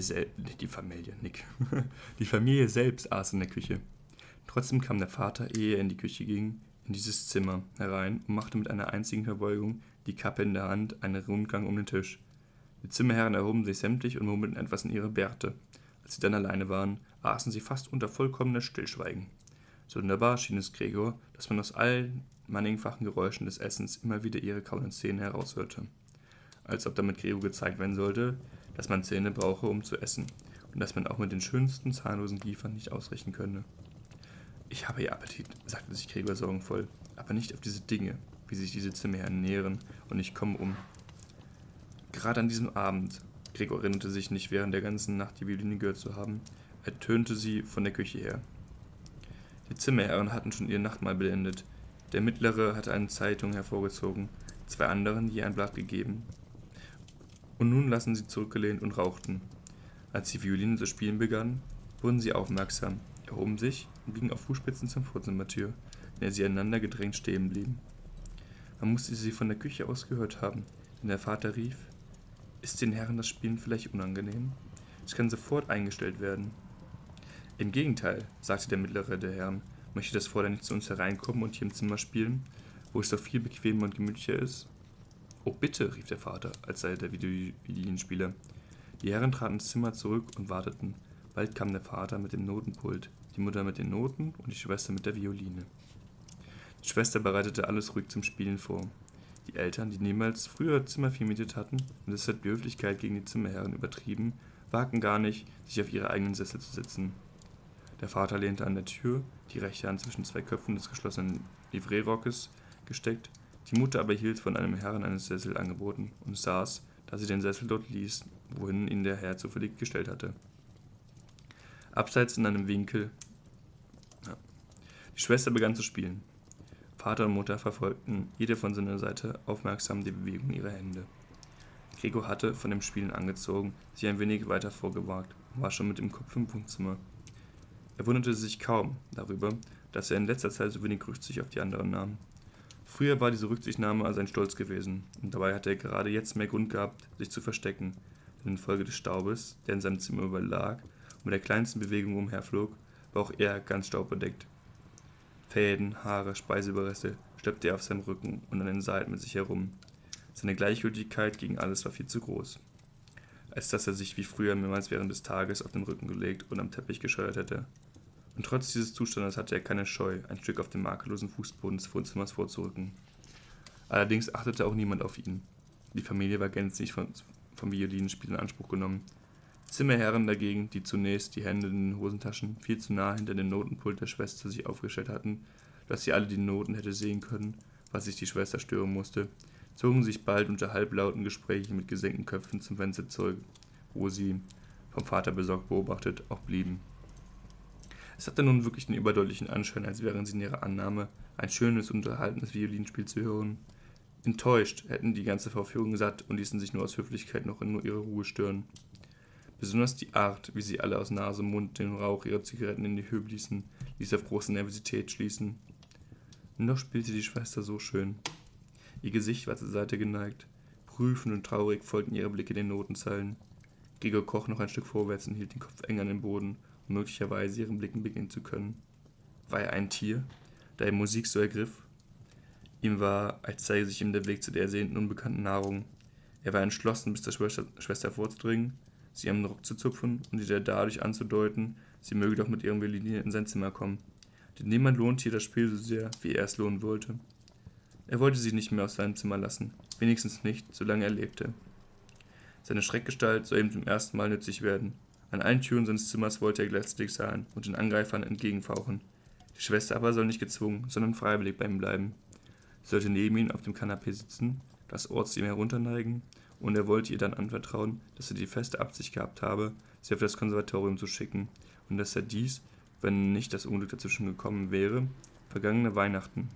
selbst aß in der Küche. Trotzdem kam der Vater, ehe er in die Küche ging, in dieses Zimmer herein und machte mit einer einzigen Verbeugung, die Kappe in der Hand, einen Rundgang um den Tisch. Die Zimmerherren erhoben sich sämtlich und murmelten etwas in ihre Bärte. Als sie dann alleine waren, aßen sie fast unter vollkommener Stillschweigen. Sonderbar schien es Gregor, dass man aus allen mannigfachen Geräuschen des Essens immer wieder ihre kauenden Zähne heraushörte. Als ob damit Gregor gezeigt werden sollte, dass man Zähne brauche, um zu essen, und dass man auch mit den schönsten zahnlosen Kiefern nicht ausrichten könne. »Ich habe ja Appetit«, sagte sich Gregor sorgenvoll, »aber nicht auf diese Dinge, wie sich diese Zimmerherren nähren, und ich komme um.« Gerade an diesem Abend, Gregor erinnerte sich nicht während der ganzen Nacht die Violine gehört zu haben, ertönte sie von der Küche her. Die Zimmerherren hatten schon ihr Nachtmahl beendet. Der Mittlere hatte eine Zeitung hervorgezogen, 2 anderen je ein Blatt gegeben. Und nun lasen sie zurückgelehnt und rauchten. Als die Violine zu spielen begann, wurden sie aufmerksam, erhoben sich und gingen auf Fußspitzen zur Vorzimmertür, in der sie einander gedrängt stehen blieben. Man musste sie von der Küche aus gehört haben, denn der Vater rief: »Ist den Herren das Spielen vielleicht unangenehm? Es kann sofort eingestellt werden.« »Im Gegenteil«, sagte der Mittlere der Herren, »möchte das Fräulein nicht zu uns hereinkommen und hier im Zimmer spielen, wo es doch viel bequemer und gemütlicher ist?« »Oh bitte«, rief der Vater, als sei er der Violinspieler. Die Herren traten ins Zimmer zurück und warteten. Bald kam der Vater mit dem Notenpult, die Mutter mit den Noten und die Schwester mit der Violine. Die Schwester bereitete alles ruhig zum Spielen vor. Die Eltern, die niemals früher Zimmer vermietet hatten und deshalb die Höflichkeit gegen die Zimmerherren übertrieben, wagten gar nicht, sich auf ihre eigenen Sessel zu setzen. Der Vater lehnte an der Tür, die rechte Hand zwischen 2 Köpfen des geschlossenen Livreerockes gesteckt, die Mutter aber hielt von einem Herrn einen Sessel angeboten und saß, da sie den Sessel dort ließ, wohin ihn der Herr zufällig gestellt hatte. Abseits in einem Winkel. Die Schwester begann zu spielen. Vater und Mutter verfolgten, jede von seiner Seite, aufmerksam die Bewegung ihrer Hände. Gregor hatte, von dem Spielen angezogen, sich ein wenig weiter vorgewagt und war schon mit dem Kopf im Wohnzimmer. Er wunderte sich kaum darüber, dass er in letzter Zeit so wenig Rücksicht auf die anderen nahm. Früher war diese Rücksichtnahme sein Stolz gewesen, und dabei hatte er gerade jetzt mehr Grund gehabt, sich zu verstecken, denn infolge des Staubes, der in seinem Zimmer überlag und mit der kleinsten Bewegung umherflog, war auch er ganz staubbedeckt. Fäden, Haare, Speiseüberreste schleppte er auf seinem Rücken und an den Seiten mit sich herum. Seine Gleichgültigkeit gegen alles war viel zu groß, als dass er sich wie früher mehrmals während des Tages auf den Rücken gelegt und am Teppich gescheuert hätte. Und trotz dieses Zustandes hatte er keine Scheu, ein Stück auf dem makellosen Fußboden des Wohnzimmers vorzurücken. Allerdings achtete auch niemand auf ihn. Die Familie war gänzlich vom Violinspiel in Anspruch genommen. Zimmerherren dagegen, die zunächst die Hände in den Hosentaschen viel zu nah hinter dem Notenpult der Schwester sich aufgestellt hatten, dass sie alle die Noten hätte sehen können, was sich die Schwester stören musste, zogen sich bald unter halblauten Gesprächen mit gesenkten Köpfen zum Fenster zurück, wo sie, vom Vater besorgt beobachtet, auch blieben. Es hatte nun wirklich den überdeutlichen Anschein, als wären sie in ihrer Annahme, ein schönes, unterhaltendes Violinspiel zu hören. Enttäuscht hätten die ganze Vorführung satt und ließen sich nur aus Höflichkeit noch in nur ihre Ruhe stören. Besonders die Art, wie sie alle aus Nase und Mund den Rauch ihrer Zigaretten in die Höhe bliesen, ließ auf große Nervosität schließen. Und doch spielte die Schwester so schön. Ihr Gesicht war zur Seite geneigt. Prüfend und traurig folgten ihre Blicke den Notenzeilen. Gregor kroch noch ein Stück vorwärts und hielt den Kopf eng an den Boden, um möglicherweise ihren Blicken begegnen zu können. War er ein Tier, da er Musik so ergriff? Ihm war, als zeige sich ihm der Weg zu der ersehnten unbekannten Nahrung. Er war entschlossen, bis zur Schwester vorzudringen, sie am Rock zu zupfen und ihr dadurch anzudeuten, sie möge doch mit ihrem Violin in sein Zimmer kommen. Denn niemand lohnte hier das Spiel so sehr, wie er es lohnen wollte. Er wollte sie nicht mehr aus seinem Zimmer lassen, wenigstens nicht, solange er lebte. Seine Schreckgestalt soll ihm zum ersten Mal nützlich werden. An allen Türen seines Zimmers wollte er gleichzeitig sein und den Angreifern entgegenfauchen. Die Schwester aber soll nicht gezwungen, sondern freiwillig bei ihm bleiben. Sie sollte neben ihm auf dem Kanapee sitzen, das Ohr zu ihm herunterneigen, und er wollte ihr dann anvertrauen, dass er die feste Absicht gehabt habe, sie auf das Konservatorium zu schicken, und dass er dies, wenn nicht das Unglück dazwischen gekommen wäre, vergangene Weihnachten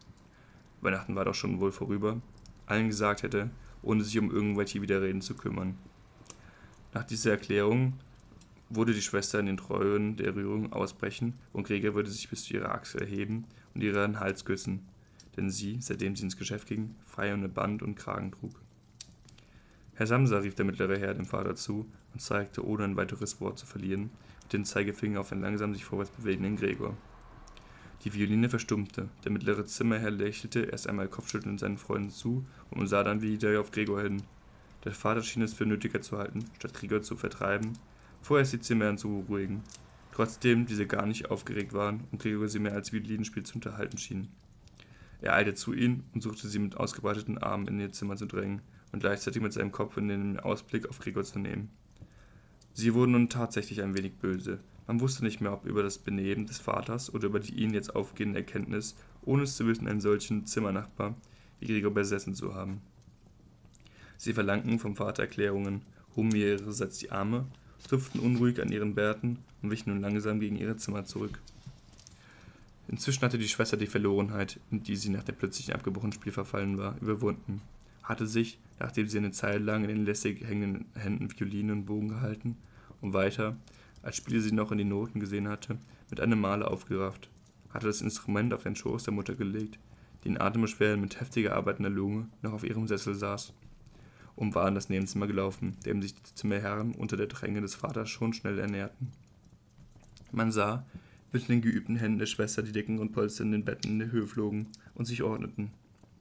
war doch schon wohl vorüber, allen gesagt hätte, ohne sich um irgendwelche Widerreden zu kümmern. Nach dieser Erklärung würde die Schwester in den Treuen der Rührung ausbrechen und Gregor würde sich bis zu ihrer Achsel erheben und ihren Hals küssen, denn sie, seitdem sie ins Geschäft ging, frei ohne Band und Kragen trug. Herr Samsa, rief der mittlere Herr dem Vater zu und zeigte, ohne ein weiteres Wort zu verlieren, mit dem Zeigefinger auf den langsam sich vorwärts bewegenden Gregor. Die Violine verstummte, der mittlere Zimmerherr lächelte erst einmal kopfschüttelnd seinen Freunden zu und sah dann wieder auf Gregor hin. Der Vater schien es für nötiger zu halten, statt Gregor zu vertreiben, vorerst die Zimmerherren zu beruhigen, trotzdem diese gar nicht aufgeregt waren und Gregor sie mehr als Violinspiel zu unterhalten schien. Er eilte zu ihnen und suchte sie mit ausgebreiteten Armen in ihr Zimmer zu drängen und gleichzeitig mit seinem Kopf in den Ausblick auf Gregor zu nehmen. Sie wurden nun tatsächlich ein wenig böse. Man wusste nicht mehr, ob über das Benehmen des Vaters oder über die ihnen jetzt aufgehende Erkenntnis, ohne es zu wissen, einen solchen Zimmernachbar wie Gregor besessen zu haben. Sie verlangten vom Vater Erklärungen, hoben ihrerseits die Arme, zupften unruhig an ihren Bärten und wichen nun langsam gegen ihre Zimmer zurück. Inzwischen hatte die Schwester die Verlorenheit, in die sie nach dem plötzlichen abgebrochenen Spiel verfallen war, überwunden, hatte sich, nachdem sie eine Zeit lang in den lässig hängenden Händen Violine und Bogen gehalten und weiter, als Spiele sie noch in die Noten gesehen hatte, mit einem Male aufgerafft, hatte das Instrument auf den Schoß der Mutter gelegt, die in Atembeschwerden mit heftiger arbeitender Lunge noch auf ihrem Sessel saß, und war in das Nebenzimmer gelaufen, dem sich die Zimmerherren unter der Dränge des Vaters schon schnell ernährten. Man sah, wie mit den geübten Händen der Schwester die Decken und Polster in den Betten in die Höhe flogen und sich ordneten.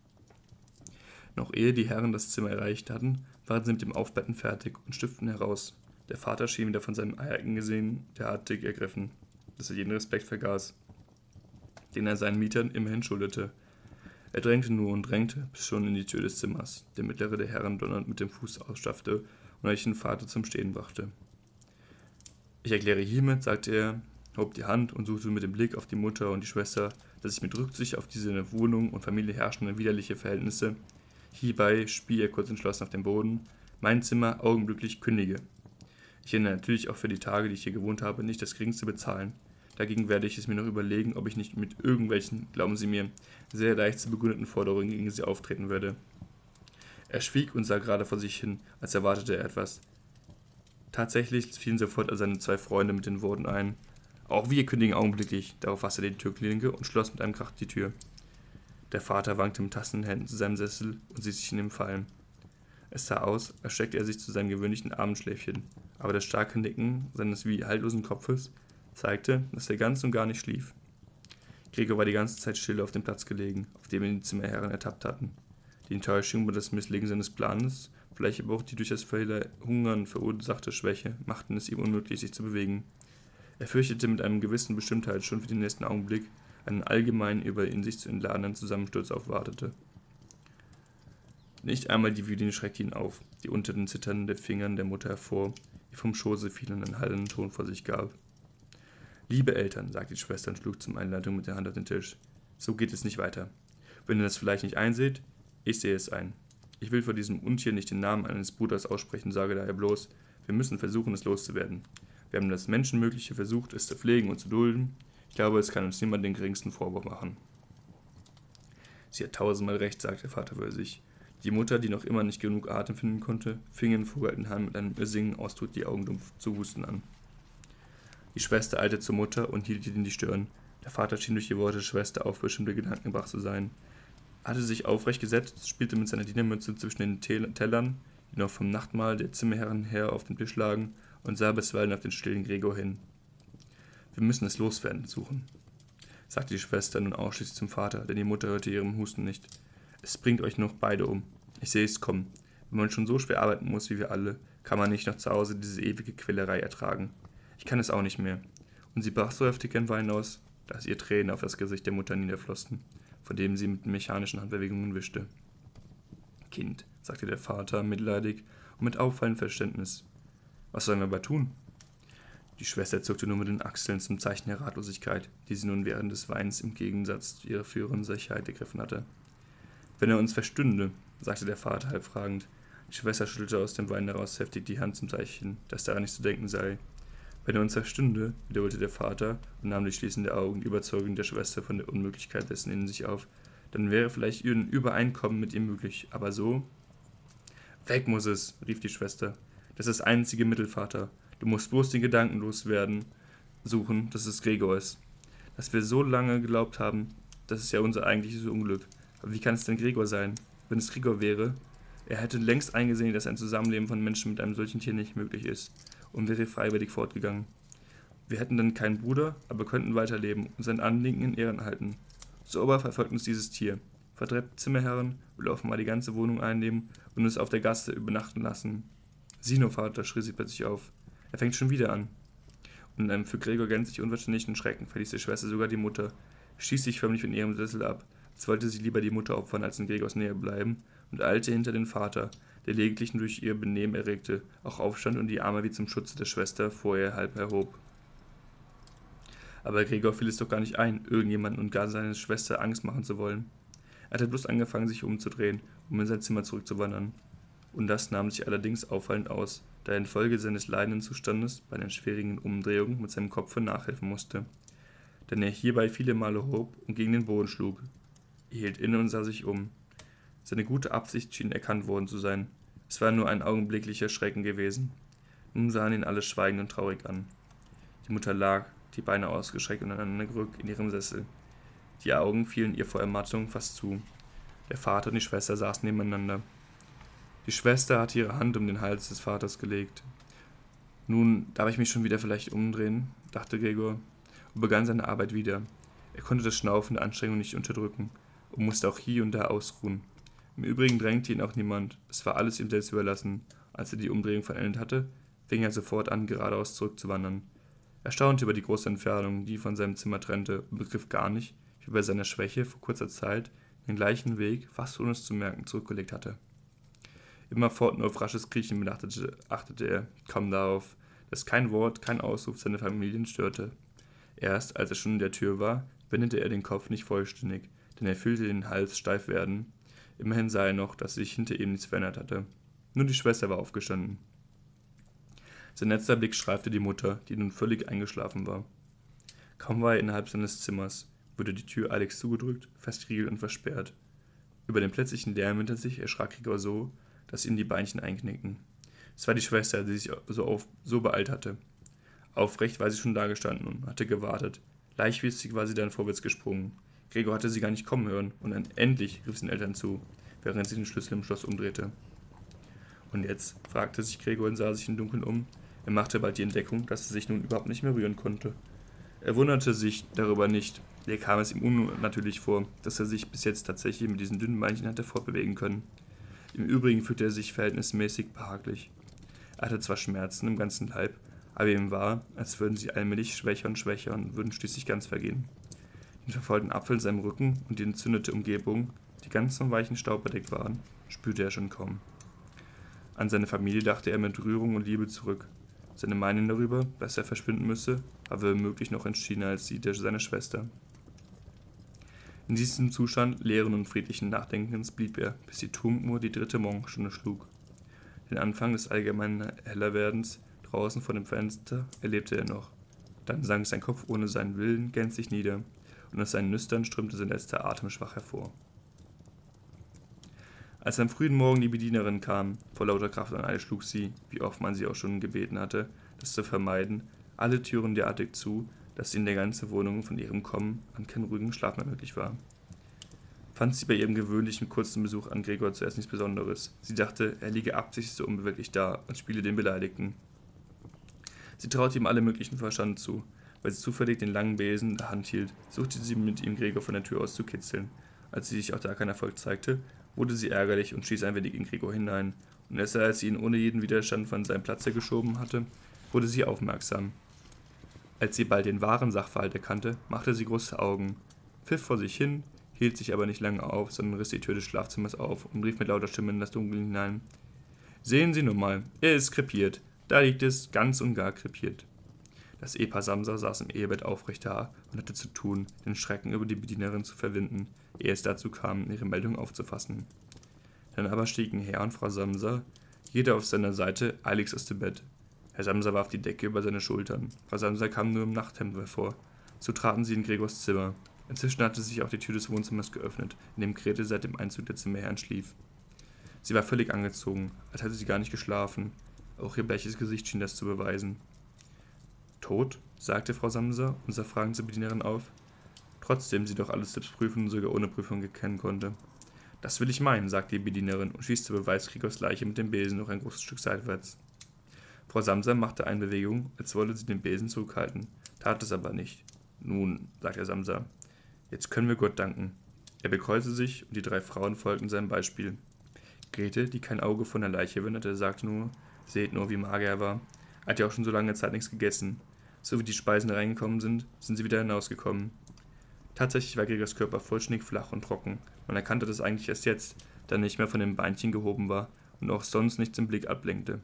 Noch ehe die Herren das Zimmer erreicht hatten, waren sie mit dem Aufbetten fertig und stifteten heraus. Der Vater schien wieder von seinem eigenen Gesehen derartig ergriffen, dass er jeden Respekt vergaß, den er seinen Mietern immerhin schuldete. Er drängte nur und drängte, bis schon in die Tür des Zimmers, der mittlere der Herren donnernd mit dem Fuß ausschaffte und euch den Vater zum Stehen brachte. »Ich erkläre hiermit«, sagte er, hob die Hand und suchte mit dem Blick auf die Mutter und die Schwester, dass ich mit Rücksicht auf diese in der Wohnung und Familie herrschenden widerliche Verhältnisse, hierbei spie er kurz entschlossen auf den Boden, mein Zimmer augenblicklich kündige. Ich werde natürlich auch für die Tage, die ich hier gewohnt habe, nicht das geringste bezahlen. Dagegen werde ich es mir noch überlegen, ob ich nicht mit irgendwelchen, glauben Sie mir, sehr leicht zu begründeten Forderungen gegen Sie auftreten werde.« Er schwieg und sah gerade vor sich hin, als erwartete er etwas. Tatsächlich fielen sofort seine zwei Freunde mit den Worten ein: Auch wir kündigen augenblicklich. Darauf fasste er die Türklinke und schloss mit einem Krach die Tür. Der Vater wankte mit tastenden Händen zu seinem Sessel und ließ sich in ihm fallen. Es sah aus, als steckte er sich zu seinem gewöhnlichen Abendschläfchen, aber das starke Nicken seines wie haltlosen Kopfes zeigte, dass er ganz und gar nicht schlief. Gregor war die ganze Zeit still auf dem Platz gelegen, auf dem ihn die Zimmerherren ertappt hatten. Die Enttäuschung über das Misslingen seines Planes, vielleicht aber auch die durch das Verhungern verursachte Schwäche, machten es ihm unmöglich, sich zu bewegen. Er fürchtete mit einer gewissen Bestimmtheit schon für den nächsten Augenblick einen allgemein über ihn sich zu entladenen Zusammensturz aufwartete. Nicht einmal die Violine schreckte ihn auf, die unter den zitternden Fingern der Mutter hervor, die vom Schoße fiel und einen hallenden Ton vor sich gab. »Liebe Eltern«, sagte die Schwester und schlug zum Einleitung mit der Hand auf den Tisch, »so geht es nicht weiter. Wenn ihr das vielleicht nicht einseht, ich sehe es ein. Ich will vor diesem Untier nicht den Namen eines Bruders aussprechen, sage daher bloß, wir müssen versuchen, es loszuwerden. Wir haben das Menschenmögliche versucht, es zu pflegen und zu dulden. Ich glaube, es kann uns niemand den geringsten Vorwurf machen.« »Sie hat tausendmal recht«, sagte der Vater für sich. Die Mutter, die noch immer nicht genug Atem finden konnte, fing in vogelten Hand mit einem irrsinnigen Ausdruck die Augen dumpf zu husten an. Die Schwester eilte zur Mutter und hielt ihr in die Stirn. Der Vater schien durch die Worte der Schwester auf bestimmte Gedanken gebracht zu sein. Er hatte sich aufrecht gesetzt, spielte mit seiner Dienermütze zwischen den Tellern, die noch vom Nachtmahl der Zimmerherren her auf dem Tisch lagen, und sah bisweilen auf den stillen Gregor hin. »Wir müssen es loswerden suchen«, sagte die Schwester nun ausschließlich zum Vater, denn die Mutter hörte ihrem Husten nicht. »Es bringt euch noch beide um. Ich sehe es kommen. Wenn man schon so schwer arbeiten muss wie wir alle, kann man nicht noch zu Hause diese ewige Quälerei ertragen. Ich kann es auch nicht mehr.« Und sie brach so heftig ein Wein aus, dass ihr Tränen auf das Gesicht der Mutter niederflossen, von dem sie mit mechanischen Handbewegungen wischte. »Kind«, sagte der Vater mitleidig und mit auffallendem Verständnis. »Was sollen wir aber tun?« Die Schwester zuckte nur mit den Achseln zum Zeichen der Ratlosigkeit, die sie nun während des Weins im Gegensatz zu ihrer früheren Sicherheit ergriffen hatte. »Wenn er uns verstünde«, sagte der Vater halb fragend. Die Schwester schüttelte aus dem Wein heraus heftig die Hand zum Zeichen, dass daran nicht zu denken sei. »Wenn er uns verstünde«, wiederholte der Vater und nahm durch Schließen der Augen die Überzeugung der Schwester von der Unmöglichkeit dessen in sich auf, dann wäre vielleicht ein Übereinkommen mit ihm möglich, aber so? »Weg muss es«, rief die Schwester. »Das ist das einzige Mittel, Vater. Du musst bloß den Gedanken loswerden, suchen, dass es Gregor ist. Dass wir so lange geglaubt haben, das ist ja unser eigentliches Unglück. Aber wie kann es denn Gregor sein? Wenn es Gregor wäre, er hätte längst eingesehen, dass ein Zusammenleben von Menschen mit einem solchen Tier nicht möglich ist und wäre freiwillig fortgegangen. Wir hätten dann keinen Bruder, aber könnten weiterleben und sein Anliegen in Ehren halten. So aber verfolgt uns dieses Tier, vertreibt Zimmerherren, will offenbar die ganze Wohnung einnehmen und uns auf der Gasse übernachten lassen. Sieh nur, Vater«, schrie sie plötzlich auf. »Er fängt schon wieder an.« Und in einem für Gregor gänzlich unverständlichen Schrecken verließ die Schwester sogar die Mutter, stieß sich förmlich von ihrem Sessel ab, als wollte sie lieber die Mutter opfern, als in Gregors Nähe bleiben, und eilte hinter den Vater, der lediglich durch ihr Benehmen erregte, auch aufstand und die Arme wie zum Schutze der Schwester vor ihr halb erhob. Aber Gregor fiel es doch gar nicht ein, irgendjemanden und gar seiner Schwester Angst machen zu wollen. Er hatte bloß angefangen, sich umzudrehen, um in sein Zimmer zurückzuwandern. Und das nahm sich allerdings auffallend aus, da er infolge seines leidenden Zustandes bei den schwierigen Umdrehungen mit seinem Kopfe nachhelfen musste, denn er hierbei viele Male hob und gegen den Boden schlug. Er hielt inne und sah sich um. Seine gute Absicht schien erkannt worden zu sein. Es war nur ein augenblicklicher Schrecken gewesen. Nun sahen ihn alle schweigend und traurig an. Die Mutter lag, die Beine ausgestreckt und aneinander gerückt, in ihrem Sessel. Die Augen fielen ihr vor Ermattung fast zu. Der Vater und die Schwester saßen nebeneinander. Die Schwester hatte ihre Hand um den Hals des Vaters gelegt. »Nun, darf ich mich schon wieder vielleicht umdrehen?«, dachte Gregor und begann seine Arbeit wieder. Er konnte das Schnaufen der Anstrengung nicht unterdrücken und musste auch hier und da ausruhen. Im Übrigen drängte ihn auch niemand, es war alles ihm selbst überlassen. Als er die Umdrehung vollendet hatte, fing er sofort an, geradeaus zurückzuwandern. Er staunte über die große Entfernung, die von seinem Zimmer trennte, und begriff gar nicht, wie bei seiner Schwäche vor kurzer Zeit den gleichen Weg, fast ohne es zu merken, zurückgelegt hatte. Immerfort nur auf rasches Kriechen achtete er, kaum darauf, dass kein Wort, kein Ausruf seine Familien störte. Erst, als er schon in der Tür war, wendete er den Kopf nicht vollständig, denn er fühlte den Hals steif werden. Immerhin sah er noch, dass sich hinter ihm nichts verändert hatte. Nur die Schwester war aufgestanden. Sein letzter Blick streifte die Mutter, die nun völlig eingeschlafen war. Kaum war er innerhalb seines Zimmers, wurde die Tür eilig zugedrückt, festgeriegelt und versperrt. Über den plötzlichen Lärm hinter sich erschrak Gregor so, dass ihm die Beinchen einknickten. Es war die Schwester, die sich so beeilt hatte. Aufrecht war sie schon dagestanden und hatte gewartet. Leichtfüßig war sie dann vorwärts gesprungen. Gregor hatte sie gar nicht kommen hören und endlich rief sie den Eltern zu, während sie den Schlüssel im Schloss umdrehte. Und jetzt? Fragte sich Gregor und sah sich im Dunkeln um. Er machte bald die Entdeckung, dass er sich nun überhaupt nicht mehr rühren konnte. Er wunderte sich darüber nicht. Hier kam es ihm unnatürlich vor, dass er sich bis jetzt tatsächlich mit diesen dünnen Beinchen hatte fortbewegen können. Im Übrigen fühlte er sich verhältnismäßig behaglich. Er hatte zwar Schmerzen im ganzen Leib, aber ihm war, als würden sie allmählich schwächer und würden schließlich ganz vergehen. Den verfaulten Apfel in seinem Rücken und die entzündete Umgebung, die ganz vom weichen Staub bedeckt waren, spürte er schon kaum. An seine Familie dachte er mit Rührung und Liebe zurück. Seine Meinung darüber, dass er verschwinden müsse, war womöglich noch entschiedener als die der seiner Schwester. In diesem Zustand leeren und friedlichen Nachdenkens blieb er, bis die Turmuhr die 3. Morgenstunde schlug. Den Anfang des allgemeinen Hellerwerdens draußen vor dem Fenster erlebte er noch. Dann sank sein Kopf ohne seinen Willen gänzlich nieder, und aus seinen Nüstern strömte sein letzter Atem schwach hervor. Als am frühen Morgen die Bedienerin kam, vor lauter Kraft und Eile schlug sie, wie oft man sie auch schon gebeten hatte, das zu vermeiden, alle Türen derartig zu, dass in der ganzen Wohnung von ihrem Kommen an keinen ruhigen Schlaf mehr möglich war. Fand sie bei ihrem gewöhnlichen kurzen Besuch an Gregor zuerst nichts Besonderes. Sie dachte, er liege absichtlich so unbeweglich da und spiele den Beleidigten. Sie traute ihm alle möglichen Verstand zu. Weil sie zufällig den langen Besen in der Hand hielt, suchte sie mit ihm Gregor von der Tür aus zu kitzeln. Als sie sich auch da kein Erfolg zeigte, wurde sie ärgerlich und stieß ein wenig in Gregor hinein. Und erst als sie ihn ohne jeden Widerstand von seinem Platze geschoben hatte, wurde sie aufmerksam. Als sie bald den wahren Sachverhalt erkannte, machte sie große Augen, pfiff vor sich hin, hielt sich aber nicht lange auf, sondern riss die Tür des Schlafzimmers auf und rief mit lauter Stimme in das Dunkel hinein. »Sehen Sie nun mal, er ist krepiert. Da liegt es, ganz und gar krepiert.« Das Ehepaar Samsa saß im Ehebett aufrecht da und hatte zu tun, den Schrecken über die Bedienerin zu verwinden, ehe es dazu kam, ihre Meldung aufzufassen. Dann aber stiegen Herr und Frau Samsa, jeder auf seiner Seite, eiligst aus dem Bett. Herr Samsa warf die Decke über seine Schultern. Frau Samsa kam nur im Nachthemd hervor. So traten sie in Gregors Zimmer. Inzwischen hatte sich auch die Tür des Wohnzimmers geöffnet, in dem Grete seit dem Einzug der Zimmerherrn schlief. Sie war völlig angezogen, als hätte sie gar nicht geschlafen. Auch ihr bleiches Gesicht schien das zu beweisen. »Tot?« sagte Frau Samsa und sah fragend zur Bedienerin auf. Trotzdem sie doch alles selbst prüfen und sogar ohne Prüfung erkennen konnte. »Das will ich meinen«, sagte die Bedienerin und stieß zur Beweis Gregors Leiche mit dem Besen noch ein großes Stück seitwärts. Frau Samsa machte eine Bewegung, als wolle sie den Besen zurückhalten, tat es aber nicht. »Nun«, sagte Samsa, »jetzt können wir Gott danken.« Er bekreuzte sich und die 3 Frauen folgten seinem Beispiel. Grete, die kein Auge von der Leiche wendete, sagte nur, »Seht nur, wie mager er war. Er hat ja auch schon so lange Zeit nichts gegessen. So wie die Speisen reingekommen sind, sind sie wieder hinausgekommen.« Tatsächlich war Gregors Körper vollständig flach und trocken. Man erkannte das eigentlich erst jetzt, da er nicht mehr von den Beinchen gehoben war und auch sonst nichts im Blick ablenkte.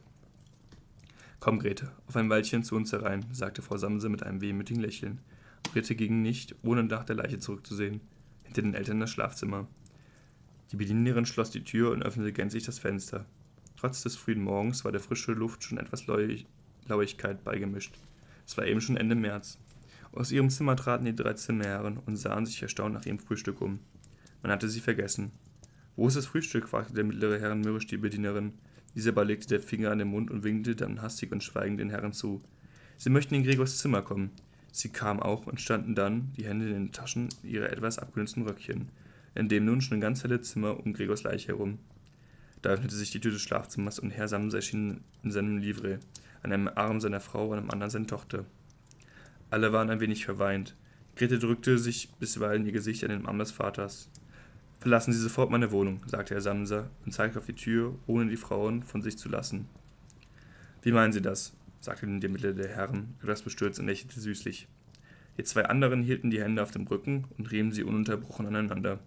»Komm, Grete, auf ein Weilchen zu uns herein«, sagte Frau Samse mit einem wehmütigen Lächeln. Grete ging nicht, ohne nach der Leiche zurückzusehen, hinter den Eltern das Schlafzimmer. Die Bedienerin schloss die Tür und öffnete gänzlich das Fenster. Trotz des frühen Morgens war der frische Luft schon etwas Lauigkeit beigemischt. Es war eben schon Ende März. Aus ihrem Zimmer traten die 3 Zimmerherren und sahen sich erstaunt nach ihrem Frühstück um. Man hatte sie vergessen. »Wo ist das Frühstück?« fragte der mittlere Herr mürrisch die Bedienerin. Diese aber legte den Finger an den Mund und winkte dann hastig und schweigend den Herren zu. Sie möchten in Gregors Zimmer kommen. Sie kamen auch und standen dann, die Hände in den Taschen ihrer etwas abgenützten Röckchen, in dem nun schon ein ganz helle Zimmer um Gregors Leiche herum. Da öffnete sich die Tür des Schlafzimmers und Herr Samsa erschien in seinem Livret, an einem Arm seiner Frau, an einem anderen seine Tochter. Alle waren ein wenig verweint. Grete drückte sich bisweilen ihr Gesicht an den Arm des Vaters. »Verlassen Sie sofort meine Wohnung«, sagte Herr Samsa und zeigte auf die Tür, ohne die Frauen von sich zu lassen. »Wie meinen Sie das?« sagte der mittlere der Herren, etwas bestürzt und lächelte süßlich. Die 2 anderen hielten die Hände auf dem Rücken und rieben sie ununterbrochen aneinander.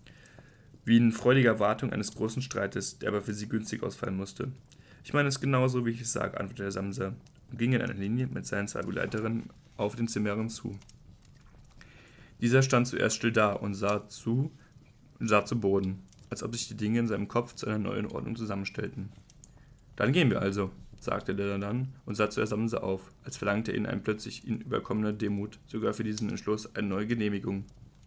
Wie in freudiger Erwartung eines großen Streites, der aber für sie günstig ausfallen musste. »Ich meine es genauso, wie ich es sage«, antwortete Herr Samsa und ging in einer Linie mit seinen 2 Begleiterinnen auf den Zimmerherrn zu. Dieser stand zuerst still da und sah zu Boden, als ob sich die Dinge in seinem Kopf zu einer neuen Ordnung zusammenstellten. »Dann gehen wir also«, sagte der dann und sah zuerst Samsa auf, als verlangte ihn ein plötzlich ihn überkommener Demut sogar für diesen Entschluss eine neue Genehmigung.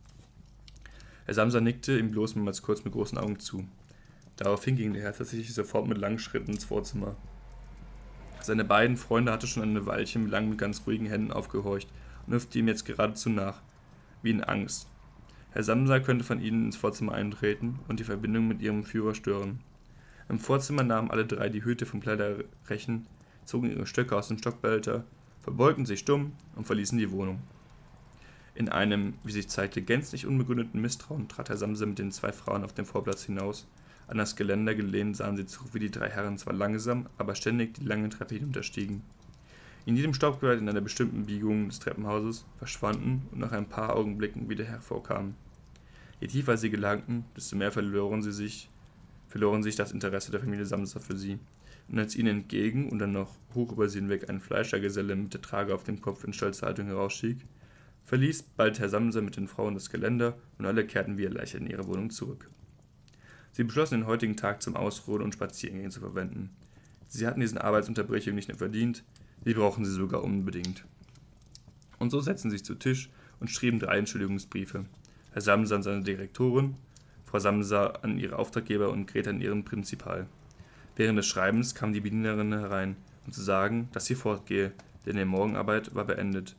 Herr Samsa nickte ihm bloß mehrmals kurz mit großen Augen zu. Daraufhin ging der Herr tatsächlich sofort mit langen Schritten ins Vorzimmer. Seine beiden Freunde hatte schon eine Weilchen lang mit ganz ruhigen Händen aufgehorcht und hüpfte ihm jetzt geradezu nach, wie in Angst. Herr Samsa könnte von ihnen ins Vorzimmer eintreten und die Verbindung mit ihrem Führer stören. Im Vorzimmer nahmen alle drei die Hüte vom Kleiderrechen, zogen ihre Stöcke aus dem Stockbehälter, verbeugten sich stumm und verließen die Wohnung. In einem, wie sich zeigte, gänzlich unbegründeten Misstrauen trat Herr Samsa mit den zwei Frauen auf den Vorplatz hinaus. An das Geländer gelehnt sahen sie zu, wie die drei Herren zwar langsam, aber ständig die lange Treppe hinunterstiegen. In jedem Stockwerk in einer bestimmten Biegung des Treppenhauses verschwanden und nach ein paar Augenblicken wieder hervorkamen. Je tiefer sie gelangten, desto mehr verloren sich das Interesse der Familie Samsa für sie. Und als ihnen entgegen und dann noch hoch über sie hinweg ein Fleischergeselle mit der Trage auf dem Kopf in stolzer Haltung herausstieg, verließ bald Herr Samsa mit den Frauen das Geländer und alle kehrten wie erleichtert in ihre Wohnung zurück. Sie beschlossen, den heutigen Tag zum Ausruhen und Spaziergängen zu verwenden. Sie hatten diese Arbeitsunterbrechung nicht nur verdient, sie brauchten sie sogar unbedingt. Und so setzten sie sich zu Tisch und schrieben 3 Entschuldigungsbriefe. Herr Samsa an seine Direktorin, Frau Samsa an ihre Auftraggeber und Greta an ihren Prinzipal. Während des Schreibens kam die Bedienerin herein, um zu sagen, dass sie fortgehe, denn die Morgenarbeit war beendet.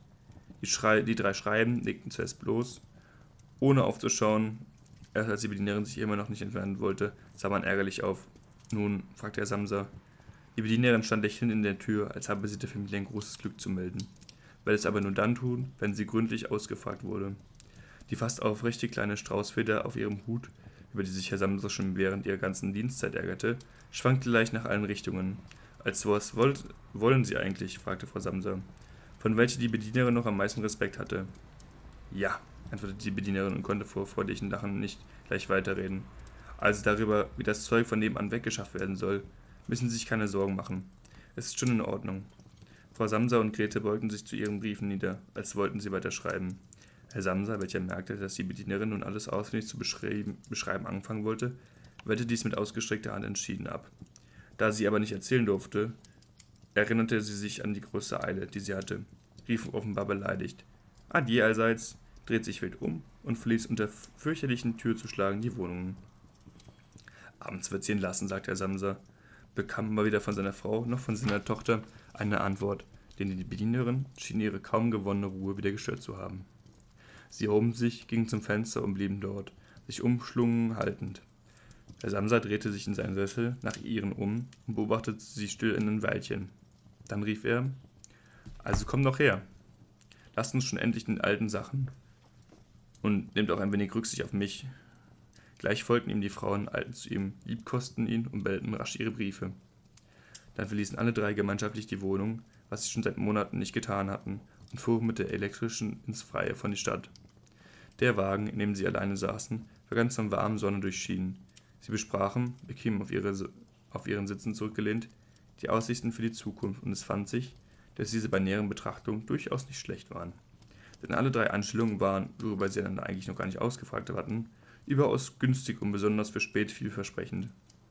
Die 3 Schreiben legten zuerst bloß, ohne aufzuschauen. Erst als die Bedienerin sich immer noch nicht entfernen wollte, sah man ärgerlich auf. Nun, fragte Herr Samsa. Die Bedienerin stand lächelnd in der Tür, als habe sie der Familie ein großes Glück zu melden. Werde es aber nur dann tun, wenn sie gründlich ausgefragt wurde. Die fast aufrechte kleine Straußfeder auf ihrem Hut, über die sich Herr Samsa schon während ihrer ganzen Dienstzeit ärgerte, schwankte leicht nach allen Richtungen. Als was wollen Sie eigentlich? Fragte Frau Samsa, von welcher die Bedienerin noch am meisten Respekt hatte. Ja, antwortete die Bedienerin und konnte vor freudigem Lachen nicht gleich weiterreden. Also darüber, wie das Zeug von nebenan weggeschafft werden soll, müssen Sie sich keine Sorgen machen. Es ist schon in Ordnung. Frau Samsa und Grete beugten sich zu ihren Briefen nieder, als wollten sie weiter schreiben. Herr Samsa, welcher merkte, dass die Bedienerin nun alles auswendig zu beschreiben anfangen wollte, wehrte dies mit ausgestreckter Hand entschieden ab. Da sie aber nicht erzählen durfte, erinnerte sie sich an die große Eile, die sie hatte, rief offenbar beleidigt. Adieu allseits, dreht sich wild um und verließ unter fürchterlichen Türzuschlagen die Wohnung. Abends wird sie entlassen, sagte Herr Samsa, bekam aber weder von seiner Frau noch von seiner Tochter eine Antwort, denn die Bedienerin schien ihre kaum gewonnene Ruhe wieder gestört zu haben. Sie erhoben sich, gingen zum Fenster und blieben dort, sich umschlungen haltend. Herr Samsa drehte sich in seinen Sessel nach ihren um und beobachtete sie still ein Weilchen. Dann rief er, also komm doch her, lasst uns schon endlich den alten Sachen und nehmt auch ein wenig Rücksicht auf mich. Gleich folgten ihm die Frauen, eilten zu ihm, liebkosten ihn und bellten rasch ihre Briefe. Dann verließen alle 3 gemeinschaftlich die Wohnung, was sie schon seit Monaten nicht getan hatten, und fuhren mit der elektrischen ins Freie von die Stadt. Der Wagen, in dem sie alleine saßen, war ganz von warmen Sonne durchschienen. Sie besprachen, bequem auf ihren Sitzen zurückgelehnt, die Aussichten für die Zukunft, und es fand sich, dass diese bei näheren Betrachtung durchaus nicht schlecht waren. Denn alle 3 Anstellungen waren, worüber sie einander eigentlich noch gar nicht ausgefragt hatten, überaus günstig und besonders für spät vielversprechend.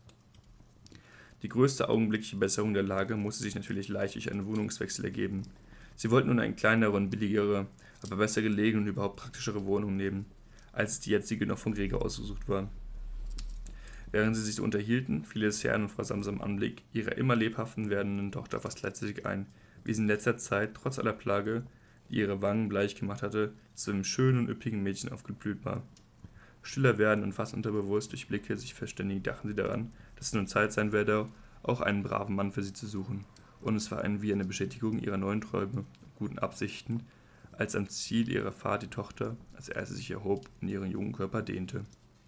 Die größte augenblickliche Besserung der Lage musste sich natürlich leicht durch einen Wohnungswechsel ergeben. Sie wollten nun eine kleinere und billigere, aber besser gelegene und überhaupt praktischere Wohnung nehmen, als die jetzige noch von Gregor ausgesucht war. Während sie sich so unterhielten, fiel es Herrn und Frau Samsa im Anblick ihrer immer lebhaften werdenden Tochter fast gleichzeitig ein, wie sie in letzter Zeit, trotz aller Plage, die ihre Wangen bleich gemacht hatte, zu einem schönen und üppigen Mädchen aufgeblüht war. Stiller werden und fast unterbewusst durch Blicke sich verständigt dachten sie daran, dass es nun Zeit sein werde, auch einen braven Mann für sie zu suchen, und es war wie eine Bestätigung ihrer neuen Träume und guten Absichten, als am Ziel ihrer Fahrt die Tochter als erste sich erhob und ihren jungen Körper dehnte.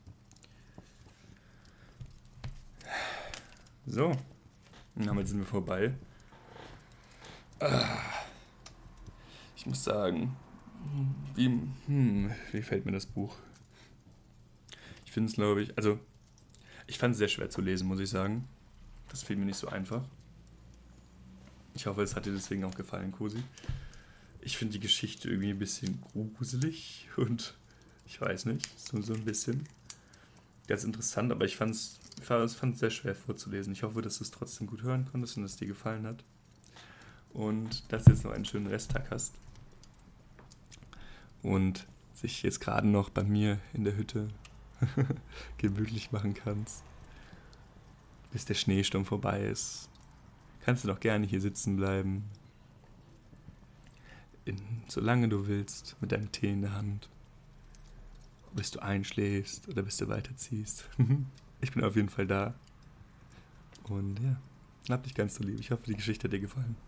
So, und damit sind wir vorbei. Ich muss sagen, wie gefällt mir das Buch? Ich finde es, glaube ich, ich fand es sehr schwer zu lesen, muss ich sagen. Das fiel mir nicht so einfach. Ich hoffe, es hat dir deswegen auch gefallen, Cosi. Ich finde die Geschichte irgendwie ein bisschen gruselig und ich weiß nicht, so ein bisschen. Ganz interessant, aber ich fand es sehr schwer vorzulesen. Ich hoffe, dass du es trotzdem gut hören konntest und dass es dir gefallen hat. Und dass du jetzt noch einen schönen Resttag hast. Und sich jetzt gerade noch bei mir in der Hütte gemütlich machen kannst, bis der Schneesturm vorbei ist. kannst du noch gerne hier sitzen bleiben. Solange du willst, mit deinem Tee in der Hand. Bis du einschläfst oder bis du weiterziehst. Ich bin auf jeden Fall da. Und ja, hab dich ganz so lieb. Ich hoffe, die Geschichte hat dir gefallen.